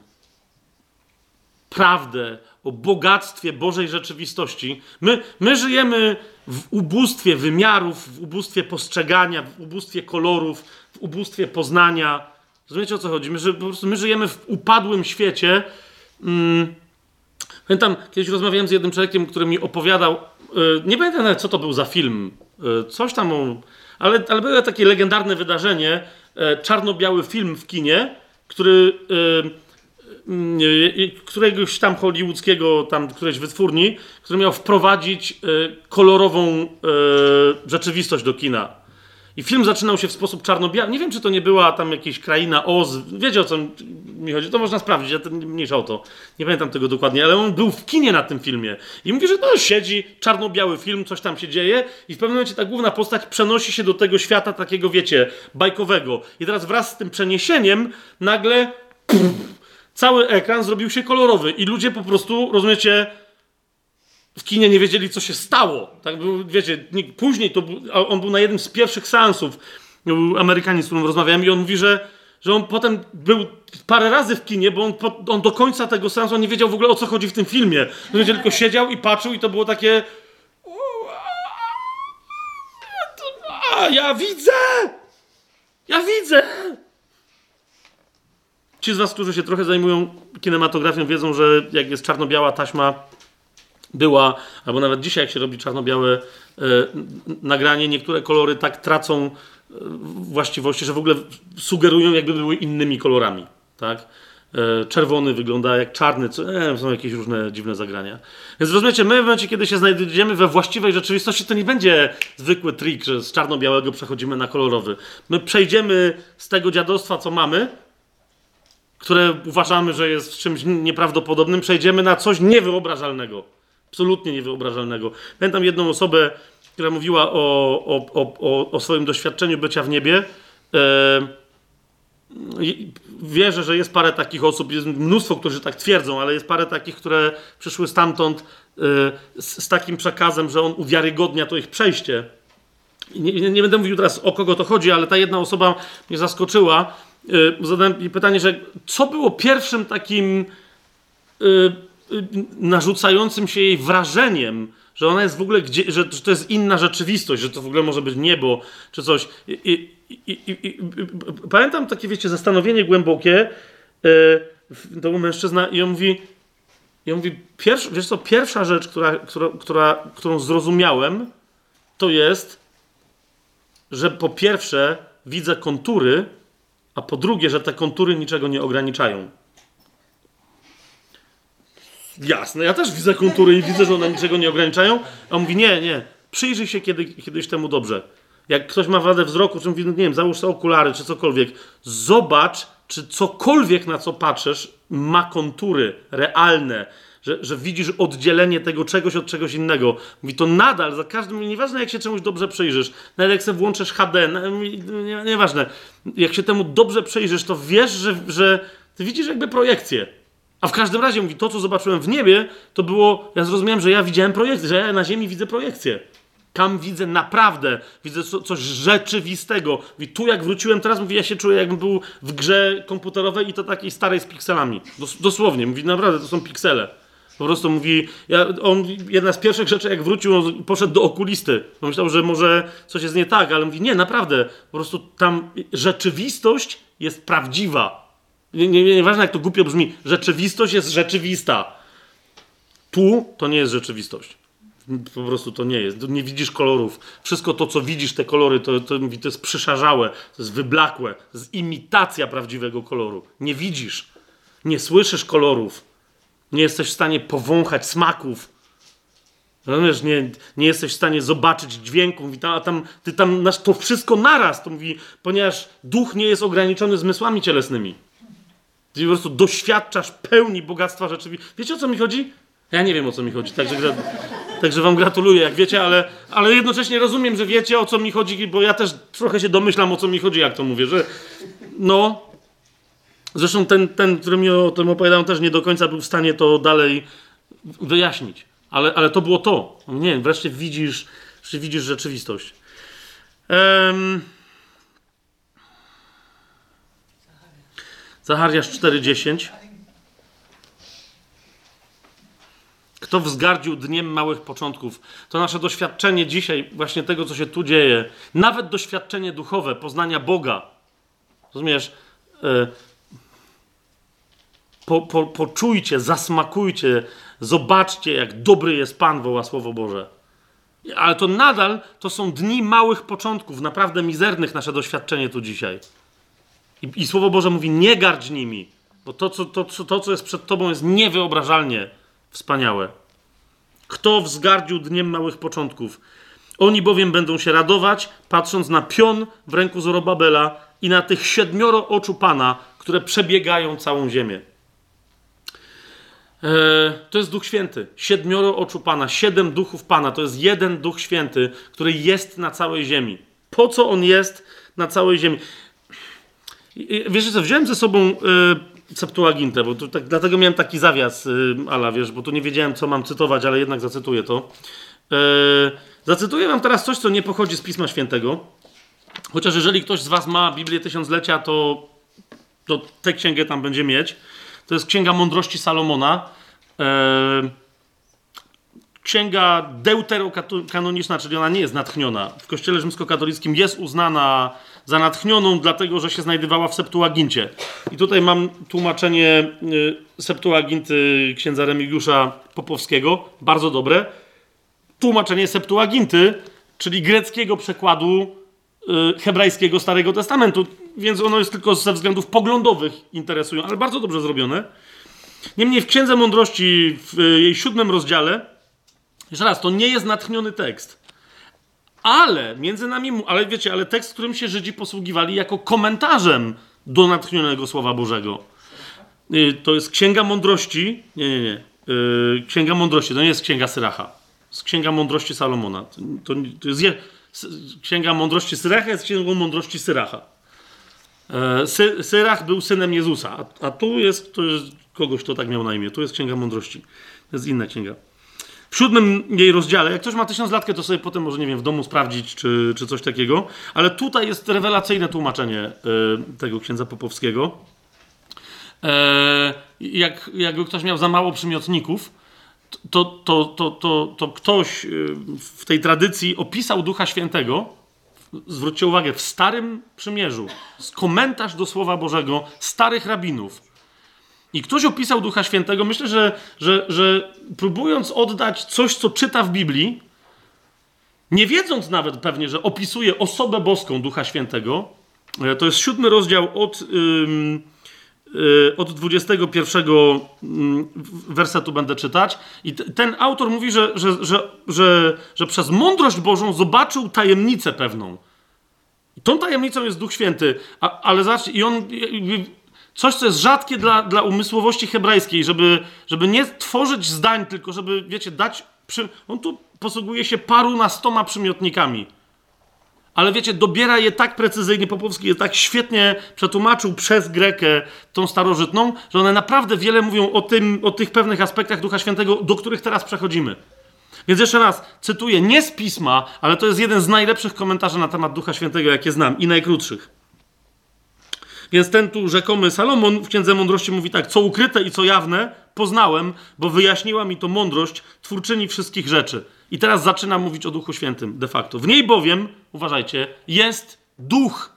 prawdę o bogactwie Bożej rzeczywistości. My, my żyjemy w ubóstwie wymiarów, w ubóstwie postrzegania, w ubóstwie kolorów, w ubóstwie poznania. Rozumiecie, o co chodzi? My, że po prostu my żyjemy w upadłym świecie. Hmm. Pamiętam, kiedyś rozmawiałem z jednym człowiekiem, który mi opowiadał, yy, nie pamiętam nawet, co to był za film, yy, coś tam, o, ale, ale było takie legendarne wydarzenie, yy, czarno-biały film w kinie, który... Yy, któregoś tam hollywoodzkiego, tam którejś wytwórni, który miał wprowadzić y, kolorową y, rzeczywistość do kina. I film zaczynał się w sposób czarno-biały. Nie wiem, czy to nie była tam jakaś kraina Oz. Wiecie, o co mi chodzi? To można sprawdzić, ja to mniejsza o to. Nie pamiętam tego dokładnie, ale on był w kinie na tym filmie. I mówi, że no siedzi, czarno-biały film, coś tam się dzieje i w pewnym momencie ta główna postać przenosi się do tego świata takiego, wiecie, bajkowego. I teraz wraz z tym przeniesieniem nagle... Pff, cały ekran zrobił się kolorowy i ludzie po prostu, rozumiecie, w kinie nie wiedzieli, co się stało. Tak, wiecie, nie, później to był, on był na jednym z pierwszych seansów, Amerykanin, z którym rozmawiałem, i on mówi, że, że on potem był parę razy w kinie, bo on, on do końca tego seansu nie wiedział w ogóle, o co chodzi w tym filmie. Rozumiecie, tylko siedział i patrzył i to było takie... A, ja widzę! Ja widzę! Ci z was, którzy się trochę zajmują kinematografią, wiedzą, że jak jest czarno-biała taśma, była, albo nawet dzisiaj, jak się robi czarno-białe e, nagranie, niektóre kolory tak tracą e, właściwości, że w ogóle sugerują, jakby były innymi kolorami. Tak? E, czerwony wygląda jak czarny, co, e, są jakieś różne dziwne zagrania. Więc rozumiecie, my w momencie, kiedy się znajdziemy we właściwej rzeczywistości, to nie będzie zwykły trik, że z czarno-białego przechodzimy na kolorowy. My przejdziemy z tego dziadostwa, co mamy, które uważamy, że jest czymś nieprawdopodobnym, przejdziemy na coś niewyobrażalnego. Absolutnie niewyobrażalnego. Pamiętam jedną osobę, która mówiła o, o, o, o swoim doświadczeniu bycia w niebie. E, wierzę, że jest parę takich osób, jest mnóstwo, którzy tak twierdzą, ale jest parę takich, które przyszły stamtąd e, z, z takim przekazem, że on uwiarygodnia to ich przejście. Nie, nie, nie będę mówił teraz, o kogo to chodzi, ale ta jedna osoba mnie zaskoczyła. Zadałem jej pytanie, że co było pierwszym takim yy, yy, narzucającym się jej wrażeniem, że ona jest w ogóle, gdzie, że, że to jest inna rzeczywistość, że to w ogóle może być niebo, czy coś. I, i, i, i, i, pamiętam takie, wiecie, zastanowienie głębokie, yy, to był mężczyzna i on mówi, i on mówi pierwsz, wiesz co, pierwsza rzecz, która, która, która, którą zrozumiałem, to jest, że po pierwsze widzę kontury, a po drugie, że te kontury niczego nie ograniczają. jasne, ja też widzę kontury i widzę, że one niczego nie ograniczają. A on mówi, nie, nie, przyjrzyj się kiedy, kiedyś temu dobrze. Jak ktoś ma wadę wzroku, czy mówi, no nie wiem, załóż sobie okulary, czy cokolwiek, zobacz, czy cokolwiek, na co patrzysz, ma kontury realne, że, że widzisz oddzielenie tego czegoś od czegoś innego. Mówi, to nadal, za każdym, nieważne jak się czemuś dobrze przyjrzysz, nawet jak sobie włączysz H D, no, nie, nieważne, jak się temu dobrze przyjrzysz, to wiesz, że, że ty widzisz jakby projekcję. A w każdym razie, mówi, to co zobaczyłem w niebie, to było, ja zrozumiałem, że ja widziałem projekcję, że ja na ziemi widzę projekcję. Tam widzę naprawdę, widzę co, coś rzeczywistego. I tu jak wróciłem teraz, mówi, ja się czuję jakbym był w grze komputerowej i to takiej starej z pikselami. Dos, dosłownie, mówi, naprawdę to są piksele. Po prostu mówi, ja, on, jedna z pierwszych rzeczy jak wrócił, on poszedł do okulisty. Myślał, że może coś jest nie tak, ale mówi, nie, naprawdę, po prostu tam rzeczywistość jest prawdziwa. Nie, nie, nieważne jak to głupio brzmi, rzeczywistość jest rzeczywista. Tu to nie jest rzeczywistość. Po prostu to nie jest. Nie widzisz kolorów. Wszystko to, co widzisz, te kolory, to, to, to jest przyszarzałe, to jest wyblakłe. To jest imitacja prawdziwego koloru. Nie widzisz. Nie słyszysz kolorów. Nie jesteś w stanie powąchać smaków. Rozumiesz? Nie, nie jesteś w stanie zobaczyć dźwięków. A tam, ty tam masz to wszystko naraz. To mówi, ponieważ duch nie jest ograniczony zmysłami cielesnymi. Ty po prostu doświadczasz pełni bogactwa rzeczywistości. Wiecie, o co mi chodzi? Ja nie wiem, o co mi chodzi, także, także wam gratuluję, jak wiecie, ale, ale jednocześnie rozumiem, że wiecie, o co mi chodzi, bo ja też trochę się domyślam, o co mi chodzi, jak to mówię, że no, zresztą ten, ten który mi o tym opowiadał, też nie do końca był w stanie to dalej wyjaśnić, ale, ale to było to. Nie, wreszcie widzisz, wreszcie widzisz rzeczywistość. Um, Zachariasz cztery dziesięć. Kto wzgardził dniem małych początków? To nasze doświadczenie dzisiaj, właśnie tego, co się tu dzieje, nawet doświadczenie duchowe, poznania Boga. Rozumiesz? Po, po, poczujcie, zasmakujcie, zobaczcie, jak dobry jest Pan, woła Słowo Boże. Ale to nadal, to są dni małych początków, naprawdę mizernych nasze doświadczenie tu dzisiaj. I, i Słowo Boże mówi, nie gardź nimi, bo to co, to, to, to, co jest przed tobą, jest niewyobrażalnie wspaniałe. Kto wzgardził dniem małych początków? Oni bowiem będą się radować, patrząc na pion w ręku Zorobabela i na tych siedmioro oczu Pana, które przebiegają całą ziemię. Eee, to jest Duch Święty. Siedmioro oczu Pana, siedem duchów Pana. To jest jeden Duch Święty, który jest na całej ziemi. Po co on jest na całej ziemi? I, wiesz co, wziąłem ze sobą... Yy, Septuagintę, bo tu, tak, dlatego miałem taki zawias, yy, ala, wiesz, bo tu nie wiedziałem, co mam cytować, ale jednak zacytuję to. Yy, zacytuję wam teraz coś, co nie pochodzi z Pisma Świętego. Chociaż jeżeli ktoś z was ma Biblię Tysiąclecia, to, to tę księgę tam będzie mieć. To jest Księga Mądrości Salomona. Yy, księga deuterokanoniczna, czyli ona nie jest natchniona. W Kościele rzymskokatolickim jest uznana za natchnioną, dlatego że się znajdowała w Septuagincie. I tutaj mam tłumaczenie y, Septuaginty księdza Remigiusza Popowskiego. Bardzo dobre. Tłumaczenie Septuaginty, czyli greckiego przekładu y, hebrajskiego Starego Testamentu. Więc ono jest tylko ze względów poglądowych interesujące, ale bardzo dobrze zrobione. Niemniej w Księdze Mądrości w y, jej siódmym rozdziale, jeszcze raz, to nie jest natchniony tekst. Ale, między nami, ale wiecie, ale tekst, którym się Żydzi posługiwali jako komentarzem do natchnionego Słowa Bożego. Yy, to jest Księga Mądrości. Nie, nie, nie. Yy, Księga Mądrości, to nie jest Księga Syracha. To jest Księga Mądrości Salomona. To, to, to jest je, Księga Mądrości Syracha jest Księgą Mądrości Syracha. Yy, Sy, Syrach był synem Jezusa, a, a tu jest, to jest kogoś, kto tak miał na imię. Tu jest Księga Mądrości. To jest inna księga. W siódmym jej rozdziale, jak ktoś ma tysiąclatkę, to sobie potem może, nie wiem, w domu sprawdzić, czy, czy coś takiego, ale tutaj jest rewelacyjne tłumaczenie y, tego księdza Popowskiego. E, jak, jakby ktoś miał za mało przymiotników, to, to, to, to, to ktoś w tej tradycji opisał Ducha Świętego, zwróćcie uwagę, w Starym Przymierzu, z komentarz do Słowa Bożego starych rabinów. I ktoś opisał Ducha Świętego, myślę, że, że, że próbując oddać coś, co czyta w Biblii, nie wiedząc nawet pewnie, że opisuje osobę boską Ducha Świętego, to jest siódmy rozdział od, ym, yy, od dwudziestego pierwszego yy, wersetu będę czytać. I t- ten autor mówi, że, że, że, że, że przez mądrość Bożą zobaczył tajemnicę pewną. I tą tajemnicą jest Duch Święty. A, ale zobaczcie, i on... Yy, coś, co jest rzadkie dla, dla umysłowości hebrajskiej, żeby, żeby nie tworzyć zdań, tylko żeby, wiecie, dać... Przy... On tu posługuje się parunastoma przymiotnikami. Ale wiecie, dobiera je tak precyzyjnie, Popowski je tak świetnie przetłumaczył przez Grekę tą starożytną, że one naprawdę wiele mówią o, tym, o tych pewnych aspektach Ducha Świętego, do których teraz przechodzimy. Więc jeszcze raz, cytuję, nie z Pisma, ale to jest jeden z najlepszych komentarzy na temat Ducha Świętego, jakie znam, i najkrótszych. Więc ten tu rzekomy Salomon w Księdze Mądrości mówi tak: co ukryte i co jawne poznałem, bo wyjaśniła mi to mądrość, twórczyni wszystkich rzeczy. I teraz zaczyna mówić o Duchu Świętym de facto. W niej bowiem, uważajcie, jest Duch.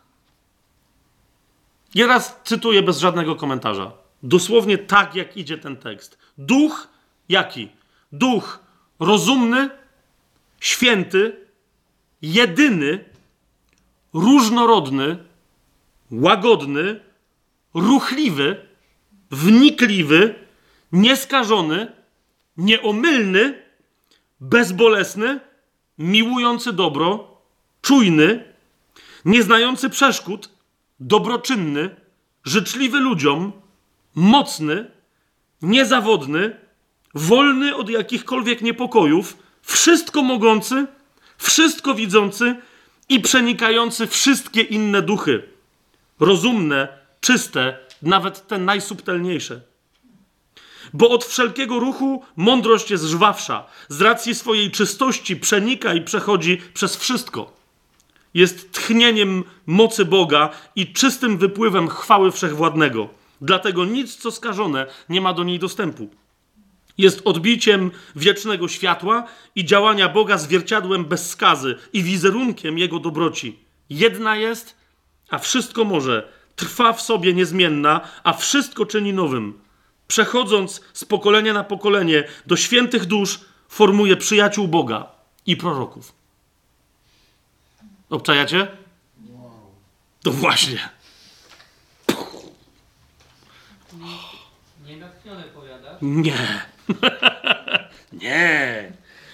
I teraz cytuję bez żadnego komentarza. Dosłownie tak, jak idzie ten tekst. Duch jaki? Duch rozumny, święty, jedyny, różnorodny, łagodny, ruchliwy, wnikliwy, nieskażony, nieomylny, bezbolesny, miłujący dobro, czujny, nieznający przeszkód, dobroczynny, życzliwy ludziom, mocny, niezawodny, wolny od jakichkolwiek niepokojów, wszystko mogący, wszystko widzący i przenikający wszystkie inne duchy. Rozumne, czyste, nawet te najsubtelniejsze. Bo od wszelkiego ruchu mądrość jest żwawsza. Z racji swojej czystości przenika i przechodzi przez wszystko. Jest tchnieniem mocy Boga i czystym wypływem chwały Wszechwładnego. Dlatego nic, co skażone, nie ma do niej dostępu. Jest odbiciem wiecznego światła i działania Boga zwierciadłem bez skazy i wizerunkiem Jego dobroci. Jedna jest, a wszystko może. Trwa w sobie niezmienna, a wszystko czyni nowym. Przechodząc z pokolenia na pokolenie do świętych dusz, formuje przyjaciół Boga i proroków. Obczajacie? To właśnie.
Nie natchniony powiadasz?
Nie. Nie.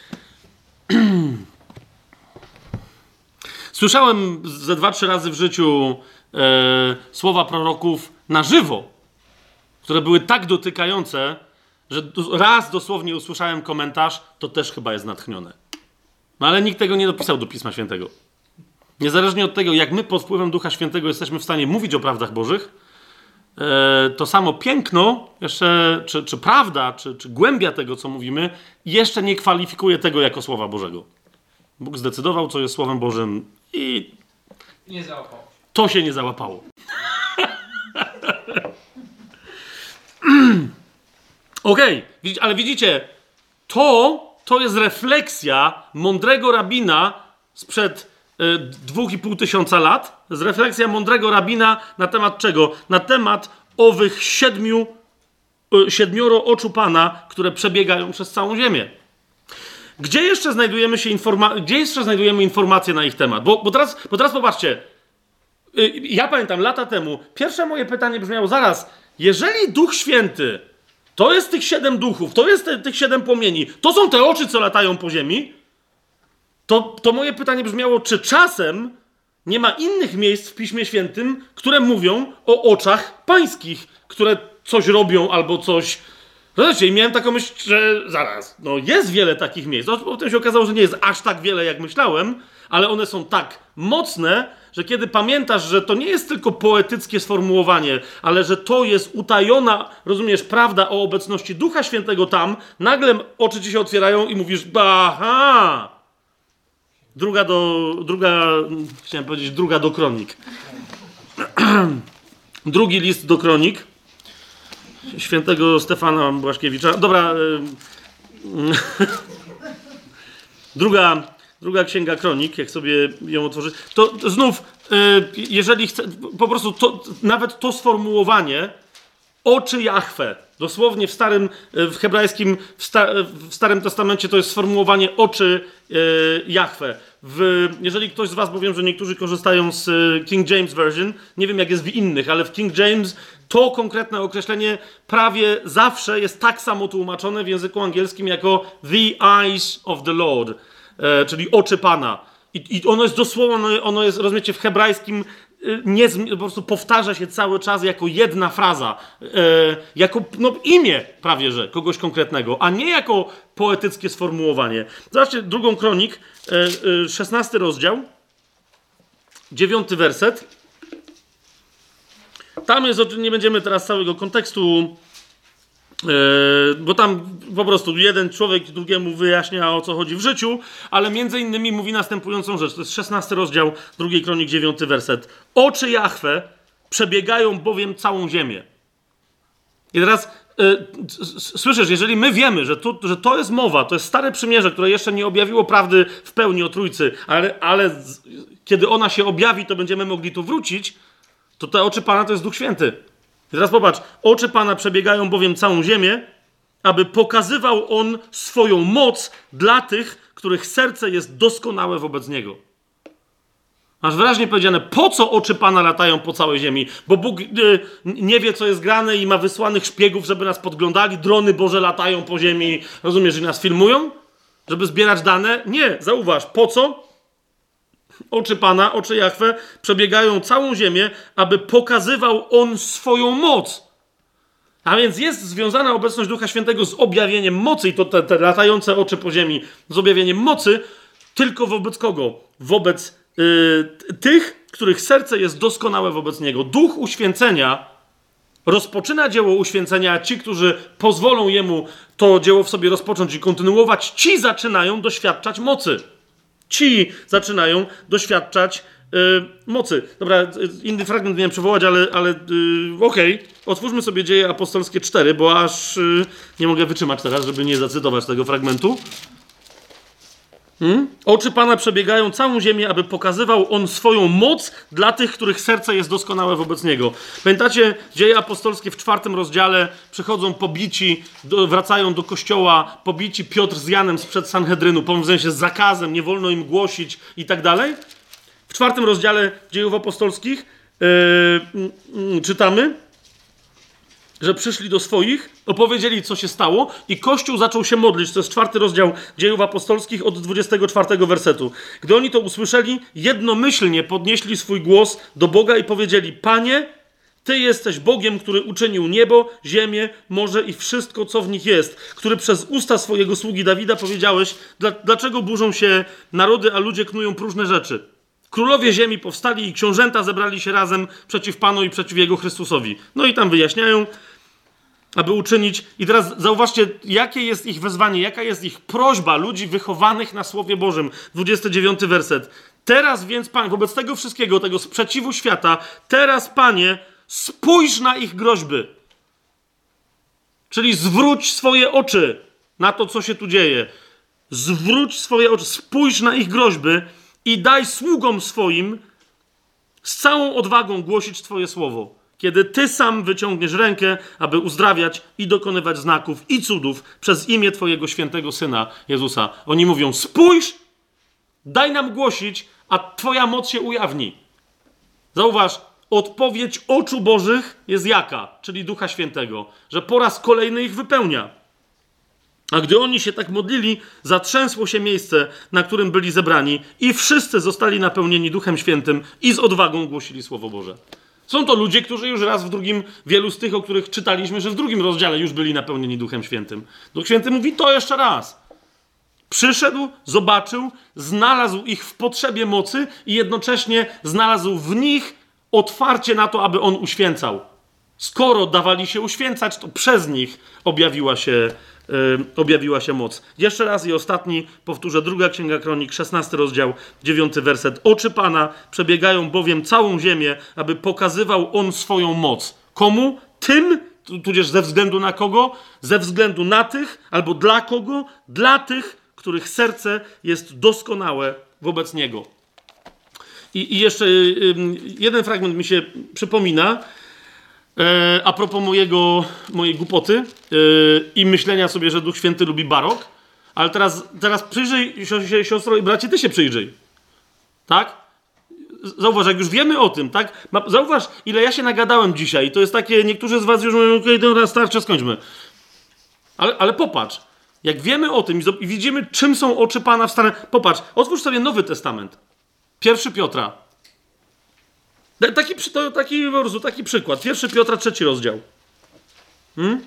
Słyszałem ze dwa, trzy razy w życiu e, słowa proroków na żywo, które były tak dotykające, że raz dosłownie usłyszałem komentarz, to też chyba jest natchnione. No ale nikt tego nie dopisał do Pisma Świętego. Niezależnie od tego, jak my pod wpływem Ducha Świętego jesteśmy w stanie mówić o prawdach Bożych, e, to samo piękno, jeszcze, czy, czy prawda, czy, czy głębia tego, co mówimy, jeszcze nie kwalifikuje tego jako Słowa Bożego. Bóg zdecydował, co jest Słowem Bożym i
Nie załapał.
to się nie załapało. Okej, okay. Ale widzicie, to, to jest refleksja mądrego rabina sprzed y, dwóch i pół tysiąca lat. To jest refleksja mądrego rabina na temat czego? Na temat owych siedmiu, y, siedmioro oczu Pana, które przebiegają przez całą ziemię. Gdzie jeszcze znajdujemy się informa- Gdzie jeszcze znajdujemy informacje na ich temat? Bo, bo, teraz, bo teraz popatrzcie. Y, ja pamiętam, lata temu, pierwsze moje pytanie brzmiało zaraz, jeżeli Duch Święty to jest tych siedem duchów, to jest te, tych siedem płomieni, to są te oczy, co latają po ziemi, to, to moje pytanie brzmiało, czy czasem nie ma innych miejsc w Piśmie Świętym, które mówią o oczach pańskich, które coś robią albo coś... Zobaczcie, i miałem taką myśl, że zaraz, no jest wiele takich miejsc. No, potem się okazało, że nie jest aż tak wiele, jak myślałem, ale one są tak mocne, że kiedy pamiętasz, że to nie jest tylko poetyckie sformułowanie, ale że to jest utajona, rozumiesz, prawda o obecności Ducha Świętego tam, nagle oczy ci się otwierają i mówisz, aha! Druga do, druga, chciałem powiedzieć, druga do Kronik. Drugi list do Kronik świętego Stefana Błaszkiewicza. Dobra. Yy, druga, druga księga Kronik, jak sobie ją otworzyć, to znów, yy, jeżeli chcę, po prostu to, nawet to sformułowanie oczy Jahwe, dosłownie w starym, w hebrajskim, w, sta, w Starym Testamencie to jest sformułowanie oczy yy, Jahwe. w, jeżeli ktoś z was, bo wiem, że niektórzy korzystają z King James Version, nie wiem jak jest w innych, ale w King James to konkretne określenie prawie zawsze jest tak samo tłumaczone w języku angielskim jako the eyes of the Lord, e, czyli oczy Pana. I, I ono jest dosłownie, ono jest, rozumiecie, w hebrajskim nie, po prostu powtarza się cały czas jako jedna fraza, e, jako no, imię prawie że kogoś konkretnego, a nie jako poetyckie sformułowanie. Zobaczcie, drugą Kronik, e, e, szesnasty rozdział, dziewiąty werset. Tam jest, nie będziemy teraz całego kontekstu, Yy, bo tam po prostu jeden człowiek drugiemu wyjaśnia, o co chodzi w życiu, ale między innymi mówi następującą rzecz. To jest szesnasty rozdział drugiej Kronik, dziewiąty werset. Oczy Jahwe przebiegają bowiem całą ziemię. I teraz yy, słyszysz, jeżeli my wiemy, że, tu, że to jest mowa, to jest Stare Przymierze, które jeszcze nie objawiło prawdy w pełni o Trójcy, ale, ale z, kiedy ona się objawi, to będziemy mogli tu wrócić, to te oczy Pana to jest Duch Święty. I teraz popatrz, oczy Pana przebiegają bowiem całą ziemię, aby pokazywał On swoją moc dla tych, których serce jest doskonałe wobec Niego. Masz wyraźnie powiedziane, po co oczy Pana latają po całej ziemi? Bo Bóg yy, nie wie, co jest grane i ma wysłanych szpiegów, żeby nas podglądali, drony Boże latają po ziemi, rozumiesz, że nas filmują? Żeby zbierać dane? Nie, zauważ, po co? Oczy Pana, oczy Jahwe przebiegają całą ziemię, aby pokazywał On swoją moc. A więc jest związana obecność Ducha Świętego z objawieniem mocy i to te, te latające oczy po ziemi z objawieniem mocy tylko wobec kogo? Wobec yy, tych, których serce jest doskonałe wobec Niego. Duch uświęcenia rozpoczyna dzieło uświęcenia, a ci, którzy pozwolą Jemu to dzieło w sobie rozpocząć i kontynuować, ci zaczynają doświadczać mocy. Ci zaczynają doświadczać yy, mocy. Dobra, inny fragment miałem przywołać, ale, ale yy, okej. Okay. Otwórzmy sobie Dzieje Apostolskie cztery, bo aż yy, nie mogę wytrzymać teraz, żeby nie zacytować tego fragmentu. Hmm? Oczy Pana przebiegają całą ziemię, aby pokazywał On swoją moc dla tych, których serce jest doskonałe wobec Niego. Pamiętacie, Dzieje Apostolskie w czwartym rozdziale przychodzą pobici, do, wracają do kościoła, pobici Piotr z Janem sprzed Sanhedrynu, w sensie z zakazem, nie wolno im głosić i tak dalej. W czwartym rozdziale Dziejów Apostolskich yy, yy, czytamy, że przyszli do swoich, opowiedzieli, co się stało i Kościół zaczął się modlić. To jest czwarty rozdział Dziejów Apostolskich od dwudziestego czwartego wersetu. Gdy oni to usłyszeli, jednomyślnie podnieśli swój głos do Boga i powiedzieli: Panie, Ty jesteś Bogiem, który uczynił niebo, ziemię, morze i wszystko, co w nich jest, który przez usta swojego sługi Dawida powiedziałeś, dlaczego burzą się narody, a ludzie knują próżne rzeczy. Królowie ziemi powstali i książęta zebrali się razem przeciw Panu i przeciw Jego Chrystusowi. No i tam wyjaśniają, aby uczynić. I teraz zauważcie, jakie jest ich wezwanie, jaka jest ich prośba ludzi wychowanych na Słowie Bożym. dwudziesty dziewiąty werset. Teraz więc, Panie, wobec tego wszystkiego, tego sprzeciwu świata, teraz, Panie, spójrz na ich groźby. Czyli zwróć swoje oczy na to, co się tu dzieje. Zwróć swoje oczy, spójrz na ich groźby i daj sługom swoim z całą odwagą głosić Twoje słowo. Kiedy Ty sam wyciągniesz rękę, aby uzdrawiać i dokonywać znaków i cudów przez imię Twojego świętego Syna Jezusa. Oni mówią: spójrz, daj nam głosić, a Twoja moc się ujawni. Zauważ, odpowiedź oczu Bożych jest jaka? Czyli Ducha Świętego. Że po raz kolejny ich wypełnia. A gdy oni się tak modlili, zatrzęsło się miejsce, na którym byli zebrani i wszyscy zostali napełnieni Duchem Świętym i z odwagą głosili Słowo Boże. Są to ludzie, którzy już raz w drugim, wielu z tych, o których czytaliśmy, że w drugim rozdziale już byli napełnieni Duchem Świętym. Duch Święty mówi to jeszcze raz. Przyszedł, zobaczył, znalazł ich w potrzebie mocy i jednocześnie znalazł w nich otwarcie na to, aby On uświęcał. Skoro dawali się uświęcać, to przez nich objawiła się, yy, objawiła się moc. Jeszcze raz i ostatni, powtórzę, druga Księga Kronik, szesnasty rozdział, dziewiąty werset. Oczy Pana przebiegają bowiem całą ziemię, aby pokazywał On swoją moc. Komu? Tym, tudzież ze względu na kogo? Ze względu na tych, albo dla kogo? Dla tych, których serce jest doskonałe wobec Niego. I, i jeszcze yy, jeden fragment mi się przypomina, E, a propos mojego, mojej głupoty e, i myślenia sobie, że Duch Święty lubi barok, ale teraz, teraz przyjrzyj się, siostro i bracie, ty się przyjrzyj. Tak? Zauważ, jak już wiemy o tym, tak? Zauważ, ile ja się nagadałem dzisiaj. I to jest takie, niektórzy z was już mówią, okej, okay, dobra, starczy, skończmy. Ale, ale popatrz, jak wiemy o tym i, i widzimy, czym są oczy Pana w Starym... Popatrz, otwórz sobie Nowy Testament. Pierwszy Piotra. Taki, to, taki, po prostu, taki przykład. Pierwszy Piotra, trzeci rozdział. Hmm?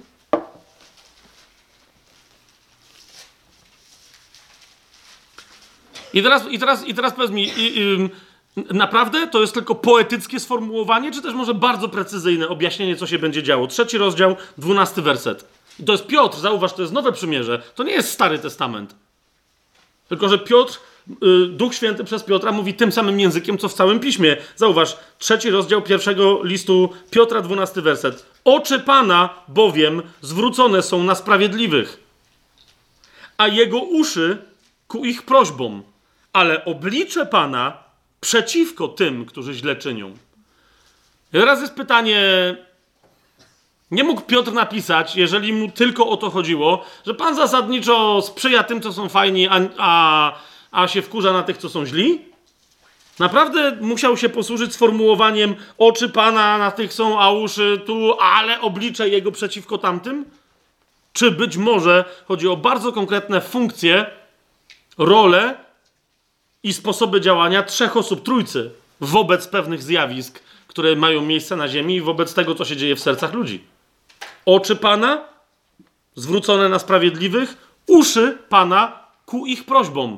I teraz, i teraz, i teraz powiedz mi, i, i, naprawdę to jest tylko poetyckie sformułowanie, czy też może bardzo precyzyjne objaśnienie, co się będzie działo? Trzeci rozdział, dwunasty werset. I to jest Piotr, zauważ, to jest Nowe Przymierze. To nie jest Stary Testament. Tylko że Piotr, y, Duch Święty przez Piotra mówi tym samym językiem, co w całym Piśmie. Zauważ, trzeci rozdział pierwszego listu Piotra, dwunasty werset. Oczy Pana bowiem zwrócone są na sprawiedliwych, a Jego uszy ku ich prośbom, ale oblicze Pana przeciwko tym, którzy źle czynią. I teraz jest pytanie, nie mógł Piotr napisać, jeżeli mu tylko o to chodziło, że Pan zasadniczo sprzyja tym, co są fajni, a, a, a się wkurza na tych, co są źli? Naprawdę musiał się posłużyć sformułowaniem oczy Pana na tych są, a uszy tu, ale oblicze Jego przeciwko tamtym? Czy być może chodzi o bardzo konkretne funkcje, role i sposoby działania trzech osób Trójcy wobec pewnych zjawisk, które mają miejsce na ziemi i wobec tego, co się dzieje w sercach ludzi. Oczy Pana zwrócone na sprawiedliwych, uszy Pana ku ich prośbom.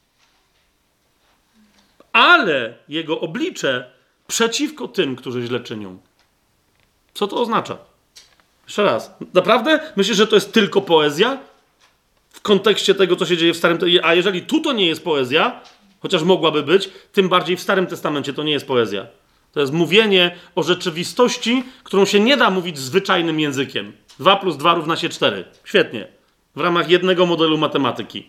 Ale Jego oblicze przeciwko tym, którzy źle czynią. Co to oznacza? Jeszcze raz. Naprawdę? Myślisz, że to jest tylko poezja? W kontekście tego, co się dzieje w Starym Testamencie. A jeżeli tu to nie jest poezja, chociaż mogłaby być, tym bardziej w Starym Testamencie to nie jest poezja. To jest mówienie o rzeczywistości, którą się nie da mówić zwyczajnym językiem. dwa plus dwa równa się cztery. Świetnie. W ramach jednego modelu matematyki.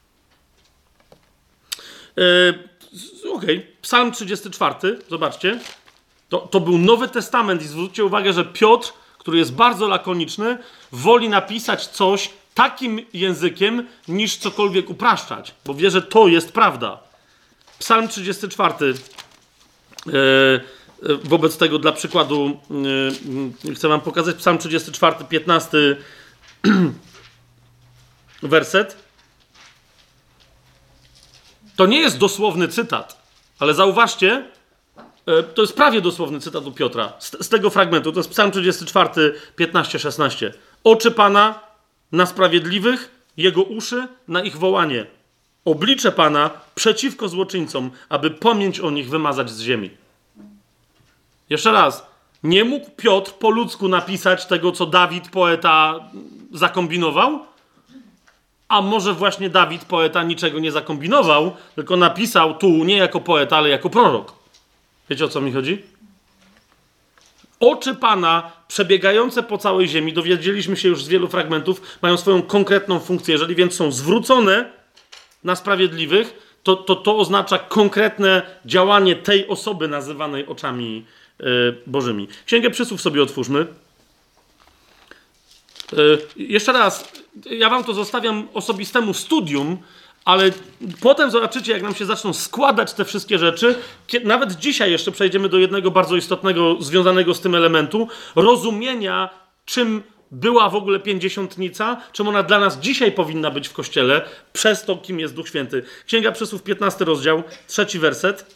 Yy, Okej. Okay. Psalm trzydziesty czwarty. Zobaczcie. To, to był Nowy Testament i zwróćcie uwagę, że Piotr, który jest bardzo lakoniczny, woli napisać coś takim językiem, niż cokolwiek upraszczać, bo wie, że to jest prawda. Psalm trzydziesty czwarty. Yy, wobec tego, dla przykładu, yy, chcę wam pokazać Psalm trzydziesty czwarty, piętnasty werset. To nie jest dosłowny cytat, ale zauważcie, yy, to jest prawie dosłowny cytat u Piotra z, z tego fragmentu. To jest Psalm trzydziesty czwarty, piętnaście szesnaście. Oczy Pana na sprawiedliwych, Jego uszy na ich wołanie. Oblicze Pana przeciwko złoczyńcom, aby pamięć o nich wymazać z ziemi. Jeszcze raz. Nie mógł Piotr po ludzku napisać tego, co Dawid, poeta, zakombinował? A może właśnie Dawid, poeta, niczego nie zakombinował, tylko napisał tu nie jako poeta, ale jako prorok. Wiecie, o co mi chodzi? Oczy Pana przebiegające po całej ziemi, dowiedzieliśmy się już z wielu fragmentów, mają swoją konkretną funkcję. Jeżeli więc są zwrócone na sprawiedliwych, to to, to oznacza konkretne działanie tej osoby nazywanej oczami yy, bożymi. Księgę Przysłów sobie otwórzmy. Yy, jeszcze raz, ja wam to zostawiam osobistemu studium, ale potem zobaczycie, jak nam się zaczną składać te wszystkie rzeczy. Nawet dzisiaj jeszcze przejdziemy do jednego bardzo istotnego, związanego z tym elementu, rozumienia, czym była w ogóle pięćdziesiątnica, czym ona dla nas dzisiaj powinna być w Kościele, przez to, kim jest Duch Święty. Księga Przysłów, piętnasty rozdział, trzeci werset.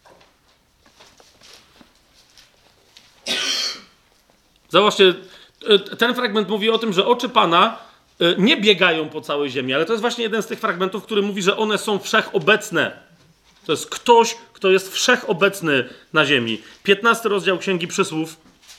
Zobaczcie, ten fragment mówi o tym, że oczy Pana nie biegają po całej ziemi, ale to jest właśnie jeden z tych fragmentów, który mówi, że one są wszechobecne. To jest ktoś, kto jest wszechobecny na ziemi. piętnasty rozdział Księgi Przysłów,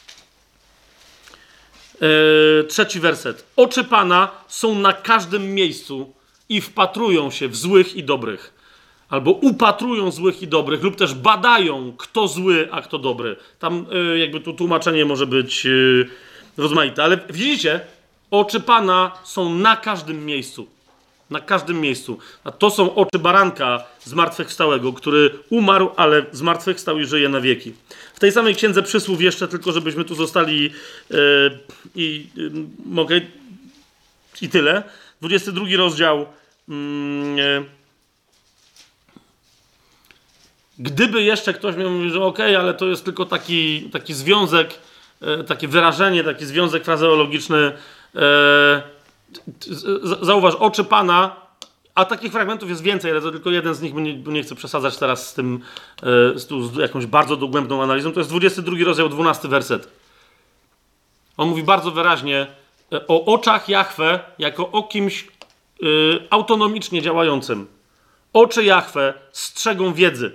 yy, trzeci werset. Oczy Pana są na każdym miejscu i wpatrują się w złych i dobrych. Albo upatrują złych i dobrych, lub też badają, kto zły, a kto dobry. Tam yy, jakby tu tłumaczenie może być yy, rozmaite, ale widzicie, oczy Pana są na każdym miejscu. Na każdym miejscu. A to są oczy baranka zmartwychwstałego, który umarł, ale zmartwychwstał i żyje na wieki. W tej samej Księdze Przysłów jeszcze, tylko żebyśmy tu zostali yy, i yy, mogę i tyle. dwudziesty drugi rozdział. Yy, Gdyby jeszcze ktoś miał mówić, że okej, okay, ale to jest tylko taki, taki związek, e, takie wyrażenie, taki związek frazeologiczny. E, zauważ, oczy Pana, a takich fragmentów jest więcej, ale to tylko jeden z nich, bo nie, bo nie chcę przesadzać teraz z tym, e, z, tu, z jakąś bardzo dogłębną analizą. To jest dwudziesty drugi rozdział, dwunasty werset. On mówi bardzo wyraźnie e, o oczach Jahwe jako o kimś e, autonomicznie działającym. Oczy Jahwe strzegą wiedzy.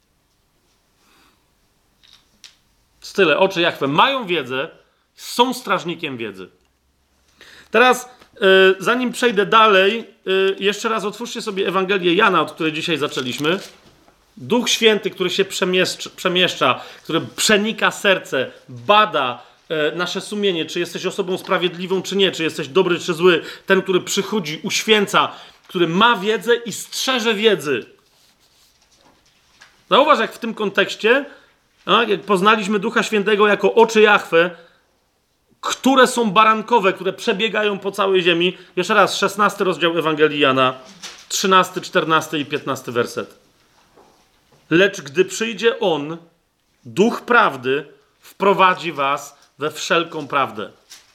Tyle, oczy Jahwe mają wiedzę, są strażnikiem wiedzy. Teraz, yy, zanim przejdę dalej, yy, jeszcze raz otwórzcie sobie Ewangelię Jana, od której dzisiaj zaczęliśmy. Duch Święty, który się przemieszcza, przemieszcza który przenika serce, bada yy, nasze sumienie, czy jesteś osobą sprawiedliwą, czy nie, czy jesteś dobry, czy zły. Ten, który przychodzi, uświęca, który ma wiedzę i strzeże wiedzy. Zauważ, jak w tym kontekście, a, jak poznaliśmy Ducha Świętego jako oczy Jahwe, które są barankowe, które przebiegają po całej ziemi. Jeszcze raz, szesnasty rozdział Ewangelii Jana, trzynasty, czternasty i piętnasty werset. Lecz gdy przyjdzie On, Duch Prawdy, wprowadzi was we wszelką prawdę.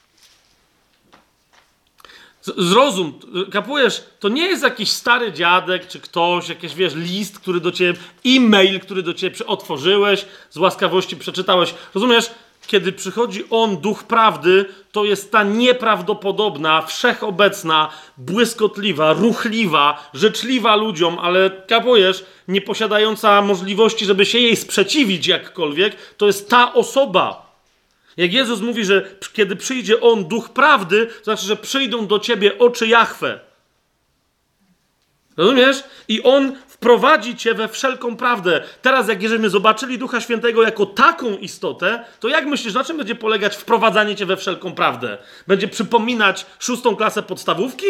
Zrozum, kapujesz, to nie jest jakiś stary dziadek, czy ktoś, jakiś, wiesz, list, który do ciebie, e-mail, który do ciebie otworzyłeś, z łaskawości przeczytałeś. Rozumiesz? Kiedy przychodzi On, Duch Prawdy, to jest ta nieprawdopodobna, wszechobecna, błyskotliwa, ruchliwa, życzliwa ludziom, ale kapujesz, nie posiadająca możliwości, żeby się jej sprzeciwić jakkolwiek, to jest ta osoba. Jak Jezus mówi, że kiedy przyjdzie On, Duch Prawdy, to znaczy, że przyjdą do ciebie oczy Jahwe. Rozumiesz? I On wprowadzi cię we wszelką prawdę. Teraz, jak żeśmy zobaczyli Ducha Świętego jako taką istotę, to jak myślisz, na czym będzie polegać wprowadzanie cię we wszelką prawdę? Będzie przypominać szóstą klasę podstawówki?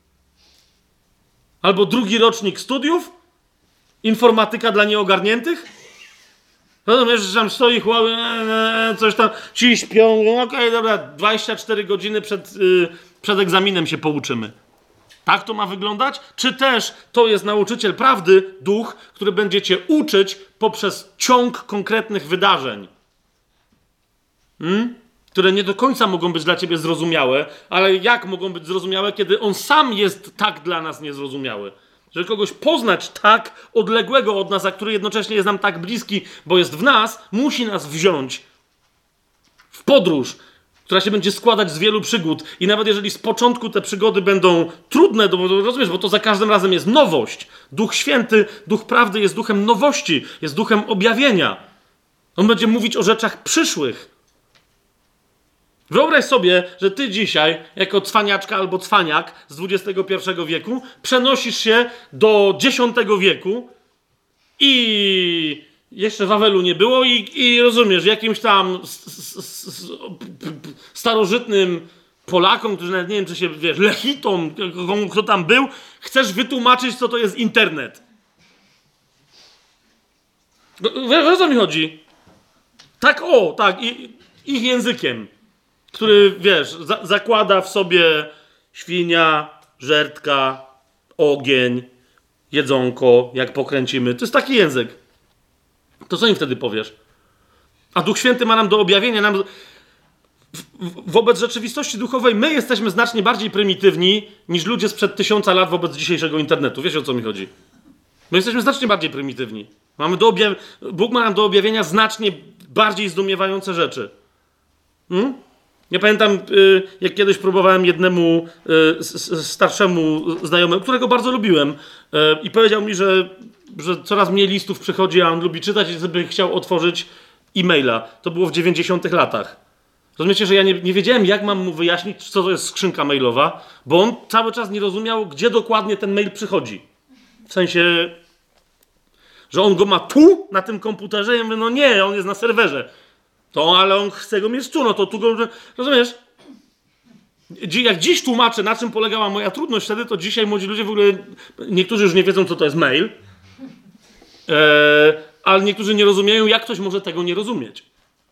Albo drugi rocznik studiów? Informatyka dla nieogarniętych? Rozumiesz, że tam stoi chłop, coś tam, ci śpią, okej, okay, dobra, dwadzieścia cztery godziny przed, yy, przed egzaminem się pouczymy. Tak to ma wyglądać? Czy też to jest nauczyciel prawdy, duch, który będzie cię uczyć poprzez ciąg konkretnych wydarzeń, hmm? które nie do końca mogą być dla ciebie zrozumiałe, ale jak mogą być zrozumiałe, kiedy on sam jest tak dla nas niezrozumiały? Żeby kogoś poznać tak odległego od nas, a który jednocześnie jest nam tak bliski, bo jest w nas, musi nas wziąć w podróż, która się będzie składać z wielu przygód. I nawet jeżeli z początku te przygody będą trudne, bo rozumiesz, bo to za każdym razem jest nowość. Duch Święty, Duch Prawdy jest duchem nowości, jest duchem objawienia. On będzie mówić o rzeczach przyszłych. Wyobraź sobie, że ty dzisiaj, jako cwaniaczka albo cwaniak z dwudziestego pierwszego wieku, przenosisz się do dziesiątego wieku i jeszcze Wawelu nie było i, i rozumiesz, jakimś tam s, s, s, starożytnym Polakom, którzy nawet nie wiem, czy się, wiesz, Lechitom, kto tam był, chcesz wytłumaczyć, co to jest internet. Wiesz, o co mi chodzi? Tak, o, tak, i, ich językiem, który, wiesz, za, zakłada w sobie świnia, żertka, ogień, jedzonko, jak pokręcimy. To jest taki język. To co im wtedy powiesz? A Duch Święty ma nam do objawienia, nam... W, w, wobec rzeczywistości duchowej my jesteśmy znacznie bardziej prymitywni niż ludzie sprzed tysiąca lat wobec dzisiejszego internetu. Wiesz, o co mi chodzi? My jesteśmy znacznie bardziej prymitywni. Mamy do objaw... Bóg ma nam do objawienia znacznie bardziej zdumiewające rzeczy. Hmm? Ja pamiętam, y, jak kiedyś próbowałem jednemu y, starszemu znajomemu, którego bardzo lubiłem, y, i powiedział mi, że, że coraz mniej listów przychodzi, a on lubi czytać i sobie chciał otworzyć e-maila. To było w dziewięćdziesiątych latach. Rozumiecie, że ja nie, nie wiedziałem, jak mam mu wyjaśnić, co to jest skrzynka mailowa, bo on cały czas nie rozumiał, gdzie dokładnie ten mail przychodzi. W sensie, że on go ma tu, na tym komputerze. Ja mówię, no nie, on jest na serwerze. To, ale on chce go mieć tu, no to tu go... Rozumiesz? Jak dziś tłumaczę, na czym polegała moja trudność wtedy, to dzisiaj młodzi ludzie w ogóle... Niektórzy już nie wiedzą, co to jest mail, eee, ale niektórzy nie rozumieją, jak ktoś może tego nie rozumieć.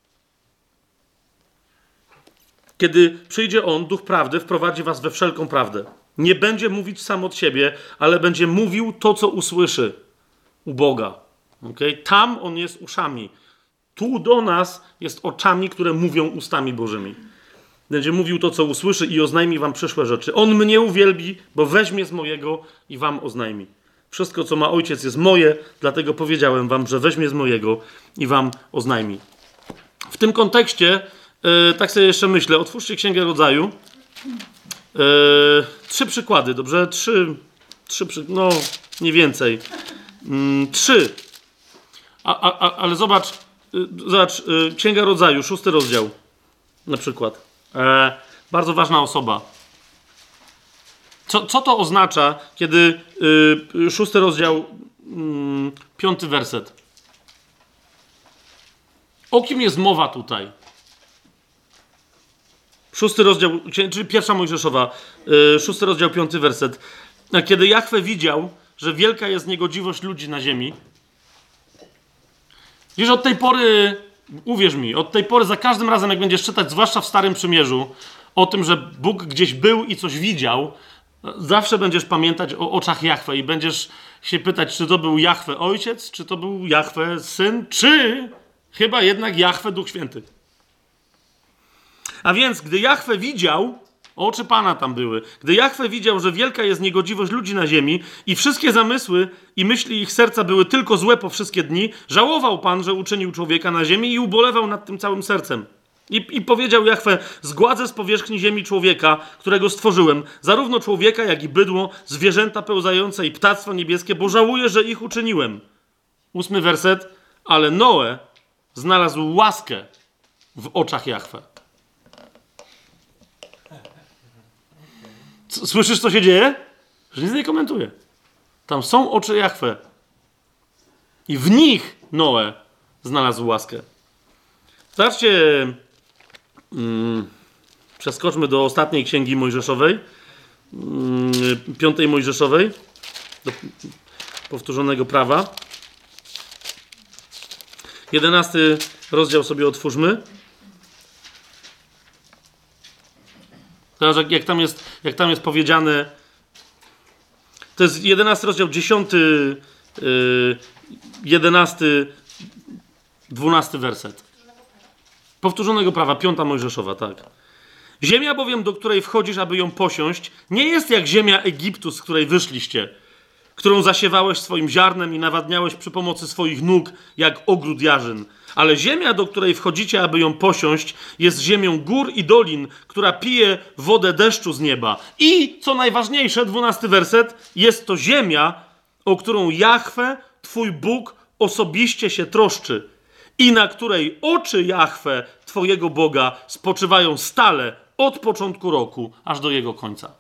Kiedy przyjdzie On, Duch Prawdy, wprowadzi was we wszelką prawdę. Nie będzie mówić sam od siebie, ale będzie mówił to, co usłyszy u Boga. Okay? Tam on jest uszami. Tu do nas jest oczami, które mówią ustami Bożymi. Będzie mówił to, co usłyszy i oznajmi wam przyszłe rzeczy. On mnie uwielbi, bo weźmie z mojego i wam oznajmi. Wszystko, co ma ojciec, jest moje, dlatego powiedziałem wam, że weźmie z mojego i wam oznajmi. W tym kontekście, yy, tak sobie jeszcze myślę, otwórzcie Księgę Rodzaju. Yy, trzy przykłady, dobrze? Trzy, trzy przy... no nie więcej. Yy, trzy. A, a, a, ale zobacz, yy, zobacz, yy, Księga Rodzaju, szósty rozdział na przykład. Yy, bardzo ważna osoba. Co, co to oznacza, kiedy yy, szósty rozdział, yy, piąty werset? O kim jest mowa tutaj? Szósty rozdział, czyli pierwsza Mojżeszowa, yy, szósty rozdział, piąty werset. A kiedy Jahwe widział, że wielka jest niegodziwość ludzi na ziemi, wiesz, od tej pory, uwierz mi, od tej pory za każdym razem, jak będziesz czytać, zwłaszcza w Starym Przymierzu, o tym, że Bóg gdzieś był i coś widział, zawsze będziesz pamiętać o oczach Jahwe i będziesz się pytać, czy to był Jahwe Ojciec, czy to był Jahwe Syn, czy chyba jednak Jahwe Duch Święty. A więc, gdy Jahwe widział, oczy Pana tam były, gdy Jahwe widział, że wielka jest niegodziwość ludzi na ziemi i wszystkie zamysły i myśli ich serca były tylko złe po wszystkie dni, żałował Pan, że uczynił człowieka na ziemi i ubolewał nad tym całym sercem. I, I powiedział Jahwe, zgładzę z powierzchni ziemi człowieka, którego stworzyłem, zarówno człowieka, jak i bydło, zwierzęta pełzające i ptactwo niebieskie, bo żałuję, że ich uczyniłem. Ósmy werset. Ale Noe znalazł łaskę w oczach Jahwe. C- Słyszysz, co się dzieje? Że nic nie komentuje. Tam są oczy Jahwe. I w nich Noe znalazł łaskę. Zobaczcie, mm, przeskoczmy do ostatniej księgi Mojżeszowej, mm, piątej Mojżeszowej, do powtórzonego prawa. Jedenasty rozdział sobie otwórzmy. Teraz jak, jak, tam jest, jak tam jest powiedziane, to jest jedenasty rozdział, dziesiąty, yy, jedenasty, dwunasty werset. Powtórzonego prawa, piąta Mojżeszowa, tak. Ziemia bowiem, do której wchodzisz, aby ją posiąść, nie jest jak ziemia Egiptu, z której wyszliście, którą zasiewałeś swoim ziarnem i nawadniałeś przy pomocy swoich nóg, jak ogród jarzyn. Ale ziemia, do której wchodzicie, aby ją posiąść, jest ziemią gór i dolin, która pije wodę deszczu z nieba. I, co najważniejsze, dwunasty werset, jest to ziemia, o którą Jahwe, twój Bóg, osobiście się troszczy i na której oczy Jahwe, twojego Boga, spoczywają stale od początku roku, aż do jego końca.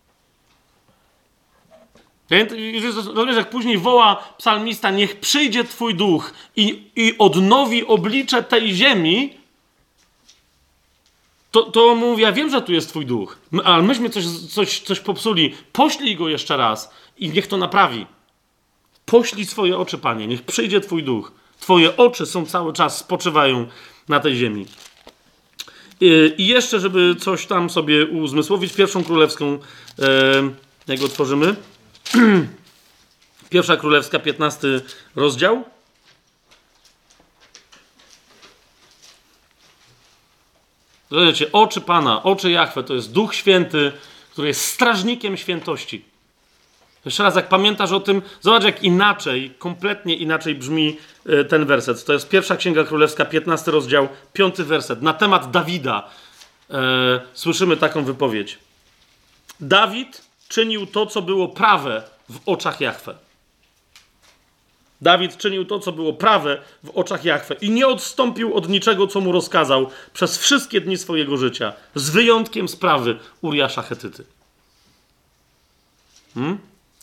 Rozumiesz, jak później woła psalmista, niech przyjdzie twój duch i, i odnowi oblicze tej ziemi, to, to on mówi, ja wiem, że tu jest twój duch, ale myśmy coś, coś, coś popsuli, poślij go jeszcze raz i niech to naprawi. Poślij swoje oczy, Panie, niech przyjdzie twój duch. Twoje oczy są cały czas, spoczywają na tej ziemi. I, i jeszcze, żeby coś tam sobie uzmysłowić, pierwszą królewską, e, jak go tworzymy, Pierwsza Królewska, piętnasty rozdział. Zobaczcie, oczy Pana, oczy Jahwe, to jest Duch Święty, który jest strażnikiem świętości. Jeszcze raz, jak pamiętasz o tym, zobacz, jak inaczej, kompletnie inaczej brzmi ten werset. To jest Pierwsza Księga Królewska, piętnasty rozdział, piąty werset. Na temat Dawida e, słyszymy taką wypowiedź. Dawid czynił to, co było prawe w oczach Jahwe. Dawid czynił to, co było prawe w oczach Jahwe i nie odstąpił od niczego, co mu rozkazał przez wszystkie dni swojego życia, z wyjątkiem sprawy Uriasza Chetyty. Hmm?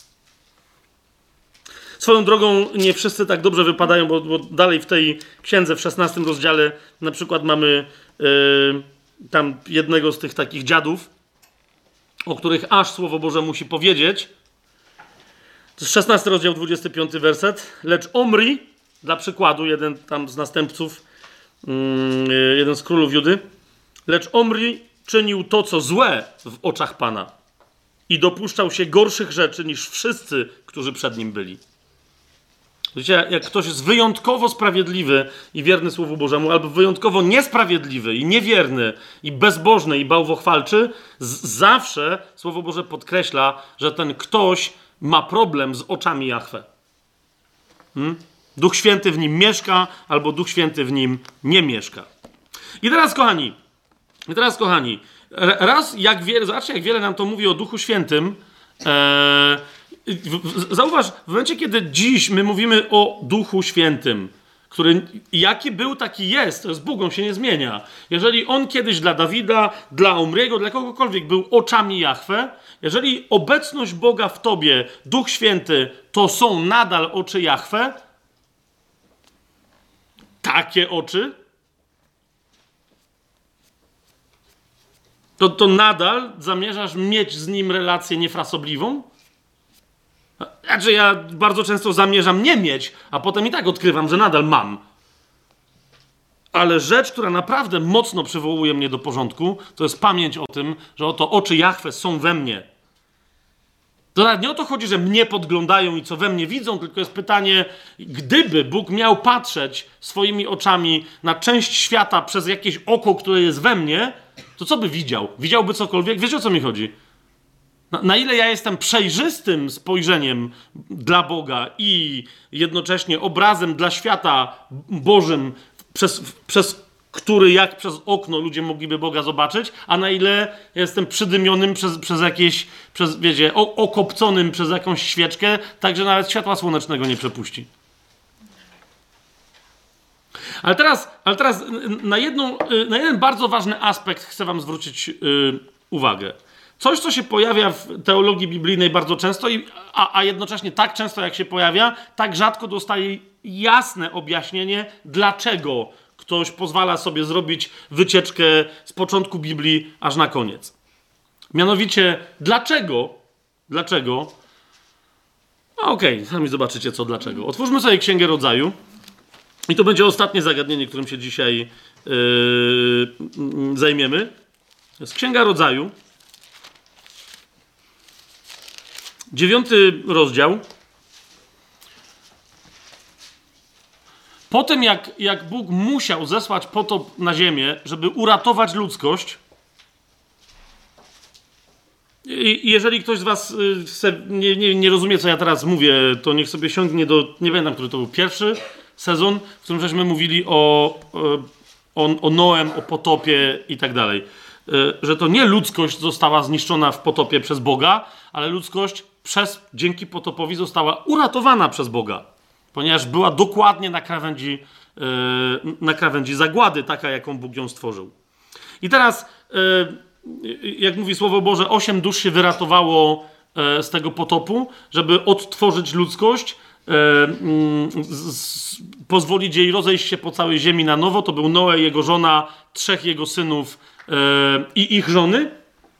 Swoją drogą nie wszyscy tak dobrze wypadają, bo, bo dalej w tej księdze, w szesnastym rozdziale, na przykład mamy yy, tam jednego z tych takich dziadów, o których aż Słowo Boże musi powiedzieć. To jest szesnasty rozdział, dwudziesty piąty werset. Lecz Omri, dla przykładu, jeden tam z następców, yy, jeden z królów Judy, lecz Omri czynił to, co złe w oczach Pana i dopuszczał się gorszych rzeczy niż wszyscy, którzy przed nim byli. Wiecie, jak ktoś jest wyjątkowo sprawiedliwy i wierny Słowu Bożemu, albo wyjątkowo niesprawiedliwy i niewierny, i bezbożny, i bałwochwalczy, z- zawsze Słowo Boże podkreśla, że ten ktoś ma problem z oczami Jahwe. Hmm? Duch Święty w nim mieszka, albo Duch Święty w nim nie mieszka. I teraz, kochani, i teraz, kochani, raz jak wiele, zobaczcie, jak wiele nam to mówi o Duchu Świętym. E, zauważ, w momencie, kiedy dziś my mówimy o Duchu Świętym, który jaki był, taki jest, to jest Bóg, on się nie zmienia. Jeżeli on kiedyś dla Dawida, dla Omriego, dla kogokolwiek był oczami Jahwe, jeżeli obecność Boga w tobie, Duch Święty, to są nadal oczy Jahwe, takie oczy, to, to nadal zamierzasz mieć z nim relację niefrasobliwą? Znaczy, ja bardzo często zamierzam nie mieć, a potem i tak odkrywam, że nadal mam. Ale rzecz, która naprawdę mocno przywołuje mnie do porządku, to jest pamięć o tym, że oto oczy Jahwe są we mnie. To nawet nie o to chodzi, że mnie podglądają i co we mnie widzą, tylko jest pytanie, gdyby Bóg miał patrzeć swoimi oczami na część świata przez jakieś oko, które jest we mnie, to co by widział? Widziałby cokolwiek? Wiecie, o co mi chodzi? Na, na ile ja jestem przejrzystym spojrzeniem dla Boga i jednocześnie obrazem dla świata Bożym, przez, przez który jak przez okno ludzie mogliby Boga zobaczyć, a na ile jestem przydymionym przez, przez jakieś, przez, wiecie, o, okopconym przez jakąś świeczkę, tak że nawet światła słonecznego nie przepuści. Ale teraz, ale teraz na, jedną, na jeden bardzo ważny aspekt chcę wam zwrócić yy, uwagę. Coś, co się pojawia w teologii biblijnej bardzo często, i, a, a jednocześnie tak często, jak się pojawia, tak rzadko dostaje jasne objaśnienie, dlaczego ktoś pozwala sobie zrobić wycieczkę z początku Biblii aż na koniec. Mianowicie, dlaczego? Dlaczego? No okej, okay, sami zobaczycie, co dlaczego. Otwórzmy sobie Księgę Rodzaju. I to będzie ostatnie zagadnienie, którym się dzisiaj yy, zajmiemy. To jest Księga Rodzaju. Dziewiąty rozdział. Po tym, jak, jak Bóg musiał zesłać potop na ziemię, żeby uratować ludzkość, i jeżeli ktoś z was nie, nie, nie rozumie, co ja teraz mówię, to niech sobie siągnie do, nie pamiętam, który to był pierwszy sezon, w którym żeśmy mówili o, o, o Noem, o potopie i tak dalej. Że to nie ludzkość została zniszczona w potopie przez Boga, ale ludzkość przez, dzięki potopowi została uratowana przez Boga. Ponieważ była dokładnie na krawędzi, na krawędzi zagłady, taka, jaką Bóg ją stworzył. I teraz, jak mówi Słowo Boże, osiem dusz się wyratowało z tego potopu, żeby odtworzyć ludzkość, pozwolić jej rozejść się po całej ziemi na nowo. To był Noe, jego żona, trzech jego synów i ich żony.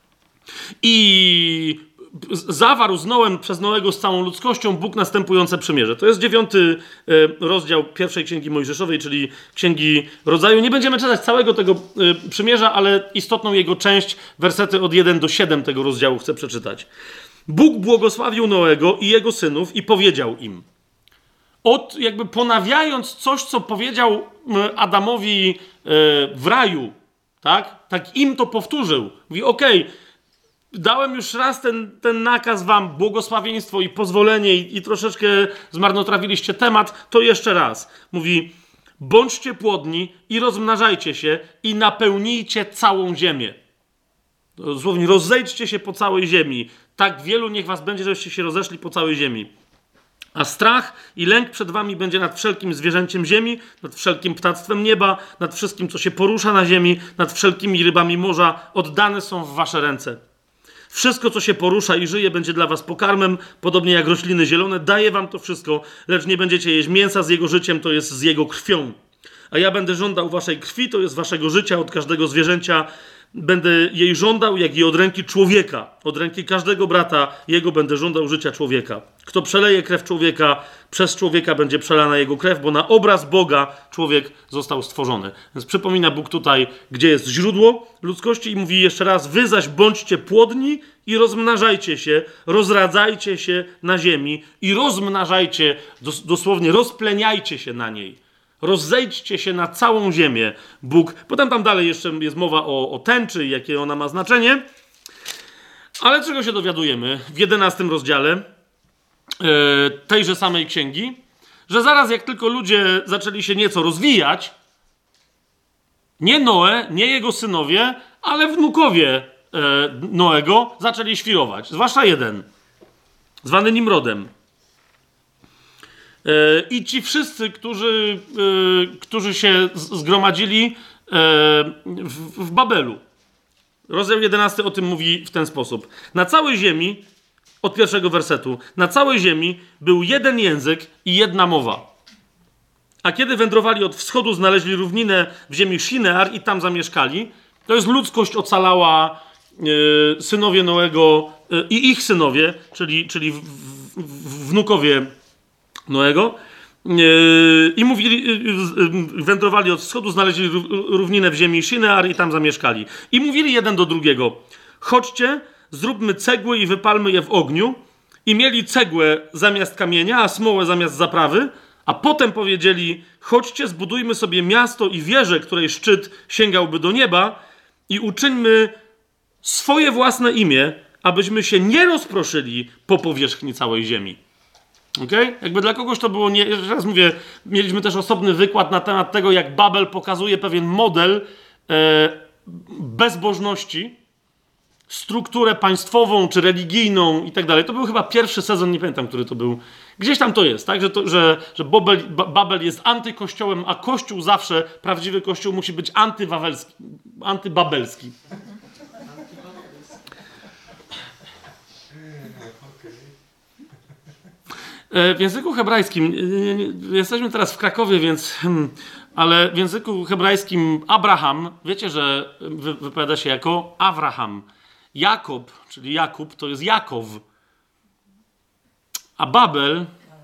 I zawarł z Noem przez Noego z całą ludzkością Bóg następujące przymierze. To jest dziewiąty rozdział pierwszej Księgi Mojżeszowej, czyli Księgi Rodzaju. Nie będziemy czytać całego tego przymierza, ale istotną jego część, wersety od pierwszego do siódmego tego rozdziału chcę przeczytać. Bóg błogosławił Noego i jego synów i powiedział im, od, jakby ponawiając coś, co powiedział Adamowi w raju, tak? Tak im to powtórzył. Mówi, okej, okay, dałem już raz ten, ten nakaz wam, błogosławieństwo i pozwolenie i, i troszeczkę zmarnotrawiliście temat, to jeszcze raz. Mówi, bądźcie płodni i rozmnażajcie się i napełnijcie całą ziemię. Dosłownie, rozejdźcie się po całej ziemi. Tak wielu niech was będzie, żeście się rozeszli po całej ziemi. A strach i lęk przed wami będzie nad wszelkim zwierzęciem ziemi, nad wszelkim ptactwem nieba, nad wszystkim, co się porusza na ziemi, nad wszelkimi rybami morza. Oddane są w wasze ręce. Wszystko, co się porusza i żyje, będzie dla was pokarmem, podobnie jak rośliny zielone. Daję wam to wszystko, lecz nie będziecie jeść mięsa z jego życiem, to jest z jego krwią. A ja będę żądał waszej krwi, to jest waszego życia, od każdego zwierzęcia będę jej żądał, jak i od ręki człowieka. Od ręki każdego brata jego będę żądał życia człowieka. Kto przeleje krew człowieka, przez człowieka będzie przelana jego krew, bo na obraz Boga człowiek został stworzony. Więc przypomina Bóg tutaj, gdzie jest źródło ludzkości i mówi jeszcze raz, wy zaś bądźcie płodni i rozmnażajcie się, rozradzajcie się na ziemi i rozmnażajcie, dos- dosłownie rozpleniajcie się na niej. Rozzejdźcie się na całą ziemię. Bóg, potem tam dalej jeszcze jest mowa o, o tęczy, jakie ona ma znaczenie. Ale czego się dowiadujemy w jedenastym rozdziale yy, tejże samej księgi? Że zaraz jak tylko ludzie zaczęli się nieco rozwijać, nie Noe, nie jego synowie, ale wnukowie yy, Noego zaczęli świrować. Zwłaszcza jeden, zwany Nimrodem. I ci wszyscy, którzy, którzy się zgromadzili w, w Babelu. Rozdział jedenasty o tym mówi w ten sposób. Na całej ziemi, od pierwszego wersetu, na całej ziemi był jeden język i jedna mowa. A kiedy wędrowali od wschodu, znaleźli równinę w ziemi Shinear i tam zamieszkali. To jest ludzkość ocalała, synowie Noego i ich synowie, czyli, czyli w, w, wnukowie Noego, yy, i mówili, yy, wędrowali od wschodu, znaleźli równinę w ziemi Shinear i tam zamieszkali. I mówili jeden do drugiego, chodźcie, zróbmy cegły i wypalmy je w ogniu. I mieli cegłę zamiast kamienia, a smołę zamiast zaprawy, a potem powiedzieli, chodźcie, zbudujmy sobie miasto i wieżę, której szczyt sięgałby do nieba i uczyńmy swoje własne imię, abyśmy się nie rozproszyli po powierzchni całej ziemi. Okay? Jakby dla kogoś to było, nie, jeszcze raz mówię, mieliśmy też osobny wykład na temat tego, jak Babel pokazuje pewien model e, bezbożności, strukturę państwową czy religijną i tak dalej. To był chyba pierwszy sezon, nie pamiętam, który to był. Gdzieś tam to jest, tak? Że, to, że, że Babel, Babel jest antykościołem, a Kościół zawsze, prawdziwy Kościół musi być antywawelski, antybabelski. W języku hebrajskim, jesteśmy teraz w Krakowie, więc, hmm, ale w języku hebrajskim Abraham, wiecie, że wy, wypowiada się jako Abraham. Jakob, czyli Jakub, to jest Jakow. A Babel...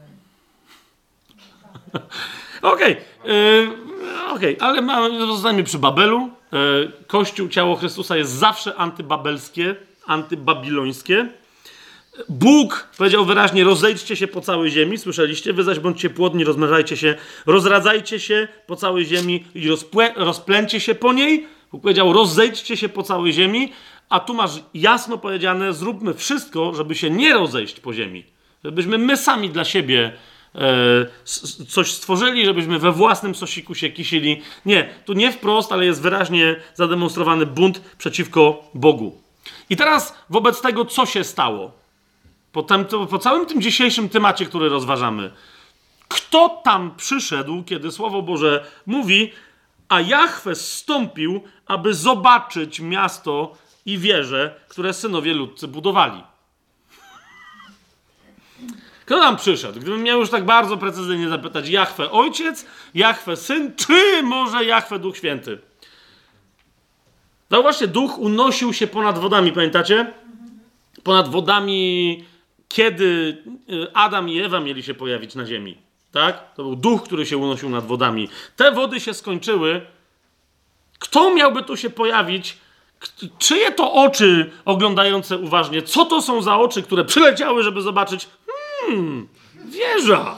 Okej, okay, okay, ale mamy, zostańmy przy Babelu. Kościół, ciało Chrystusa jest zawsze antybabelskie, antybabilońskie. Bóg powiedział wyraźnie, rozejdźcie się po całej ziemi, słyszeliście? Wy zaś bądźcie płodni, rozmnażajcie się, rozradzajcie się po całej ziemi i rozplę- rozplęcie się po niej. Bóg powiedział, rozejdźcie się po całej ziemi, a tu masz jasno powiedziane, zróbmy wszystko, żeby się nie rozejść po ziemi. Żebyśmy my sami dla siebie e, coś stworzyli, żebyśmy we własnym sosiku się kisili. Nie, tu nie wprost, ale jest wyraźnie zademonstrowany bunt przeciwko Bogu. I teraz wobec tego, co się stało? Po, tem, to, po całym tym dzisiejszym temacie, który rozważamy, kto tam przyszedł, kiedy Słowo Boże mówi, a Jahwe zstąpił, aby zobaczyć miasto i wieże, które synowie ludcy budowali. Kto tam przyszedł? Gdybym miał już tak bardzo precyzyjnie zapytać, Jahwe Ojciec, Jahwe Syn, czy może Jahwe Duch Święty? Zauważcie, Duch unosił się ponad wodami, pamiętacie? Ponad wodami, kiedy Adam i Ewa mieli się pojawić na ziemi. Tak? To był Duch, który się unosił nad wodami. Te wody się skończyły. Kto miałby tu się pojawić? Czyje to oczy oglądające uważnie? Co to są za oczy, które przyleciały, żeby zobaczyć? Hmm, wieża.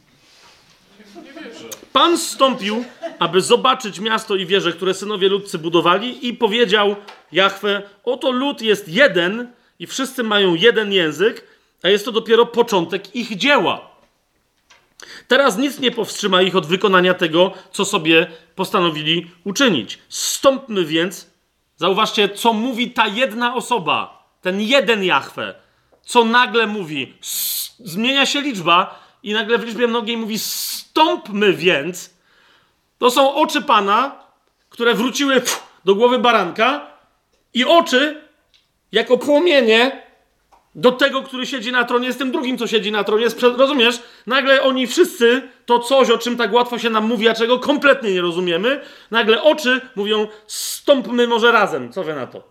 Pan zstąpił, aby zobaczyć miasto i wieże, które synowie ludcy budowali, i powiedział Jahwe, oto lud jest jeden i wszyscy mają jeden język, a jest to dopiero początek ich dzieła. Teraz nic nie powstrzyma ich od wykonania tego, co sobie postanowili uczynić. Zstąpmy więc, zauważcie, co mówi ta jedna osoba, ten jeden Jahwe, co nagle mówi, zmienia się liczba i nagle w liczbie mnogiej mówi, zstąpmy więc. To są oczy Pana, które wróciły do głowy baranka i oczy, jako płomienie, do tego, który siedzi na tronie, z tym drugim, co siedzi na tronie. Sprzed, rozumiesz? Nagle oni wszyscy, to coś, o czym tak łatwo się nam mówi, a czego kompletnie nie rozumiemy, nagle oczy mówią, stąpmy może razem. Co wy na to?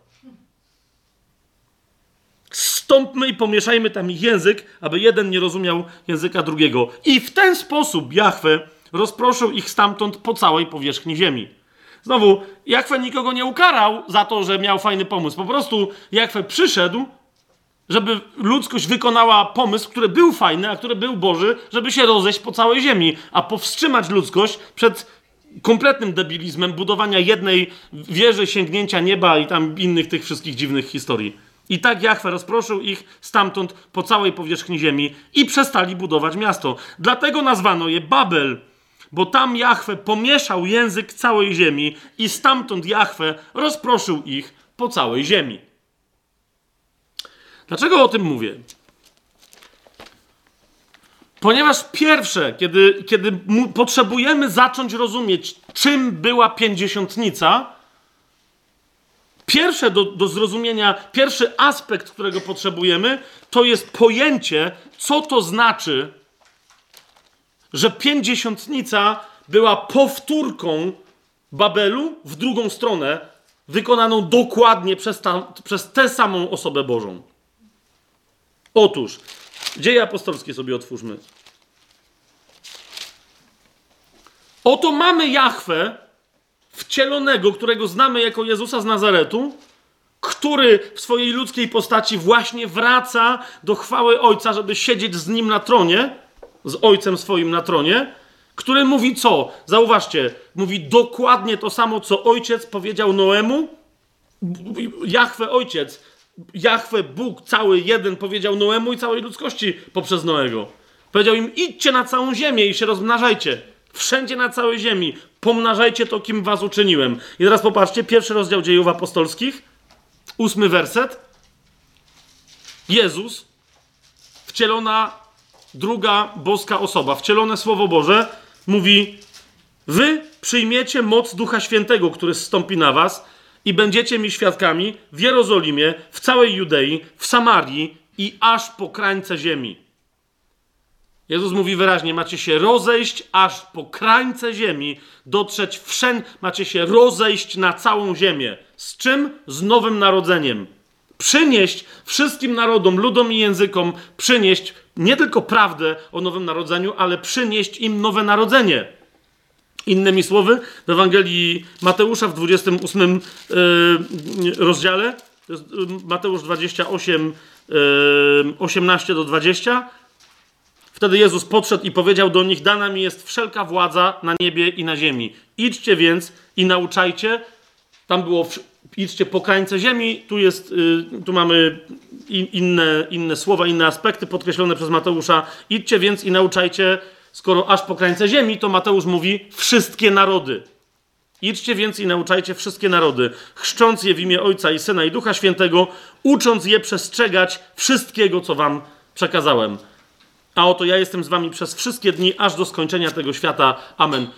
Stąpmy i pomieszajmy tam ich język, aby jeden nie rozumiał języka drugiego. I w ten sposób Jahwe rozproszył ich stamtąd po całej powierzchni ziemi. Znowu, Jahwe nikogo nie ukarał za to, że miał fajny pomysł. Po prostu Jahwe przyszedł, żeby ludzkość wykonała pomysł, który był fajny, a który był Boży, żeby się rozejść po całej ziemi, a powstrzymać ludzkość przed kompletnym debilizmem budowania jednej wieży, sięgnięcia nieba i tam innych tych wszystkich dziwnych historii. I tak Jahwe rozproszył ich stamtąd po całej powierzchni ziemi i przestali budować miasto. Dlatego nazwano je Babel, bo tam Jahwe pomieszał język całej ziemi i stamtąd Jahwe rozproszył ich po całej ziemi. Dlaczego o tym mówię? Ponieważ pierwsze, kiedy, kiedy mu, potrzebujemy zacząć rozumieć, czym była pięćdziesiątnica, pierwsze do, do zrozumienia, pierwszy aspekt, którego potrzebujemy, to jest pojęcie, co to znaczy, że pięćdziesiątnica była powtórką Babelu w drugą stronę, wykonaną dokładnie przez, ta, przez tę samą osobę Bożą. Otóż, Dzieje apostolskie sobie otwórzmy. Oto mamy Jahwe wcielonego, którego znamy jako Jezusa z Nazaretu, który w swojej ludzkiej postaci właśnie wraca do chwały Ojca, żeby siedzieć z Nim na tronie, z Ojcem swoim na tronie, który mówi co? Zauważcie, mówi dokładnie to samo, co Ojciec powiedział Noemu. Jahwe Ojciec, Jahwe Bóg cały jeden powiedział Noemu i całej ludzkości poprzez Noego. Powiedział im, idźcie na całą ziemię i się rozmnażajcie. Wszędzie na całej ziemi. Pomnażajcie to, kim was uczyniłem. I teraz popatrzcie, pierwszy rozdział Dziejów Apostolskich, ósmy werset. Jezus, wcielona druga boska osoba, wcielone Słowo Boże, mówi, wy przyjmiecie moc Ducha Świętego, który zstąpi na was i będziecie mi świadkami w Jerozolimie, w całej Judei, w Samarii i aż po krańce ziemi. Jezus mówi wyraźnie, macie się rozejść aż po krańce ziemi, dotrzeć wszędzie, macie się rozejść na całą ziemię. Z czym? Z nowym narodzeniem. Przynieść wszystkim narodom, ludom i językom, przynieść nie tylko prawdę o nowym narodzeniu, ale przynieść im nowe narodzenie. Innymi słowy, w Ewangelii Mateusza w dwudziestym ósmym yy, rozdziale, to jest Mateusz dwadzieścia osiem, osiemnaście do dwudziestu, wtedy Jezus podszedł i powiedział do nich, dana mi jest wszelka władza na niebie i na ziemi. Idźcie więc i nauczajcie. Tam było, idźcie po krańce ziemi. Tu jest, yy, tu mamy in, inne, inne słowa, inne aspekty podkreślone przez Mateusza. Idźcie więc i nauczajcie, skoro aż po krańce ziemi, to Mateusz mówi wszystkie narody. Idźcie więc i nauczajcie wszystkie narody, chrzcząc je w imię Ojca i Syna i Ducha Świętego, ucząc je przestrzegać wszystkiego, co wam przekazałem. A oto ja jestem z wami przez wszystkie dni, aż do skończenia tego świata. Amen.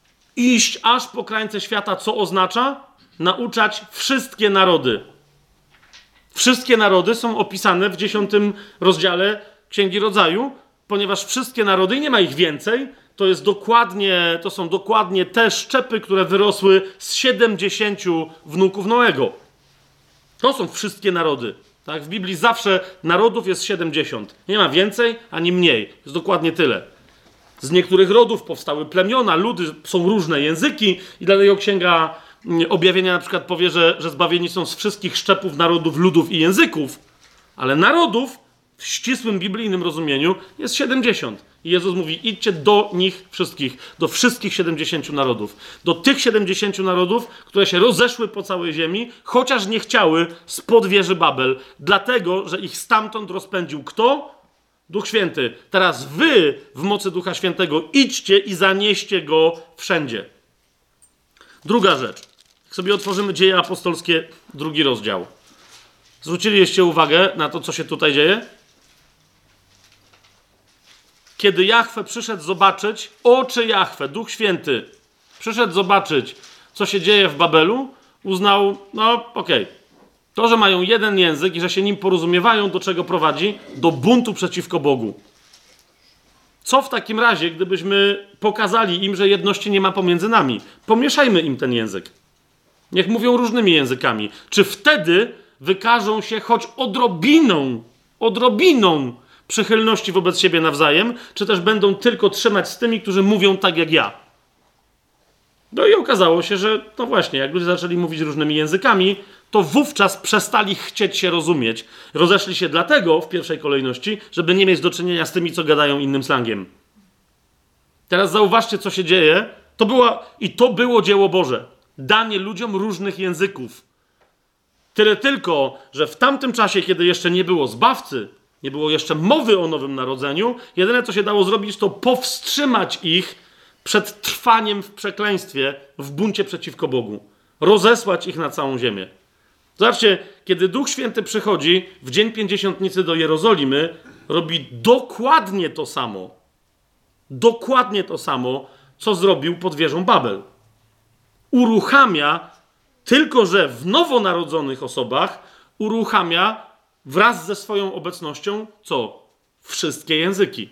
Iść aż po krańce świata, co oznacza? Nauczać wszystkie narody. Wszystkie narody są opisane w dziesiątym rozdziale Księgi Rodzaju, ponieważ wszystkie narody, i nie ma ich więcej, to jest dokładnie, to są dokładnie te szczepy, które wyrosły z siedemdziesięciu wnuków Noego. To są wszystkie narody. Tak? W Biblii zawsze narodów jest siedemdziesiąt. Nie ma więcej, ani mniej. Jest dokładnie tyle. Z niektórych rodów powstały plemiona, ludy, są różne języki i dlatego Księga Objawienia na przykład powie, że, że zbawieni są z wszystkich szczepów narodów, ludów i języków, ale narodów w ścisłym biblijnym rozumieniu jest siedemdziesiąt. I Jezus mówi, idźcie do nich wszystkich, do wszystkich siedemdziesięciu narodów. Do tych siedemdziesięciu narodów, które się rozeszły po całej ziemi, chociaż nie chciały spod wieży Babel, dlatego, że ich stamtąd rozpędził kto? Duch Święty. Teraz wy w mocy Ducha Świętego idźcie i zanieście go wszędzie. Druga rzecz. Jak sobie otworzymy Dzieje Apostolskie, drugi rozdział. Zwróciliście uwagę na to, co się tutaj dzieje? Kiedy Jahwe przyszedł zobaczyć, oczy Jahwe, Duch Święty, przyszedł zobaczyć, co się dzieje w Babelu, uznał, no okej, okay, To, że mają jeden język i że się nim porozumiewają, do czego prowadzi? Do buntu przeciwko Bogu. Co w takim razie, gdybyśmy pokazali im, że jedności nie ma pomiędzy nami? Pomieszajmy im ten język. Niech mówią różnymi językami. Czy wtedy wykażą się choć odrobiną, odrobiną przychylności wobec siebie nawzajem, czy też będą tylko trzymać z tymi, którzy mówią tak jak ja? No i okazało się, że no właśnie, jak ludzie zaczęli mówić różnymi językami, to wówczas przestali chcieć się rozumieć. Rozeszli się dlatego w pierwszej kolejności, żeby nie mieć do czynienia z tymi, co gadają innym slangiem. Teraz zauważcie, co się dzieje. To była, i to było dzieło Boże. Danie ludziom różnych języków. Tyle tylko, że w tamtym czasie, kiedy jeszcze nie było Zbawcy, nie było jeszcze mowy o Nowym Narodzeniu, jedyne, co się dało zrobić, to powstrzymać ich przed trwaniem w przekleństwie, w buncie przeciwko Bogu. Rozesłać ich na całą ziemię. Zobaczcie, kiedy Duch Święty przychodzi w dzień Pięćdziesiątnicy do Jerozolimy, robi dokładnie to samo. Dokładnie to samo, co zrobił pod wieżą Babel. Uruchamia, tylko że w nowonarodzonych osobach, uruchamia wraz ze swoją obecnością, co? Wszystkie języki.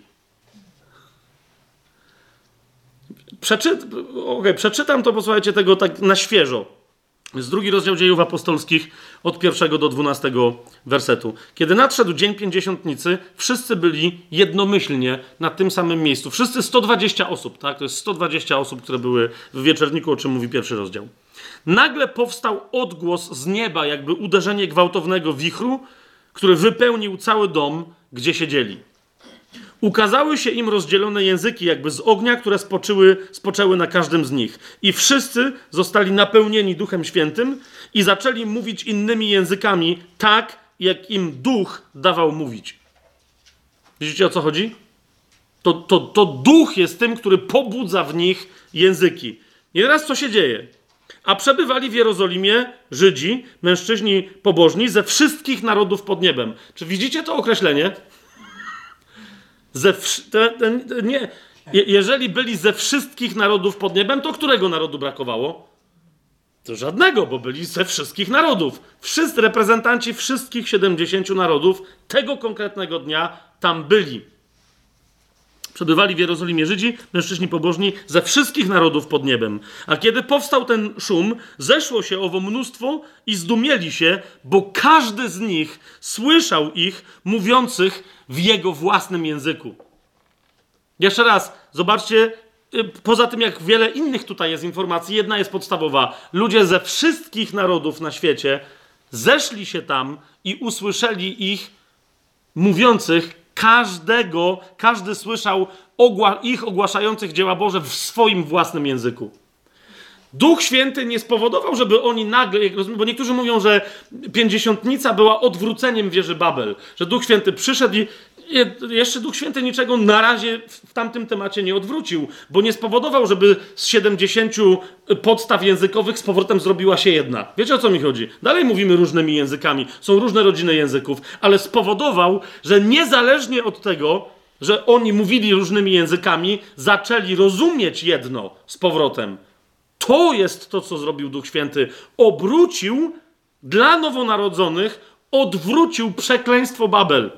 Przeczy... Okay, przeczytam to, posłuchajcie tego tak na świeżo. Jest drugi rozdział Dziejów Apostolskich od pierwszego do dwunastego wersetu. Kiedy nadszedł dzień Pięćdziesiątnicy, wszyscy byli jednomyślnie na tym samym miejscu. Wszyscy sto dwadzieścia osób, tak? To jest sto dwadzieścia osób, które były w wieczorniku, o czym mówi pierwszy rozdział. Nagle powstał odgłos z nieba, jakby uderzenie gwałtownego wichru, który wypełnił cały dom, gdzie siedzieli. Ukazały się im rozdzielone języki jakby z ognia, które spoczyły, spoczęły na każdym z nich. I wszyscy zostali napełnieni Duchem Świętym i zaczęli mówić innymi językami tak, jak im Duch dawał mówić. Widzicie, o co chodzi? To, to, to Duch jest tym, który pobudza w nich języki. I teraz co się dzieje? A przebywali w Jerozolimie Żydzi, mężczyźni pobożni ze wszystkich narodów pod niebem. Czy widzicie to określenie? Ze wsz- te, te, te, nie. Je, jeżeli byli ze wszystkich narodów pod niebem, to którego narodu brakowało? To żadnego, bo byli ze wszystkich narodów. Wszyscy reprezentanci wszystkich siedemdziesięciu narodów tego konkretnego dnia tam byli. Przebywali w Jerozolimie Żydzi, mężczyźni pobożni ze wszystkich narodów pod niebem. A kiedy powstał ten szum, zeszło się owo mnóstwo i zdumieli się, bo każdy z nich słyszał ich mówiących w jego własnym języku. Jeszcze raz, zobaczcie, poza tym jak wiele innych tutaj jest informacji, jedna jest podstawowa. Ludzie ze wszystkich narodów na świecie zeszli się tam i usłyszeli ich mówiących każdego, każdy słyszał ogła- ich ogłaszających dzieła Boże w swoim własnym języku. Duch Święty nie spowodował, żeby oni nagle, bo niektórzy mówią, że Pięćdziesiątnica była odwróceniem wieży Babel, że Duch Święty przyszedł i jeszcze Duch Święty niczego na razie w tamtym temacie nie odwrócił, bo nie spowodował, żeby z siedemdziesięciu podstaw językowych z powrotem zrobiła się jedna. Wiecie, o co mi chodzi? Dalej mówimy różnymi językami, są różne rodziny języków, ale spowodował, że niezależnie od tego, że oni mówili różnymi językami, zaczęli rozumieć jedno z powrotem. To jest to, co zrobił Duch Święty. Obrócił dla nowonarodzonych, odwrócił przekleństwo Babel.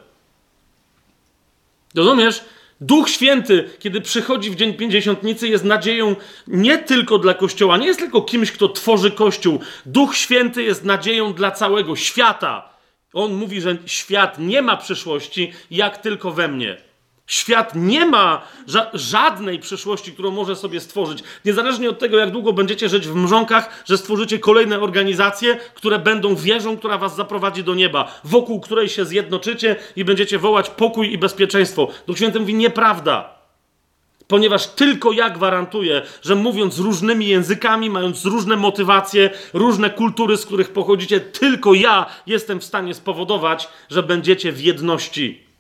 Rozumiesz? Duch Święty, kiedy przychodzi w dzień Pięćdziesiątnicy, jest nadzieją nie tylko dla Kościoła, nie jest tylko kimś, kto tworzy Kościół. Duch Święty jest nadzieją dla całego świata. On mówi, że świat nie ma przyszłości, jak tylko we mnie. Świat nie ma ża- żadnej przyszłości, którą może sobie stworzyć. Niezależnie od tego, jak długo będziecie żyć w mrzonkach, że stworzycie kolejne organizacje, które będą wieżą, która was zaprowadzi do nieba, wokół której się zjednoczycie i będziecie wołać pokój i bezpieczeństwo. Duch Święty mówi nieprawda. Ponieważ tylko ja gwarantuję, że mówiąc różnymi językami, mając różne motywacje, różne kultury, z których pochodzicie, tylko ja jestem w stanie spowodować, że będziecie w jedności.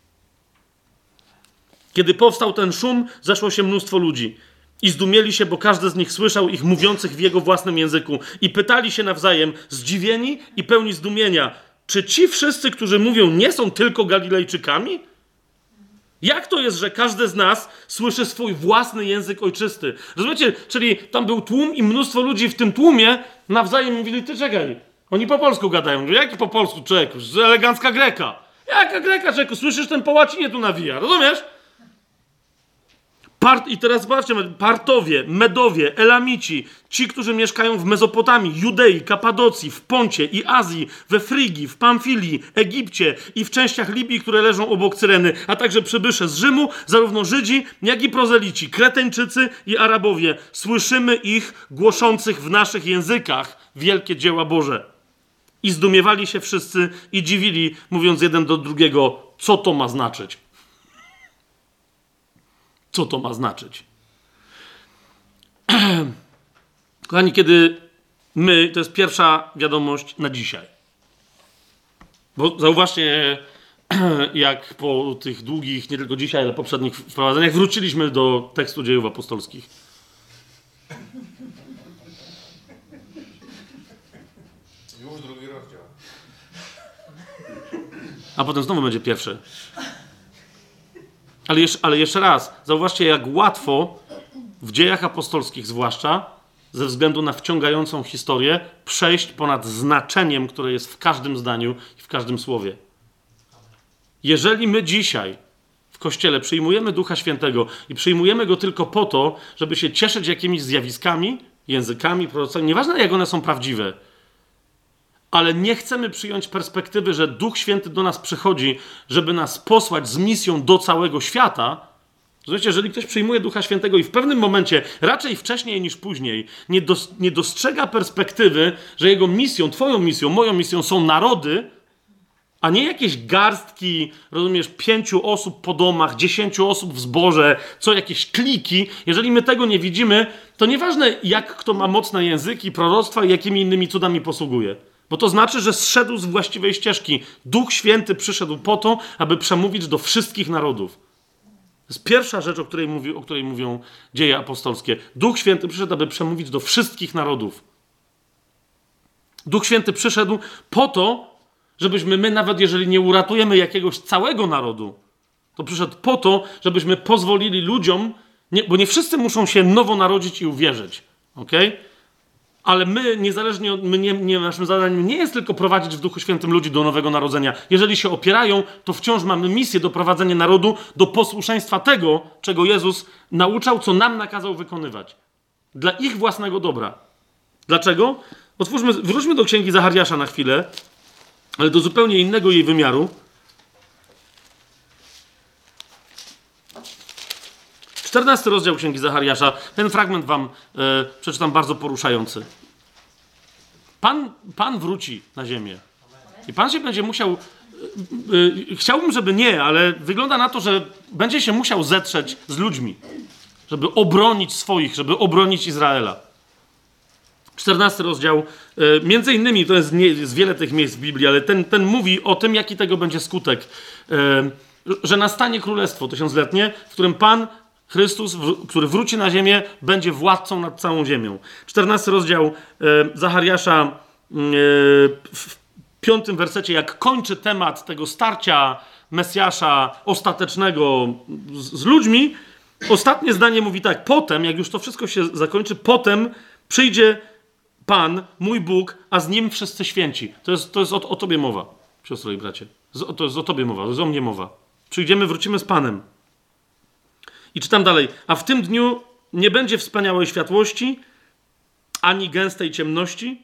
Kiedy powstał ten szum, zeszło się mnóstwo ludzi. I zdumieli się, bo każdy z nich słyszał ich mówiących w jego własnym języku. I pytali się nawzajem, zdziwieni i pełni zdumienia, czy ci wszyscy, którzy mówią, nie są tylko Galilejczykami? Jak to jest, że każdy z nas słyszy swój własny język ojczysty? Rozumiecie? Czyli tam był tłum i mnóstwo ludzi w tym tłumie nawzajem mówili, ty czekaj, Oni po polsku gadają. Mówię, jaki po polsku, człowieku? Elegancka Greka. Jaka Greka, człowieku? Słyszysz, ten po łacinie tu nawija. Rozumiesz? Part, I teraz zobaczcie, Partowie, Medowie, Elamici, ci, którzy mieszkają w Mezopotamii, Judei, Kapadocji, w Poncie i Azji, we Frygii, w Pamfilii, Egipcie i w częściach Libii, które leżą obok Cyreny, a także przybysze z Rzymu, zarówno Żydzi, jak i prozelici, Kreteńczycy i Arabowie. Słyszymy ich głoszących w naszych językach wielkie dzieła Boże. I zdumiewali się wszyscy i dziwili, mówiąc jeden do drugiego, co to ma znaczyć. Co to ma znaczyć? Kochani, kiedy my, to jest pierwsza wiadomość na dzisiaj. Bo zauważcie, jak po tych długich, nie tylko dzisiaj, ale poprzednich wprowadzeniach wróciliśmy do tekstu Dziejów Apostolskich.
Już drugi rozdział.
A potem znowu będzie pierwszy. Ale, jeszcze, ale jeszcze raz, zauważcie, jak łatwo w Dziejach Apostolskich zwłaszcza, ze względu na wciągającą historię, przejść ponad znaczeniem, które jest w każdym zdaniu i w każdym słowie. Jeżeli my dzisiaj w Kościele przyjmujemy Ducha Świętego i przyjmujemy Go tylko po to, żeby się cieszyć jakimiś zjawiskami, językami, proroctwami, nieważne jak one są prawdziwe, ale nie chcemy przyjąć perspektywy, że Duch Święty do nas przychodzi, żeby nas posłać z misją do całego świata. Zobaczcie, jeżeli ktoś przyjmuje Ducha Świętego i w pewnym momencie, raczej wcześniej niż później, nie, dos- nie dostrzega perspektywy, że jego misją, twoją misją, moją misją są narody, a nie jakieś garstki, rozumiesz, pięciu osób po domach, dziesięciu osób w zborze, co jakieś kliki. Jeżeli my tego nie widzimy, to nieważne jak kto ma mocne języki, proroctwa i jakimi innymi cudami posługuje. Bo to znaczy, że zszedł z właściwej ścieżki. Duch Święty przyszedł po to, aby przemówić do wszystkich narodów. To jest pierwsza rzecz, o której, mówi, o której mówią Dzieje Apostolskie. Duch Święty przyszedł, aby przemówić do wszystkich narodów. Duch Święty przyszedł po to, żebyśmy my, nawet jeżeli nie uratujemy jakiegoś całego narodu, to przyszedł po to, żebyśmy pozwolili ludziom, nie, bo nie wszyscy muszą się nowo narodzić i uwierzyć. Okej? Okay? Ale my, niezależnie od, my nie, nie, naszym zadaniem nie jest tylko prowadzić w Duchu Świętym ludzi do nowego narodzenia. Jeżeli się opierają, to wciąż mamy misję do prowadzenia narodu do posłuszeństwa tego, czego Jezus nauczał, co nam nakazał wykonywać. Dla ich własnego dobra. Dlaczego? Otwórzmy, wróćmy do Księgi Zachariasza na chwilę, ale do zupełnie innego jej wymiaru. czternasty rozdział Księgi Zachariasza. Ten fragment wam e, przeczytam, bardzo poruszający. Pan, Pan wróci na ziemię. I Pan się będzie musiał... E, e, chciałbym, żeby nie, ale wygląda na to, że będzie się musiał zetrzeć z ludźmi. Żeby obronić swoich, żeby obronić Izraela. czternasty rozdział. E, między innymi, to jest, nie, jest wiele tych miejsc w Biblii, ale ten, ten mówi o tym, jaki tego będzie skutek. E, że nastanie królestwo tysiącletnie, w którym Pan Chrystus, który wróci na ziemię, będzie władcą nad całą ziemią. czternasty rozdział e, Zachariasza e, w piątym wersecie, jak kończy temat tego starcia Mesjasza ostatecznego z, z ludźmi, ostatnie zdanie mówi tak: potem, jak już to wszystko się zakończy, potem przyjdzie Pan, mój Bóg, a z Nim wszyscy święci. To jest, to jest o, o Tobie mowa, siostro i bracie. Z, to jest o Tobie mowa, to jest o mnie mowa. Przyjdziemy, wrócimy z Panem. I czytam dalej. A w tym dniu nie będzie wspaniałej światłości, ani gęstej ciemności,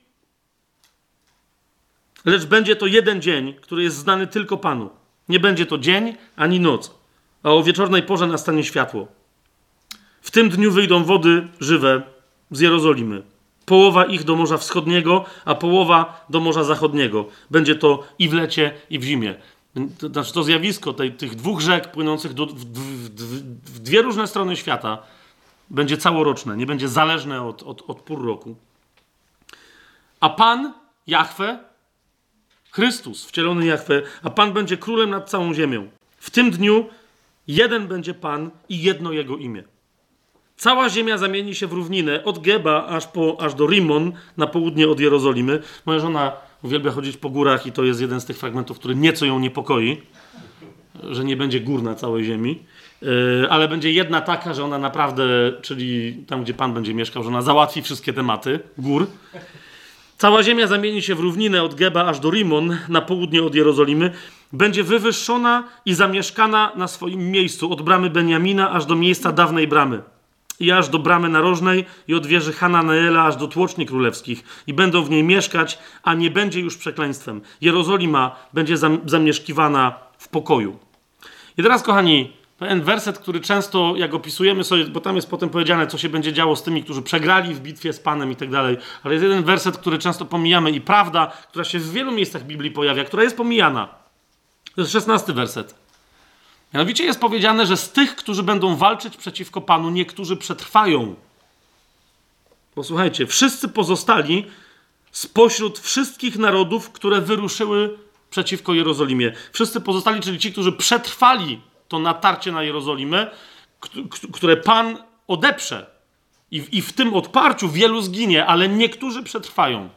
lecz będzie to jeden dzień, który jest znany tylko Panu. Nie będzie to dzień, ani noc, a o wieczornej porze nastanie światło. W tym dniu wyjdą wody żywe z Jerozolimy. Połowa ich do Morza Wschodniego, a połowa do Morza Zachodniego. Będzie to i w lecie, i w zimie. To znaczy to zjawisko tej, tych dwóch rzek płynących do, w, w, w, w dwie różne strony świata będzie całoroczne, nie będzie zależne od, od, od pór roku. A Pan, Jahwe, Chrystus, wcielony Jahwe, a Pan będzie królem nad całą ziemią. W tym dniu jeden będzie Pan i jedno Jego imię. Cała ziemia zamieni się w równinę, od Geba aż, po, aż do Rimon, na południe od Jerozolimy. Moja żona uwielbia chodzić po górach i to jest jeden z tych fragmentów, który nieco ją niepokoi, że nie będzie gór na całej ziemi, yy, ale będzie jedna taka, że ona naprawdę, czyli tam, gdzie Pan będzie mieszkał, że ona załatwi wszystkie tematy gór. Cała ziemia zamieni się w równinę od Geba aż do Rimon, na południe od Jerozolimy. Będzie wywyższona i zamieszkana na swoim miejscu, od bramy Benjamina aż do miejsca dawnej bramy. I aż do bramy narożnej i od wieży Hananeela aż do tłoczni królewskich. I będą w niej mieszkać, a nie będzie już przekleństwem. Jerozolima będzie zam- zamieszkiwana w pokoju. I teraz, kochani, pewien werset, który często, jak opisujemy sobie, bo tam jest potem powiedziane, co się będzie działo z tymi, którzy przegrali w bitwie z Panem i tak dalej, ale jest jeden werset, który często pomijamy i prawda, która się w wielu miejscach Biblii pojawia, która jest pomijana. To jest szesnasty werset. Mianowicie jest powiedziane, że z tych, którzy będą walczyć przeciwko Panu, niektórzy przetrwają. Posłuchajcie, wszyscy pozostali spośród wszystkich narodów, które wyruszyły przeciwko Jerozolimie. Wszyscy pozostali, czyli ci, którzy przetrwali to natarcie na Jerozolimę, które Pan odeprze. I w, I w tym odparciu wielu zginie, ale niektórzy przetrwają.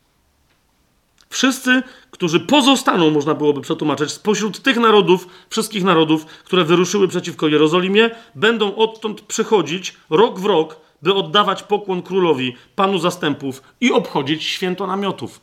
Wszyscy, którzy pozostaną, można byłoby przetłumaczyć, spośród tych narodów, wszystkich narodów, które wyruszyły przeciwko Jerozolimie, będą odtąd przychodzić rok w rok, by oddawać pokłon królowi, Panu zastępów i obchodzić święto namiotów.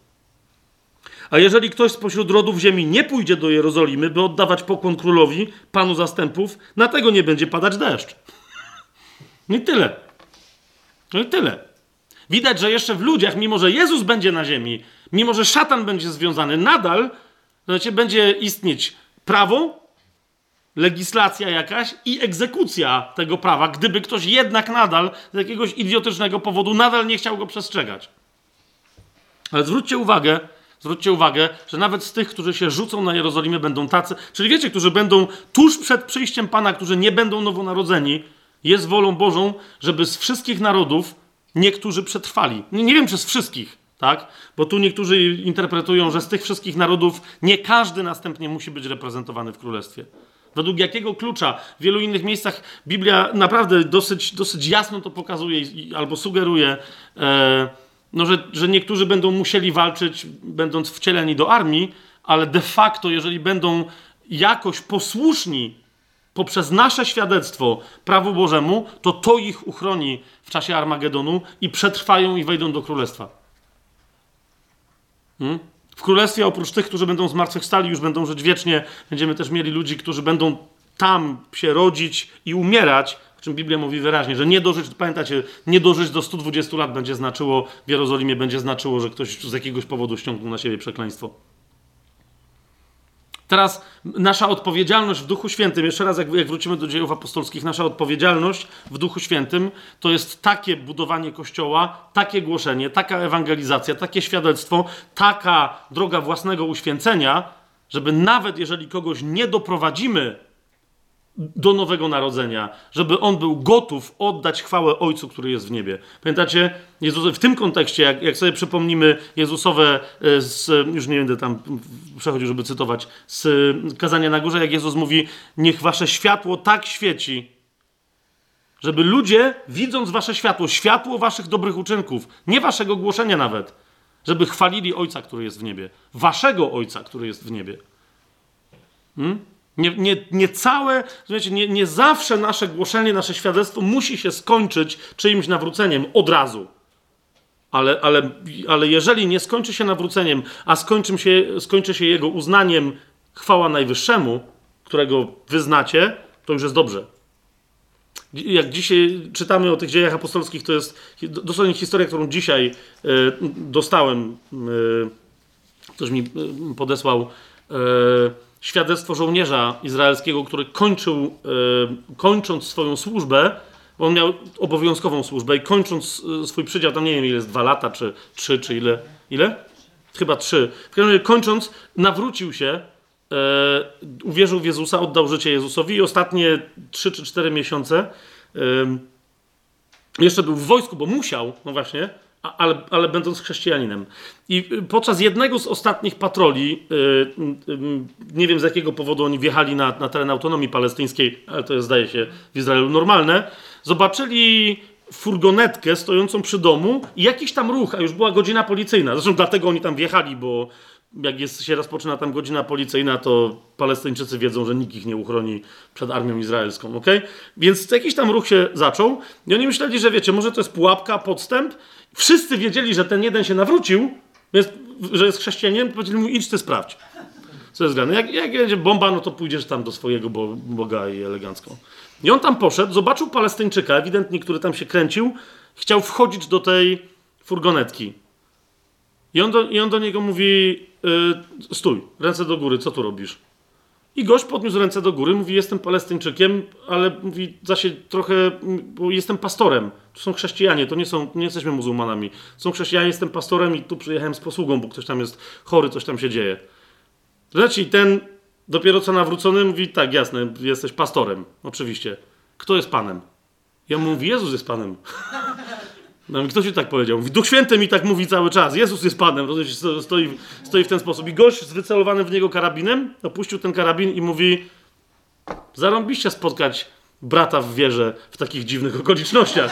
A jeżeli ktoś spośród rodów ziemi nie pójdzie do Jerozolimy, by oddawać pokłon królowi, Panu zastępów, na tego nie będzie padać deszcz. No i tyle. No i tyle. Widać, że jeszcze w ludziach, mimo że Jezus będzie na ziemi, mimo że szatan będzie związany, nadal znaczy, będzie istnieć prawo, legislacja jakaś i egzekucja tego prawa, gdyby ktoś jednak nadal z jakiegoś idiotycznego powodu nadal nie chciał go przestrzegać. Ale zwróćcie uwagę, zwróćcie uwagę, że nawet z tych, którzy się rzucą na Jerozolimę, będą tacy, czyli wiecie, którzy będą tuż przed przyjściem Pana, którzy nie będą nowonarodzeni, jest wolą Bożą, żeby z wszystkich narodów niektórzy przetrwali. Nie, nie wiem, czy z wszystkich, tak? Bo tu niektórzy interpretują, że z tych wszystkich narodów nie każdy następnie musi być reprezentowany w królestwie. Według jakiego klucza? W wielu innych miejscach Biblia naprawdę dosyć, dosyć jasno to pokazuje i, albo sugeruje, e, no, że, że niektórzy będą musieli walczyć, będąc wcieleni do armii, ale de facto, jeżeli będą jakoś posłuszni poprzez nasze świadectwo prawu Bożemu, to to ich uchroni w czasie Armagedonu i przetrwają i wejdą do królestwa. Hmm? W królestwie oprócz tych, którzy będą zmartwychwstali, już będą żyć wiecznie, będziemy też mieli ludzi, którzy będą tam się rodzić i umierać, o czym Biblia mówi wyraźnie, że nie dożyć, pamiętacie, nie dożyć do stu dwudziestu lat będzie znaczyło, w Jerozolimie będzie znaczyło, że ktoś z jakiegoś powodu ściągnął na siebie przekleństwo. Teraz nasza odpowiedzialność w Duchu Świętym, jeszcze raz jak, jak wrócimy do dziejów apostolskich, nasza odpowiedzialność w Duchu Świętym to jest takie budowanie Kościoła, takie głoszenie, taka ewangelizacja, takie świadectwo, taka droga własnego uświęcenia, żeby nawet jeżeli kogoś nie doprowadzimy do nowego narodzenia, żeby on był gotów oddać chwałę Ojcu, który jest w niebie. Pamiętacie, Jezus, w tym kontekście, jak, jak sobie przypomnimy Jezusowe, z, już nie będę tam przechodził, żeby cytować, z Kazania na Górze, jak Jezus mówi, niech wasze światło tak świeci, żeby ludzie, widząc wasze światło, światło waszych dobrych uczynków, nie waszego głoszenia nawet, żeby chwalili Ojca, który jest w niebie. Waszego Ojca, który jest w niebie. Hmm? Nie, nie, nie całe, słuchajcie, nie, nie zawsze nasze głoszenie, nasze świadectwo musi się skończyć czyimś nawróceniem od razu. Ale, ale, ale jeżeli nie skończy się nawróceniem, a skończy się, skończy się jego uznaniem chwała Najwyższemu, którego wyznacie, to już jest dobrze. Jak dzisiaj czytamy o tych dziejach apostolskich, to jest dosłownie historia, którą dzisiaj y, dostałem. Y, ktoś mi y, podesłał y, świadectwo żołnierza izraelskiego, który kończył, y, kończąc swoją służbę, bo on miał obowiązkową służbę i kończąc y, swój przydział, tam nie wiem ile jest, dwa lata, czy trzy, czy ile? Ile? Chyba trzy. W każdym razie kończąc, nawrócił się, y, uwierzył w Jezusa, oddał życie Jezusowi i ostatnie trzy czy cztery miesiące y, jeszcze był w wojsku, bo musiał, no właśnie, Ale, ale będąc chrześcijaninem. I podczas jednego z ostatnich patroli, yy, yy, nie wiem z jakiego powodu oni wjechali na, na teren autonomii palestyńskiej, ale to jest, zdaje się, w Izraelu normalne, zobaczyli furgonetkę stojącą przy domu i jakiś tam ruch, a już była godzina policyjna. Zresztą dlatego oni tam wjechali, bo jak jest, się rozpoczyna tam godzina policyjna, to Palestyńczycy wiedzą, że nikt ich nie uchroni przed armią izraelską, okej? Więc jakiś tam ruch się zaczął i oni myśleli, że wiecie, może to jest pułapka, podstęp. Wszyscy wiedzieli, że ten jeden się nawrócił, Jest, że jest chrześcijaninem, powiedzieli mu, idź ty sprawdź. Co jest grane. Jak, jak będzie bomba, no to pójdziesz tam do swojego bo, Boga i elegancko. I on tam poszedł, zobaczył Palestyńczyka, ewidentnie, który tam się kręcił, chciał wchodzić do tej furgonetki. I on do, i on do niego mówi, yy, stój, ręce do góry, co tu robisz? I gość podniósł ręce do góry, mówi, jestem Palestyńczykiem, ale mówi, za się trochę, bo jestem pastorem. To są chrześcijanie, to nie są, nie jesteśmy muzułmanami. Są chrześcijanie, jestem pastorem i tu przyjechałem z posługą, bo ktoś tam jest chory, coś tam się dzieje. Znaczy ten dopiero co nawrócony mówi, tak, jasne, jesteś pastorem, oczywiście. Kto jest Panem? Ja mu mówi, Jezus jest Panem. No, kto ci tak powiedział? Mówi, Duch Święty mi tak mówi cały czas. Jezus jest Panem. Rozumiesz, stoi, stoi w ten sposób. I gość z wycelowanym w niego karabinem opuścił ten karabin i mówi, zarąbiście spotkać brata w wierze w takich dziwnych okolicznościach.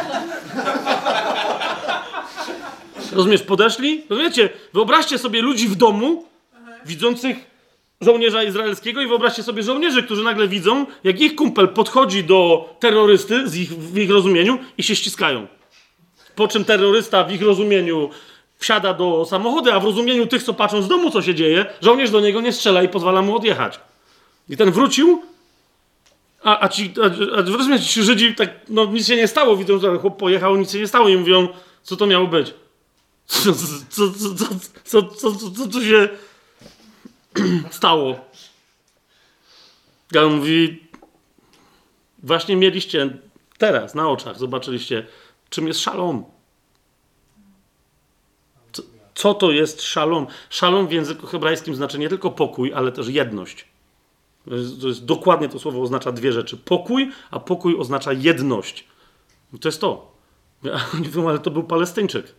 Rozumiesz, podeszli? Rozumiecie? Wyobraźcie sobie ludzi w domu, widzących żołnierza izraelskiego i wyobraźcie sobie żołnierzy, którzy nagle widzą, jak ich kumpel podchodzi do terrorysty z ich, w ich rozumieniu i się ściskają. Po czym terrorysta w ich rozumieniu wsiada do samochodu, a w rozumieniu tych, co patrzą z domu, co się dzieje, żołnierz do niego nie strzela i pozwala mu odjechać. I ten wrócił, a, a ci, a, a rozumiecie, ci Żydzi tak, no nic się nie stało, widzą, że chłop pojechał, nic się nie stało i mówią, co to miało być? Co, co, co, co, co, co, co, co tu się stało? A on mówi, właśnie mieliście teraz na oczach, zobaczyliście, czym jest szalom. Co, co to jest szalom? Szalom w języku hebrajskim znaczy nie tylko pokój, ale też jedność. To jest, to jest dokładnie to słowo oznacza dwie rzeczy. Pokój, a pokój oznacza jedność. I to jest to. A oni mówią, ale to był Palestyńczyk.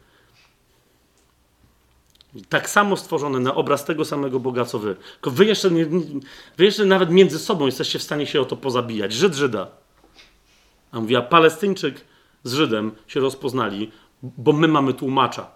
Tak samo stworzony na obraz tego samego Boga, co wy. Tylko wy jeszcze, nie, wy jeszcze nawet między sobą jesteście w stanie się o to pozabijać. Żyd Żyda. A mówi, a Palestyńczyk z Żydem się rozpoznali, bo my mamy tłumacza.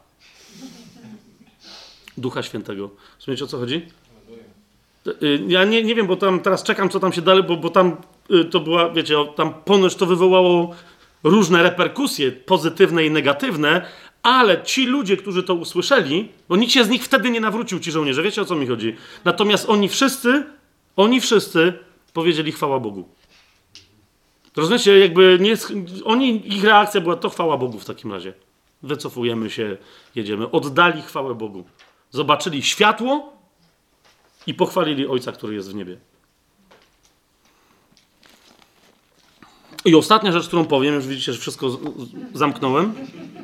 Ducha Świętego. Rozumiecie, o co chodzi? Ja nie, nie wiem, bo tam teraz czekam, co tam się dalej, bo, bo tam to była, wiecie, tam ponoć to wywołało różne reperkusje, pozytywne i negatywne, ale ci ludzie, którzy to usłyszeli, bo nikt się z nich wtedy nie nawrócił, ci żołnierze, wiecie, o co mi chodzi? Natomiast oni wszyscy, oni wszyscy powiedzieli chwała Bogu. Rozumiecie, jakby nie, oni, ich reakcja była to chwała Bogu w takim razie. Wycofujemy się, jedziemy. Oddali chwałę Bogu. Zobaczyli światło i pochwalili Ojca, który jest w niebie. I ostatnia rzecz, którą powiem, już widzicie, że wszystko z- z- zamknąłem.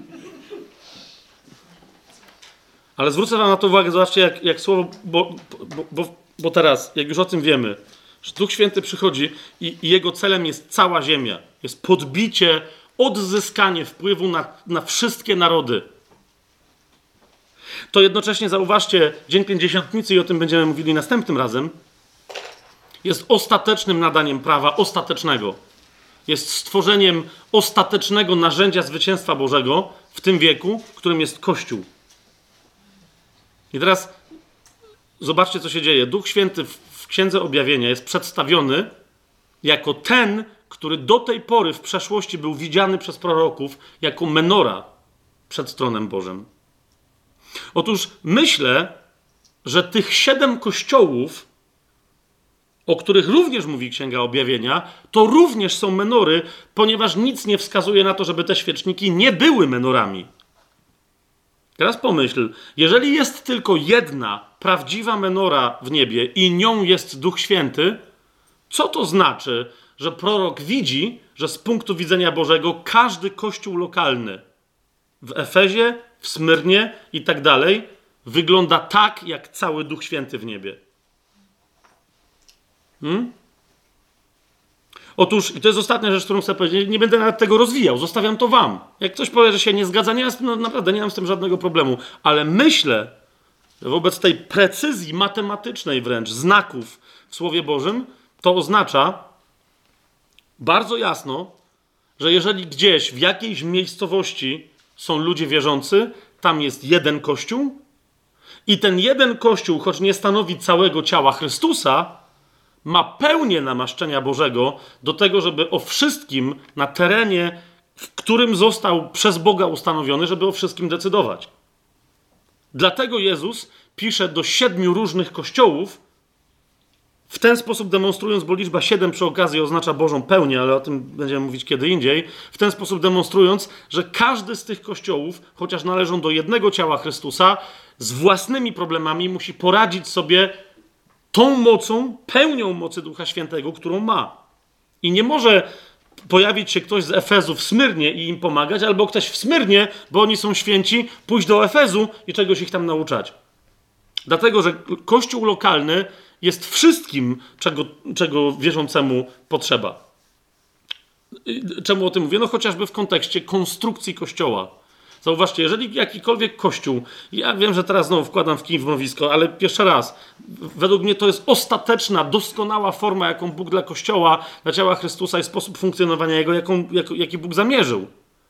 Ale zwrócę wam na to uwagę, zobaczcie, jak, jak słowo, bo, bo, bo, bo teraz, jak już o tym wiemy, że Duch Święty przychodzi i, i jego celem jest cała ziemia. Jest podbicie, odzyskanie wpływu na, na wszystkie narody. To jednocześnie, zauważcie, Dzień Pięćdziesiątnicy, i o tym będziemy mówili następnym razem, jest ostatecznym nadaniem prawa, ostatecznego. Jest stworzeniem ostatecznego narzędzia zwycięstwa Bożego w tym wieku, którym jest Kościół. I teraz zobaczcie, co się dzieje. Duch Święty w, w Księdze Objawienia jest przedstawiony jako ten, który do tej pory w przeszłości był widziany przez proroków jako menora przed tronem Bożym. Otóż myślę, że tych siedem kościołów, o których również mówi Księga Objawienia, to również są menory, ponieważ nic nie wskazuje na to, żeby te świeczniki nie były menorami. Teraz pomyśl, jeżeli jest tylko jedna prawdziwa menora w niebie i nią jest Duch Święty, co to znaczy, że prorok widzi, że z punktu widzenia Bożego każdy kościół lokalny w Efezie, w Smyrnie i tak dalej wygląda tak, jak cały Duch Święty w niebie. Hmm? Otóż, i to jest ostatnia rzecz, którą chcę powiedzieć, nie będę nawet tego rozwijał, zostawiam to wam. Jak ktoś powie, że się nie zgadza, nie mam, no naprawdę nie mam z tym żadnego problemu, ale myślę, że wobec tej precyzji matematycznej wręcz znaków w Słowie Bożym, to oznacza bardzo jasno, że jeżeli gdzieś w jakiejś miejscowości są ludzie wierzący, tam jest jeden Kościół i ten jeden Kościół, choć nie stanowi całego ciała Chrystusa, ma pełnię namaszczenia Bożego do tego, żeby o wszystkim na terenie, w którym został przez Boga ustanowiony, żeby o wszystkim decydować. Dlatego Jezus pisze do siedmiu różnych kościołów, w ten sposób demonstrując, bo liczba siedem przy okazji oznacza Bożą pełnię, ale o tym będziemy mówić kiedy indziej, w ten sposób demonstrując, że każdy z tych kościołów, chociaż należą do jednego ciała Chrystusa, z własnymi problemami musi poradzić sobie tą mocą, pełnią mocy Ducha Świętego, którą ma. I nie może pojawić się ktoś z Efezu w Smyrnie i im pomagać, albo ktoś w Smyrnie, bo oni są święci, pójść do Efezu i czegoś ich tam nauczać. Dlatego, że kościół lokalny jest wszystkim, czego, czego wierzącemu potrzeba. Czemu o tym mówię? No chociażby w kontekście konstrukcji kościoła. Zauważcie, jeżeli jakikolwiek kościół, ja wiem, że teraz znowu wkładam w kij w mrowisko, ale jeszcze raz, według mnie to jest ostateczna, doskonała forma, jaką Bóg dla Kościoła, dla ciała Chrystusa i sposób funkcjonowania Jego, jaką, jak, jaki Bóg zamierzył.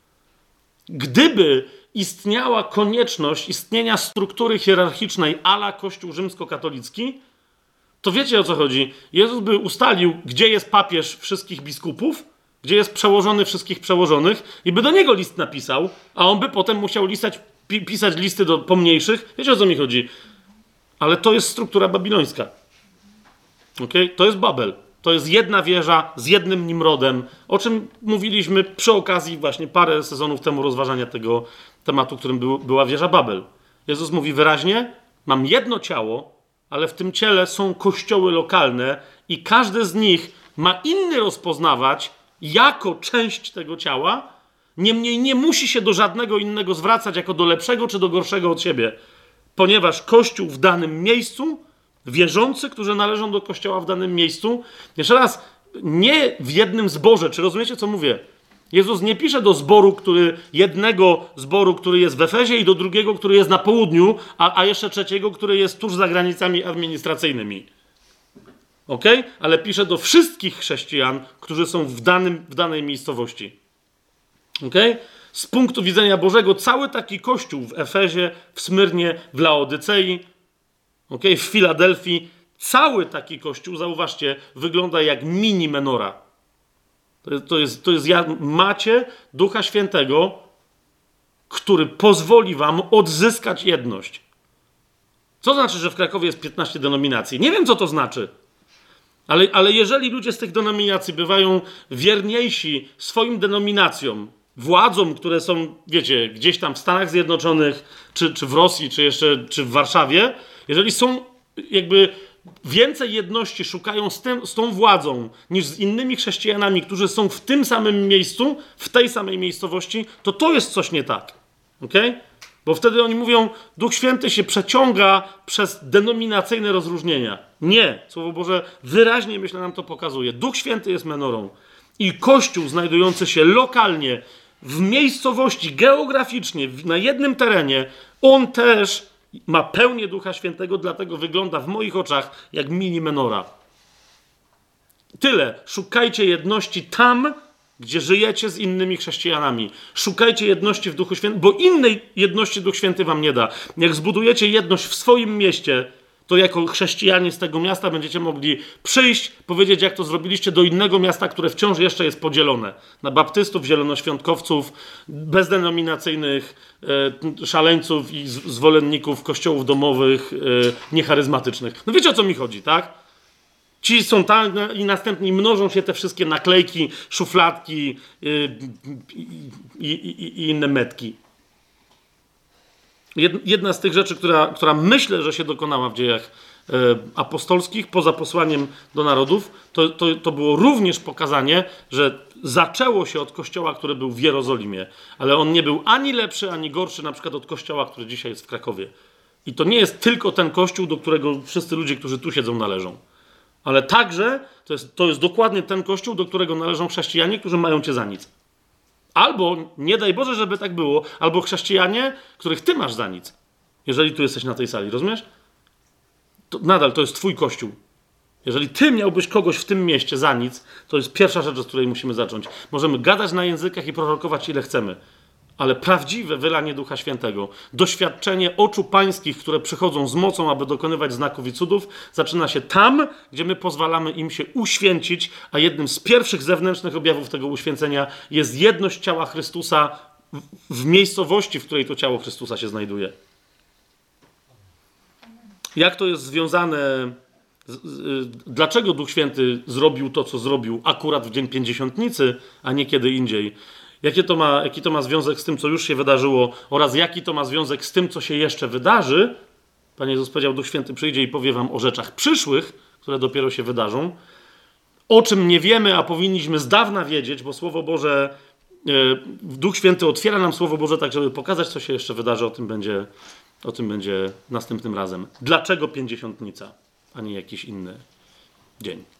Gdyby istniała konieczność istnienia struktury hierarchicznej a la Kościół rzymskokatolicki, to wiecie, o co chodzi. Jezus by ustalił, gdzie jest papież wszystkich biskupów, gdzie jest przełożony wszystkich przełożonych i by do niego list napisał, a on by potem musiał listać, pi- pisać listy do pomniejszych. Wiecie, o co mi chodzi? Ale to jest struktura babilońska. Okay? To jest Babel. To jest jedna wieża z jednym Nimrodem, o czym mówiliśmy przy okazji właśnie parę sezonów temu rozważania tego tematu, którym był, była wieża Babel. Jezus mówi wyraźnie, mam jedno ciało, ale w tym ciele są kościoły lokalne i każdy z nich ma inny rozpoznawać jako część tego ciała, niemniej nie musi się do żadnego innego zwracać jako do lepszego czy do gorszego od siebie, ponieważ Kościół w danym miejscu, wierzący, którzy należą do Kościoła w danym miejscu, jeszcze raz, nie w jednym zborze, czy rozumiecie, co mówię? Jezus nie pisze do zboru, który, jednego zboru, który jest w Efezie i do drugiego, który jest na południu, a, a jeszcze trzeciego, który jest tuż za granicami administracyjnymi. Ok? Ale pisze do wszystkich chrześcijan, którzy są w, danym, w danej miejscowości. Ok? Z punktu widzenia Bożego cały taki kościół w Efezie, w Smyrnie, w Laodycei, okay? W Filadelfii, cały taki kościół, zauważcie, wygląda jak mini menora. To jest, to jest, to jest macie Ducha Świętego, który pozwoli wam odzyskać jedność. Co znaczy, że w Krakowie jest piętnaście denominacji? Nie wiem, co to znaczy. Ale, ale jeżeli ludzie z tych denominacji bywają wierniejsi swoim denominacjom, władzom, które są, wiecie, gdzieś tam w Stanach Zjednoczonych, czy, czy w Rosji, czy jeszcze czy w Warszawie, jeżeli są jakby więcej jedności szukają z, tym, z tą władzą niż z innymi chrześcijanami, którzy są w tym samym miejscu, w tej samej miejscowości, to to jest coś nie tak. Okay? Bo wtedy oni mówią, Duch Święty się przeciąga przez denominacyjne rozróżnienia. Nie. Słowo Boże wyraźnie, myślę, nam to pokazuje. Duch Święty jest menorą. I Kościół znajdujący się lokalnie, w miejscowości, geograficznie, na jednym terenie, on też ma pełnię Ducha Świętego, dlatego wygląda w moich oczach jak mini menora. Tyle. Szukajcie jedności tam, gdzie żyjecie z innymi chrześcijanami. Szukajcie jedności w Duchu Świętym, bo innej jedności Duch Święty wam nie da. Jak zbudujecie jedność w swoim mieście, to jako chrześcijanie z tego miasta będziecie mogli przyjść, powiedzieć, jak to zrobiliście, do innego miasta, które wciąż jeszcze jest podzielone. Na baptystów, zielonoświątkowców, bezdenominacyjnych, e, szaleńców i z- zwolenników kościołów domowych, e, niecharyzmatycznych. No wiecie, o co mi chodzi, tak? Ci są tam i następnie mnożą się te wszystkie naklejki, szufladki yy, i, i, i inne metki. Jedna z tych rzeczy, która, która myślę, że się dokonała w dziejach e, apostolskich, poza posłaniem do narodów, to, to, to było również pokazanie, że zaczęło się od kościoła, który był w Jerozolimie, ale on nie był ani lepszy, ani gorszy na przykład od kościoła, który dzisiaj jest w Krakowie. I to nie jest tylko ten kościół, do którego wszyscy ludzie, którzy tu siedzą, należą. Ale także to jest, to jest dokładnie ten kościół, do którego należą chrześcijanie, którzy mają cię za nic. Albo, nie daj Boże, żeby tak było, albo chrześcijanie, których ty masz za nic. Jeżeli tu jesteś na tej sali, rozumiesz? To nadal to jest twój kościół. Jeżeli ty miałbyś kogoś w tym mieście za nic, to jest pierwsza rzecz, od której musimy zacząć. Możemy gadać na językach i prorokować ile chcemy. Ale prawdziwe wylanie Ducha Świętego, doświadczenie oczu pańskich, które przychodzą z mocą, aby dokonywać znaków i cudów, zaczyna się tam, gdzie my pozwalamy im się uświęcić, a jednym z pierwszych zewnętrznych objawów tego uświęcenia jest jedność ciała Chrystusa w, w miejscowości, w której to ciało Chrystusa się znajduje. Jak to jest związane, z, z, dlaczego Duch Święty zrobił to, co zrobił akurat w Dzień Pięćdziesiątnicy, a nie kiedy indziej? Jakie to ma, jaki to ma związek z tym, co już się wydarzyło oraz jaki to ma związek z tym, co się jeszcze wydarzy? Pan Jezus powiedział, Duch Święty przyjdzie i powie wam o rzeczach przyszłych, które dopiero się wydarzą. O czym nie wiemy, a powinniśmy z dawna wiedzieć, bo Słowo Boże, e, Duch Święty otwiera nam Słowo Boże tak, żeby pokazać, co się jeszcze wydarzy. O tym będzie, o tym będzie następnym razem. Dlaczego Pięćdziesiątnica, a nie jakiś inny dzień?